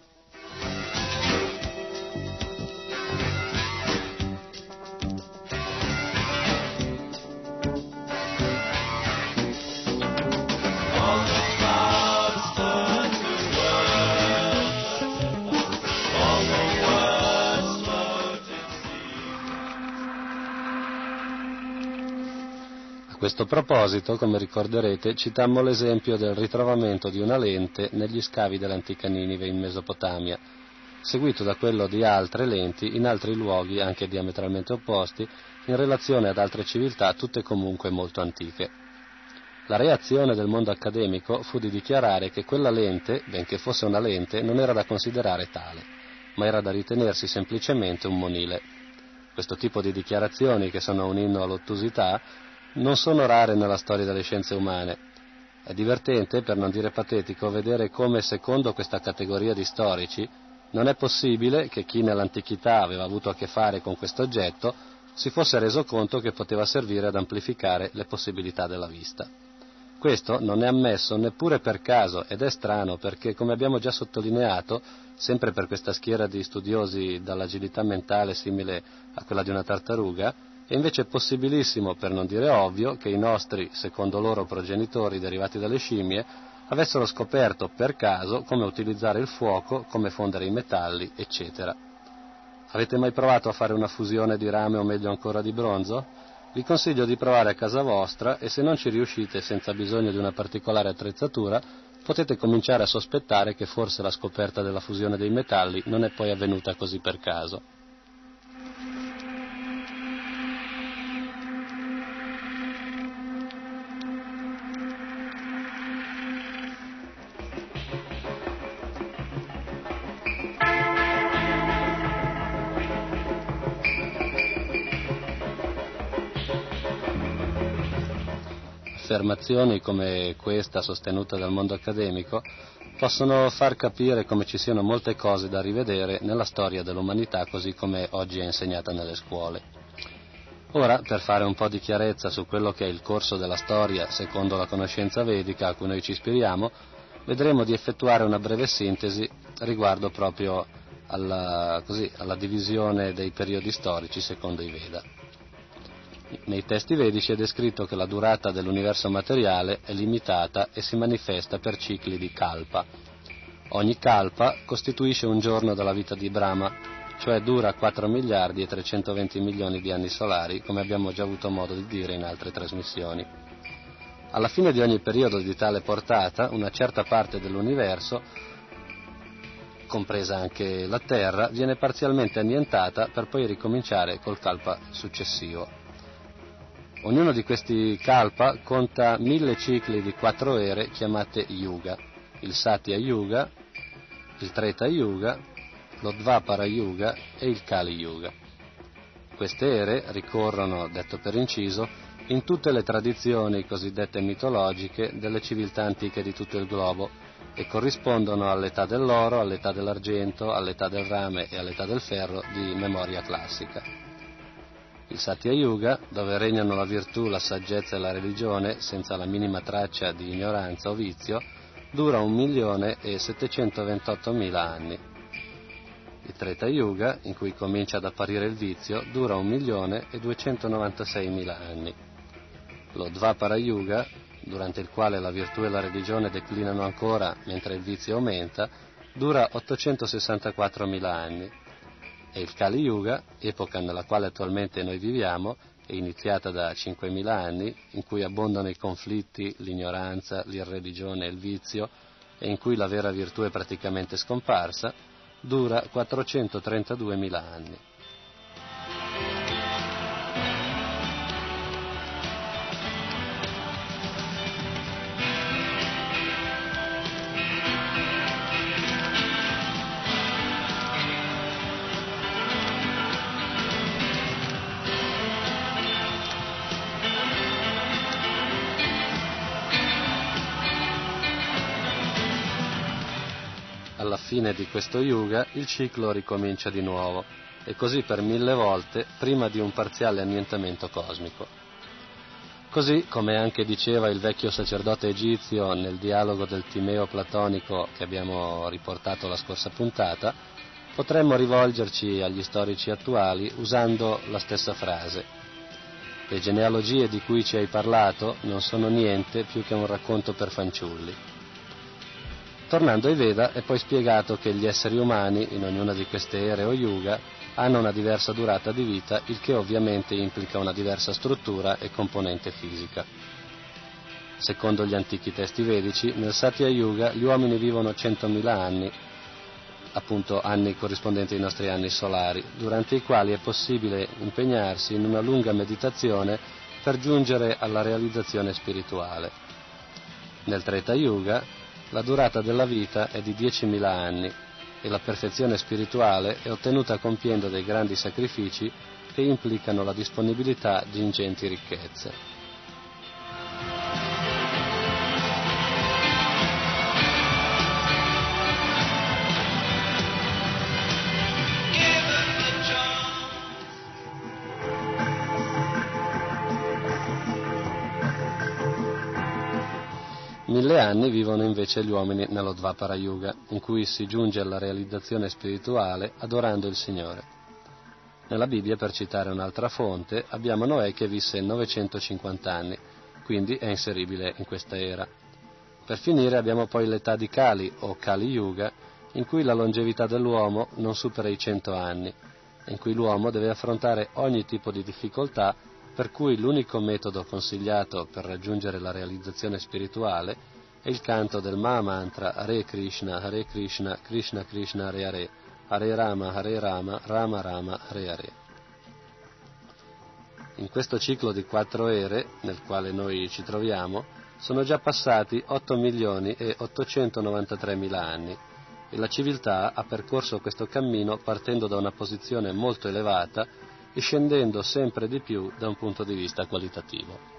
A questo proposito, come ricorderete, citammo l'esempio del ritrovamento di una lente negli scavi dell'antica Ninive in Mesopotamia, seguito da quello di altre lenti in altri luoghi anche diametralmente opposti in relazione ad altre civiltà tutte comunque molto antiche. La reazione del mondo accademico fu di dichiarare che quella lente, benché fosse una lente, non era da considerare tale, ma era da ritenersi semplicemente un monile. Questo tipo di dichiarazioni, che sono un inno all'ottusità, non sono rare nella storia delle scienze umane. È divertente, per non dire patetico, vedere come, secondo questa categoria di storici, non è possibile che chi nell'antichità aveva avuto a che fare con questo oggetto si fosse reso conto che poteva servire ad amplificare le possibilità della vista. Questo non è ammesso neppure per caso ed è strano perché, come abbiamo già sottolineato, sempre per questa schiera di studiosi dall'agilità mentale simile a quella di una tartaruga, è invece possibilissimo, per non dire ovvio, che i nostri, secondo loro, progenitori derivati dalle scimmie avessero scoperto per caso come utilizzare il fuoco, come fondere i metalli, eccetera. Avete mai provato a fare una fusione di rame o meglio ancora di bronzo? Vi consiglio di provare a casa vostra e se non ci riuscite senza bisogno di una particolare attrezzatura, potete cominciare a sospettare che forse la scoperta della fusione dei metalli non è poi avvenuta così per caso. Affermazioni come questa sostenuta dal mondo accademico possono far capire come ci siano molte cose da rivedere nella storia dell'umanità così come oggi è insegnata nelle scuole. Ora, per fare un po' di chiarezza su quello che è il corso della storia secondo la conoscenza vedica a cui noi ci ispiriamo, vedremo di effettuare una breve sintesi riguardo proprio alla divisione dei periodi storici secondo i Veda. Nei testi vedici è descritto che la durata dell'universo materiale è limitata e si manifesta per cicli di kalpa. Ogni kalpa costituisce un giorno della vita di Brahma, cioè dura 4 miliardi e 320 milioni di anni solari, come abbiamo già avuto modo di dire in altre trasmissioni. Alla fine di ogni periodo di tale portata, una certa parte dell'universo, compresa anche la Terra, viene parzialmente annientata per poi ricominciare col kalpa successivo. Ognuno di questi kalpa conta 1000 cicli di 4 ere chiamate yuga, il Satya Yuga, il Treta Yuga, lo Dvapara Yuga e il Kali Yuga. Queste ere ricorrono, detto per inciso, in tutte le tradizioni cosiddette mitologiche delle civiltà antiche di tutto il globo e corrispondono all'età dell'oro, all'età dell'argento, all'età del rame e all'età del ferro di memoria classica. Il Satya Yuga, dove regnano la virtù, la saggezza e la religione, senza la minima traccia di ignoranza o vizio, dura 1.728.000 anni. Il Treta Yuga, in cui comincia ad apparire il vizio, dura 1.296.000 anni. Lo Dvapara Yuga, durante il quale la virtù e la religione declinano ancora mentre il vizio aumenta, dura 864.000 anni. E il Kali Yuga, epoca nella quale attualmente noi viviamo, è iniziata da 5.000 anni, in cui abbondano i conflitti, l'ignoranza, l'irreligione e il vizio, e in cui la vera virtù è praticamente scomparsa, dura 432.000 anni. Alla fine di questo yuga il ciclo ricomincia di nuovo, e così per 1000 volte prima di un parziale annientamento cosmico. Così, come anche diceva il vecchio sacerdote egizio nel dialogo del Timeo platonico che abbiamo riportato la scorsa puntata, potremmo rivolgerci agli storici attuali usando la stessa frase. Le genealogie di cui ci hai parlato non sono niente più che un racconto per fanciulli. Tornando ai Veda, è poi spiegato che gli esseri umani, in ognuna di queste ere o yuga, hanno una diversa durata di vita, il che ovviamente implica una diversa struttura e componente fisica. Secondo gli antichi testi vedici, nel Satya Yuga gli uomini vivono 100.000 anni, appunto anni corrispondenti ai nostri anni solari, durante i quali è possibile impegnarsi in una lunga meditazione per giungere alla realizzazione spirituale. Nel Treta Yuga la durata della vita è di 10.000 anni e la perfezione spirituale è ottenuta compiendo dei grandi sacrifici che implicano la disponibilità di ingenti ricchezze. Mille anni vivono invece gli uomini nello Dvapara Yuga, in cui si giunge alla realizzazione spirituale adorando il Signore. Nella Bibbia, per citare un'altra fonte, abbiamo Noè che visse 950 anni, quindi è inseribile in questa era. Per finire abbiamo poi l'età di Kali o Kali Yuga, in cui la longevità dell'uomo non supera i 100 anni, in cui l'uomo deve affrontare ogni tipo di difficoltà, per cui l'unico metodo consigliato per raggiungere la realizzazione spirituale e il canto del Mahamantra Hare Krishna, Krishna Krishna, Hare Rama, Rama Rama, Hare Hare. In questo ciclo di 4 ere, nel quale noi ci troviamo, sono già passati 8.893.000 anni e la civiltà ha percorso questo cammino partendo da una posizione molto elevata e scendendo sempre di più da un punto di vista qualitativo.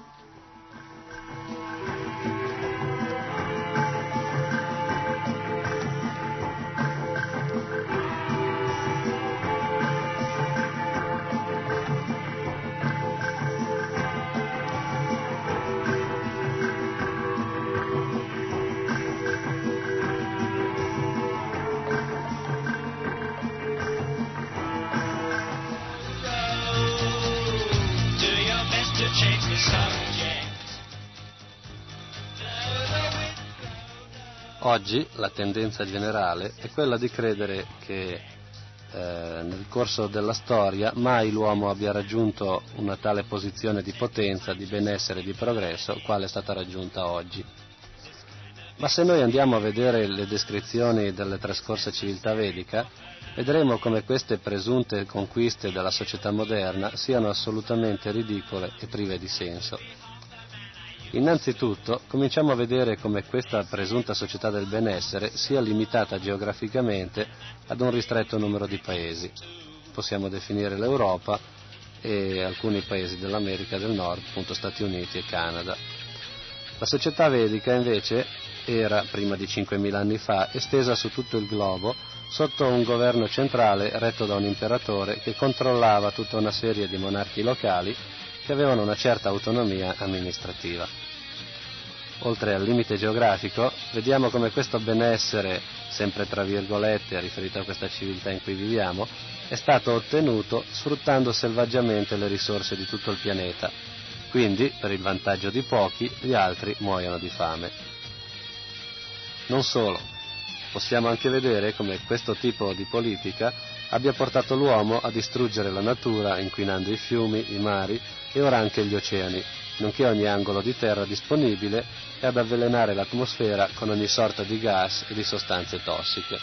Oggi la tendenza generale è quella di credere che nel corso della storia mai l'uomo abbia raggiunto una tale posizione di potenza, di benessere, di progresso, quale è stata raggiunta oggi. Ma se noi andiamo a vedere le descrizioni delle trascorse civiltà vedica, vedremo come queste presunte conquiste della società moderna siano assolutamente ridicole e prive di senso. Innanzitutto, cominciamo a vedere come questa presunta società del benessere sia limitata geograficamente ad un ristretto numero di paesi. Possiamo definire l'Europa e alcuni paesi dell'America del Nord, appunto Stati Uniti e Canada. La società vedica invece era, prima di 5.000 anni fa, estesa su tutto il globo sotto un governo centrale retto da un imperatore che controllava tutta una serie di monarchi locali che avevano una certa autonomia amministrativa. Oltre al limite geografico, vediamo come questo benessere, sempre tra virgolette riferito a questa civiltà in cui viviamo, è stato ottenuto sfruttando selvaggiamente le risorse di tutto il pianeta. Quindi, per il vantaggio di pochi, gli altri muoiono di fame. Non solo, possiamo anche vedere come questo tipo di politica abbia portato l'uomo a distruggere la natura, inquinando i fiumi, i mari e ora anche gli oceani, nonché ogni angolo di terra disponibile, e ad avvelenare l'atmosfera con ogni sorta di gas e di sostanze tossiche.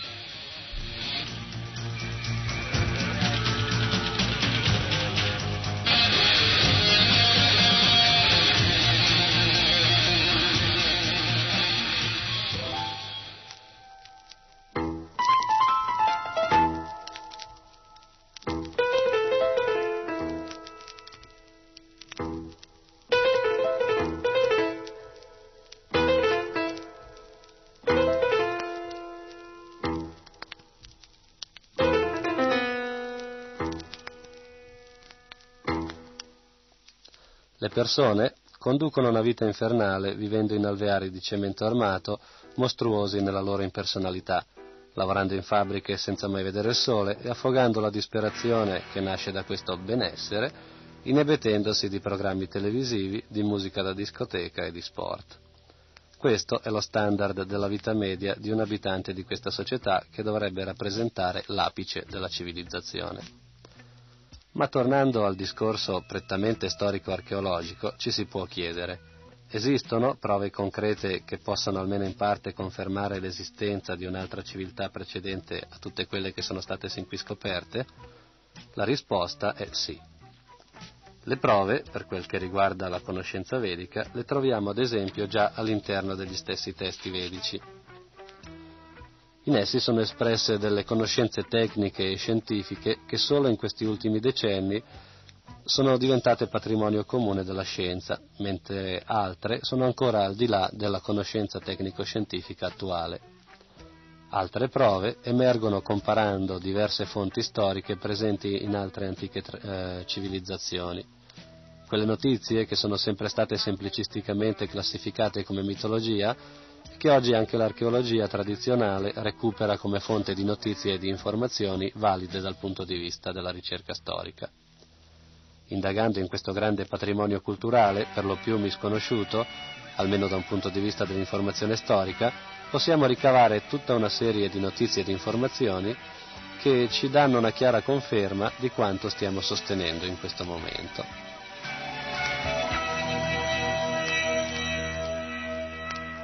Le persone conducono una vita infernale vivendo in alveari di cemento armato mostruosi nella loro impersonalità, lavorando in fabbriche senza mai vedere il sole e affogando la disperazione che nasce da questo benessere, inebetendosi di programmi televisivi, di musica da discoteca e di sport. Questo è lo standard della vita media di un abitante di questa società che dovrebbe rappresentare l'apice della civilizzazione. Ma tornando al discorso prettamente storico-archeologico, ci si può chiedere: esistono prove concrete che possano almeno in parte confermare l'esistenza di un'altra civiltà precedente a tutte quelle che sono state sin qui scoperte? La risposta è sì. Le prove, per quel che riguarda la conoscenza vedica, le troviamo ad esempio già all'interno degli stessi testi vedici. In essi sono espresse delle conoscenze tecniche e scientifiche che solo in questi ultimi decenni sono diventate patrimonio comune della scienza, mentre altre sono ancora al di là della conoscenza tecnico-scientifica attuale. Altre prove emergono comparando diverse fonti storiche presenti in altre antiche civilizzazioni. Quelle notizie che sono sempre state semplicisticamente classificate come mitologia, che oggi anche l'archeologia tradizionale recupera come fonte di notizie e di informazioni valide dal punto di vista della ricerca storica. Indagando in questo grande patrimonio culturale, per lo più misconosciuto, almeno da un punto di vista dell'informazione storica, possiamo ricavare tutta una serie di notizie e di informazioni che ci danno una chiara conferma di quanto stiamo sostenendo in questo momento.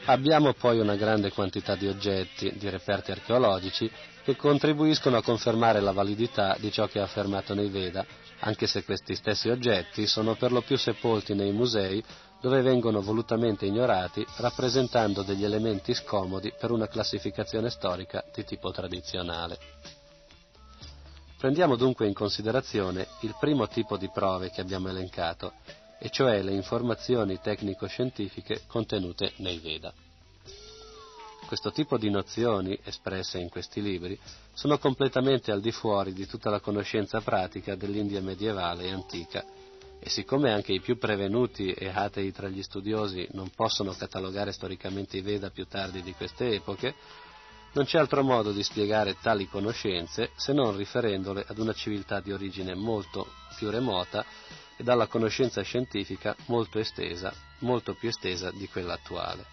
Abbiamo poi una grande quantità di oggetti, di reperti archeologici, che contribuiscono a confermare la validità di ciò che è affermato nei Veda, anche se questi stessi oggetti sono per lo più sepolti nei musei, dove vengono volutamente ignorati, rappresentando degli elementi scomodi per una classificazione storica di tipo tradizionale. Prendiamo dunque in considerazione il primo tipo di prove che abbiamo elencato, e cioè le informazioni tecnico-scientifiche contenute nei Veda. Questo tipo di nozioni, espresse in questi libri, sono completamente al di fuori di tutta la conoscenza pratica dell'India medievale e antica, e siccome anche i più prevenuti e atei tra gli studiosi non possono catalogare storicamente i Veda più tardi di queste epoche, non c'è altro modo di spiegare tali conoscenze se non riferendole ad una civiltà di origine molto più remota e dalla conoscenza scientifica molto più estesa di quella attuale.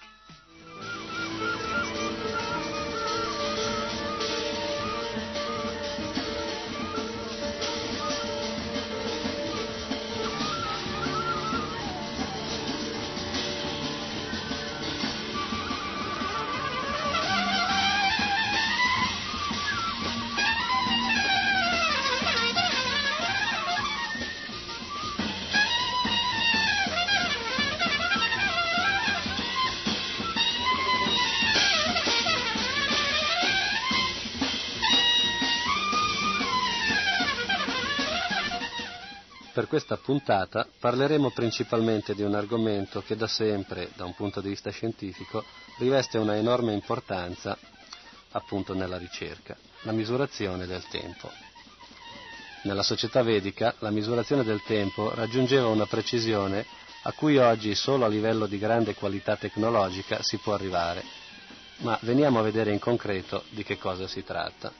Per questa puntata parleremo principalmente di un argomento che da sempre, da un punto di vista scientifico, riveste una enorme importanza appunto nella ricerca, la misurazione del tempo. Nella società vedica la misurazione del tempo raggiungeva una precisione a cui oggi solo a livello di grande qualità tecnologica si può arrivare, ma veniamo a vedere in concreto di che cosa si tratta.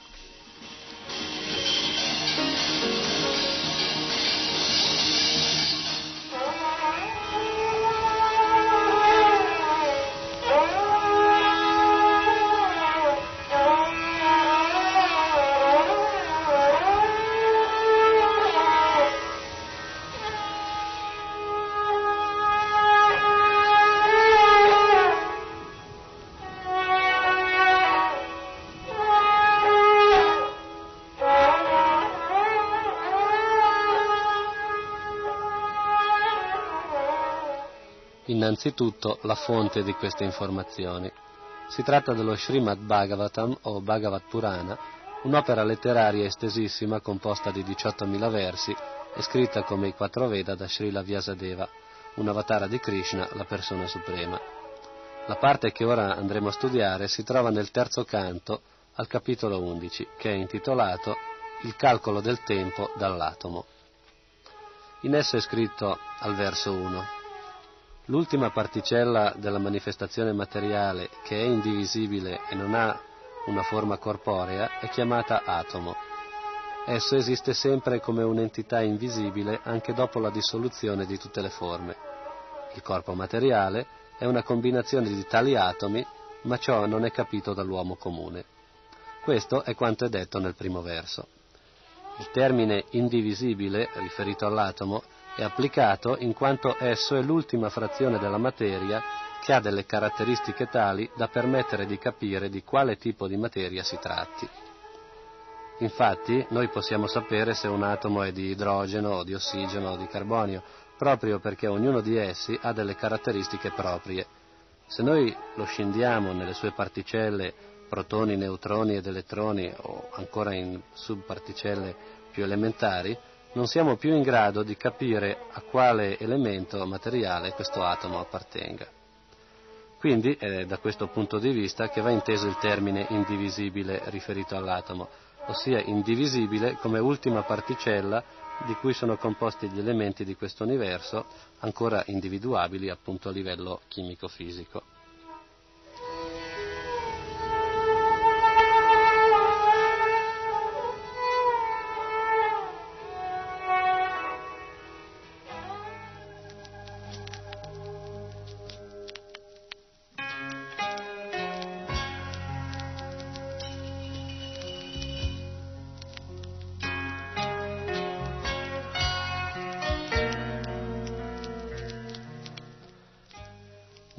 Innanzitutto la fonte di queste informazioni. Si tratta dello Srimad Bhagavatam o Bhagavad Purana, un'opera letteraria estesissima composta di 18.000 versi e scritta come i 4 Veda da Srila Vyasadeva, un avatara di Krishna, la persona suprema. La parte che ora andremo a studiare si trova nel terzo canto, al capitolo 11, che è intitolato Il calcolo del tempo dall'atomo. In esso è scritto al verso 1: l'ultima particella della manifestazione materiale, che è indivisibile e non ha una forma corporea, è chiamata atomo. Esso esiste sempre come un'entità invisibile anche dopo la dissoluzione di tutte le forme. Il corpo materiale è una combinazione di tali atomi, ma ciò non è capito dall'uomo comune. Questo è quanto è detto nel primo verso. Il termine indivisibile, riferito all'atomo, è applicato in quanto esso è l'ultima frazione della materia che ha delle caratteristiche tali da permettere di capire di quale tipo di materia si tratti. Infatti, noi possiamo sapere se un atomo è di idrogeno, o di ossigeno, o di carbonio, proprio perché ognuno di essi ha delle caratteristiche proprie. Se noi lo scindiamo nelle sue particelle, protoni, neutroni ed elettroni, o ancora in subparticelle più elementari, non siamo più in grado di capire a quale elemento materiale questo atomo appartenga. Quindi è da questo punto di vista che va inteso il termine indivisibile riferito all'atomo, ossia indivisibile come ultima particella di cui sono composti gli elementi di questo universo, ancora individuabili appunto a livello chimico-fisico.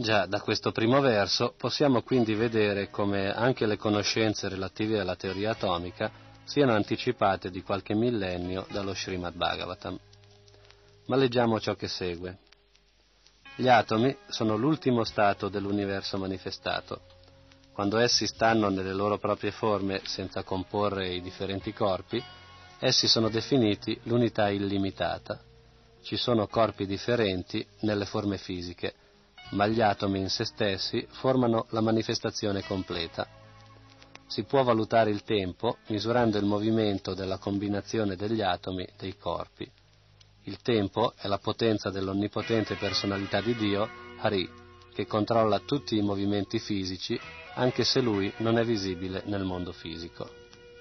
Già da questo primo verso possiamo quindi vedere come anche le conoscenze relative alla teoria atomica siano anticipate di qualche millennio dallo Srimad Bhagavatam. Ma leggiamo ciò che segue. Gli atomi sono l'ultimo stato dell'universo manifestato. Quando essi stanno nelle loro proprie forme senza comporre i differenti corpi, essi sono definiti l'unità illimitata. Ci sono corpi differenti nelle forme fisiche, ma gli atomi in se stessi formano la manifestazione completa. Si può valutare il tempo misurando il movimento della combinazione degli atomi dei corpi. Il tempo è la potenza dell'onnipotente personalità di Dio, Hari, che controlla tutti i movimenti fisici, anche se lui non è visibile nel mondo fisico.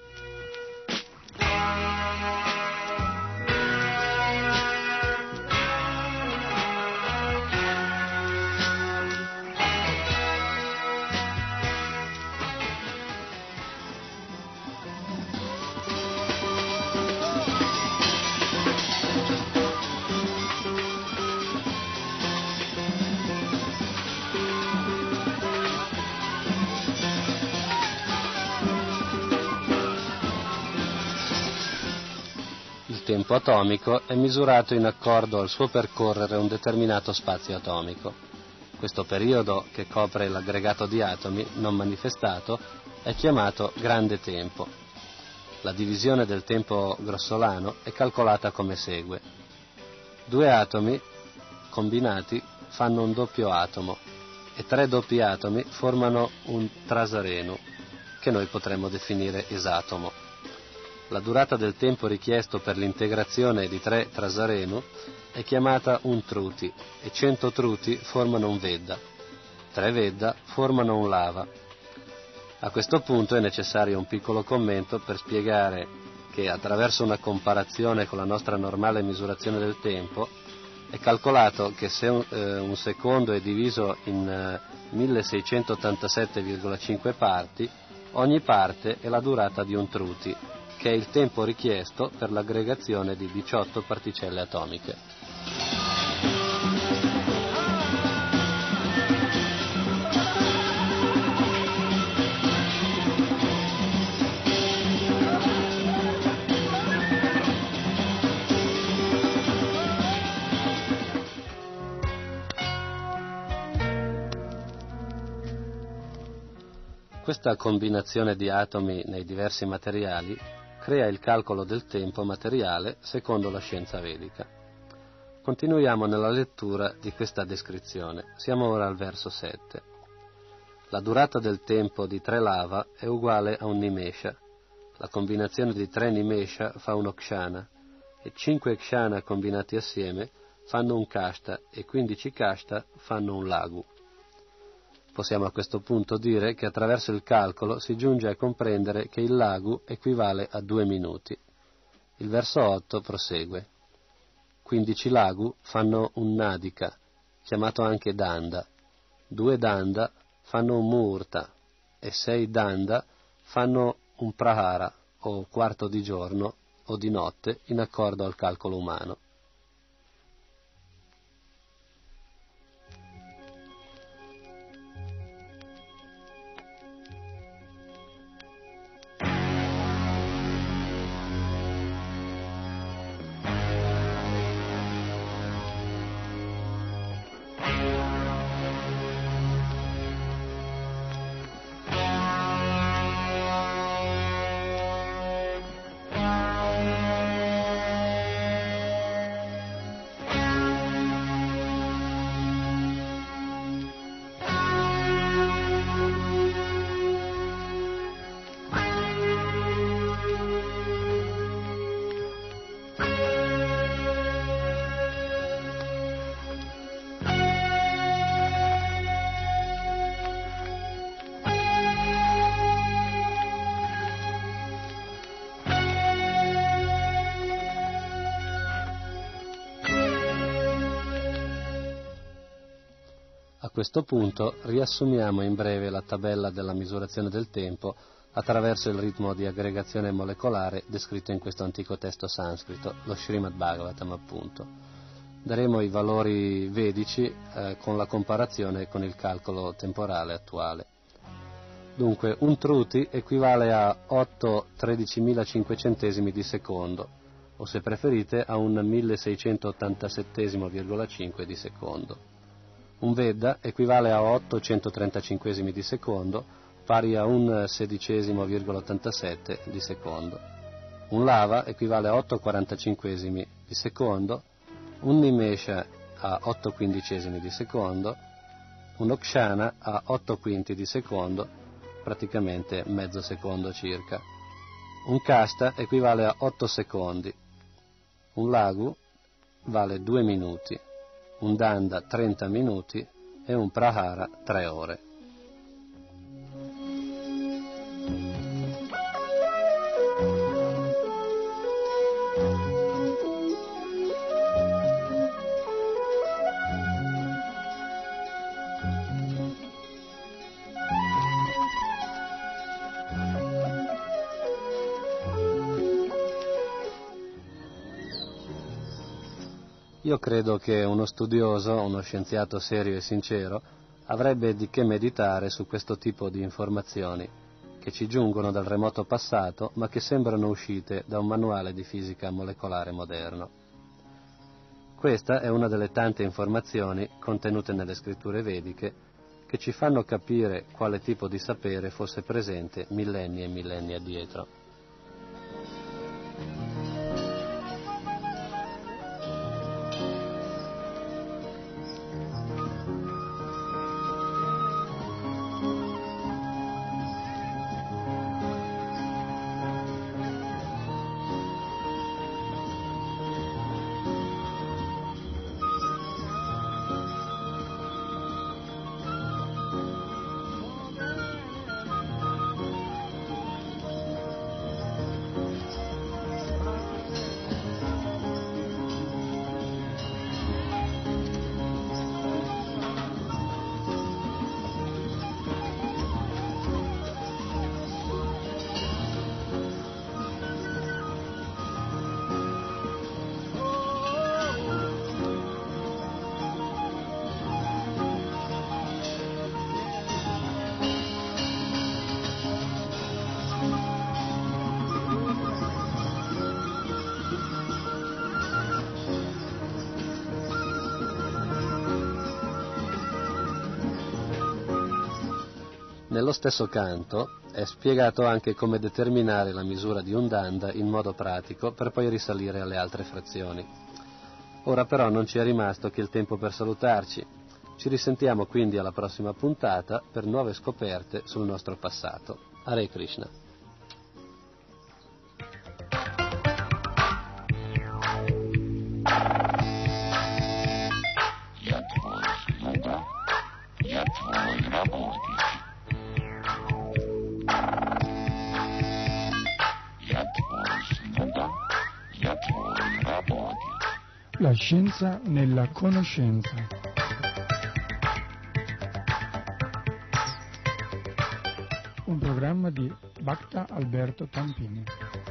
Il tempo atomico è misurato in accordo al suo percorrere un determinato spazio atomico. Questo periodo, che copre l'aggregato di atomi non manifestato, è chiamato grande tempo. La divisione del tempo grossolano è calcolata come segue. 2 atomi combinati fanno un doppio atomo e 3 doppi atomi formano un trasarenu, che noi potremmo definire esatomo. La durata del tempo richiesto per l'integrazione di 3 trasarenu è chiamata un truti e 100 truti formano un vedda. 3 vedda formano un lava. A questo punto è necessario un piccolo commento per spiegare che attraverso una comparazione con la nostra normale misurazione del tempo è calcolato che se un secondo è diviso in 1687,5 parti, ogni parte è la durata di un truti, che è il tempo richiesto per l'aggregazione di 18 particelle atomiche. Questa combinazione di atomi nei diversi materiali crea il calcolo del tempo materiale secondo la scienza vedica. Continuiamo nella lettura di questa descrizione. Siamo ora al verso 7. La durata del tempo di 3 lava è uguale a un nimesha. La combinazione di 3 nimesha fa uno kshana e 5 kshana combinati assieme fanno un kashta e 15 kashta fanno un lagu. Possiamo a questo punto dire che attraverso il calcolo si giunge a comprendere che il lagu equivale a 2 minuti. Il verso 8 prosegue. 15 lagu fanno un nadika, chiamato anche danda. 2 danda fanno un muhurta e 6 danda fanno un prahara, o quarto di giorno o di notte, in accordo al calcolo umano. A questo punto riassumiamo in breve la tabella della misurazione del tempo attraverso il ritmo di aggregazione molecolare descritto in questo antico testo sanscrito, lo Srimad Bhagavatam appunto. daremo i valori vedici con la comparazione con il calcolo temporale attuale. Dunque, un Truti equivale a 8 13.500 di secondo, o se preferite a un 1687,5 di secondo. Un Vedda equivale a 8 135 di secondo, pari a un 16,87 di secondo. Un Lava equivale a 8 45 di secondo, un Nimesha a 8 quindicesimi di secondo, un Okshana a 8 quinti di secondo, praticamente mezzo secondo circa. Un Kasta equivale a 8 secondi, un Lagu vale 2 minuti, un Danda 30 minuti e un Prahara 3 ore. Io credo che uno studioso, uno scienziato serio e sincero, avrebbe di che meditare su questo tipo di informazioni, che ci giungono dal remoto passato, ma che sembrano uscite da un manuale di fisica molecolare moderno. Questa è una delle tante informazioni contenute nelle scritture vediche che ci fanno capire quale tipo di sapere fosse presente millenni e millenni addietro. Nello stesso canto è spiegato anche come determinare la misura di un danda in modo pratico per poi risalire alle altre frazioni. Ora però non ci è rimasto che il tempo per salutarci. Ci risentiamo quindi alla prossima puntata per nuove scoperte sul nostro passato. Hare Krishna. La scienza nella conoscenza. Un programma di Bhakta Alberto Tampini.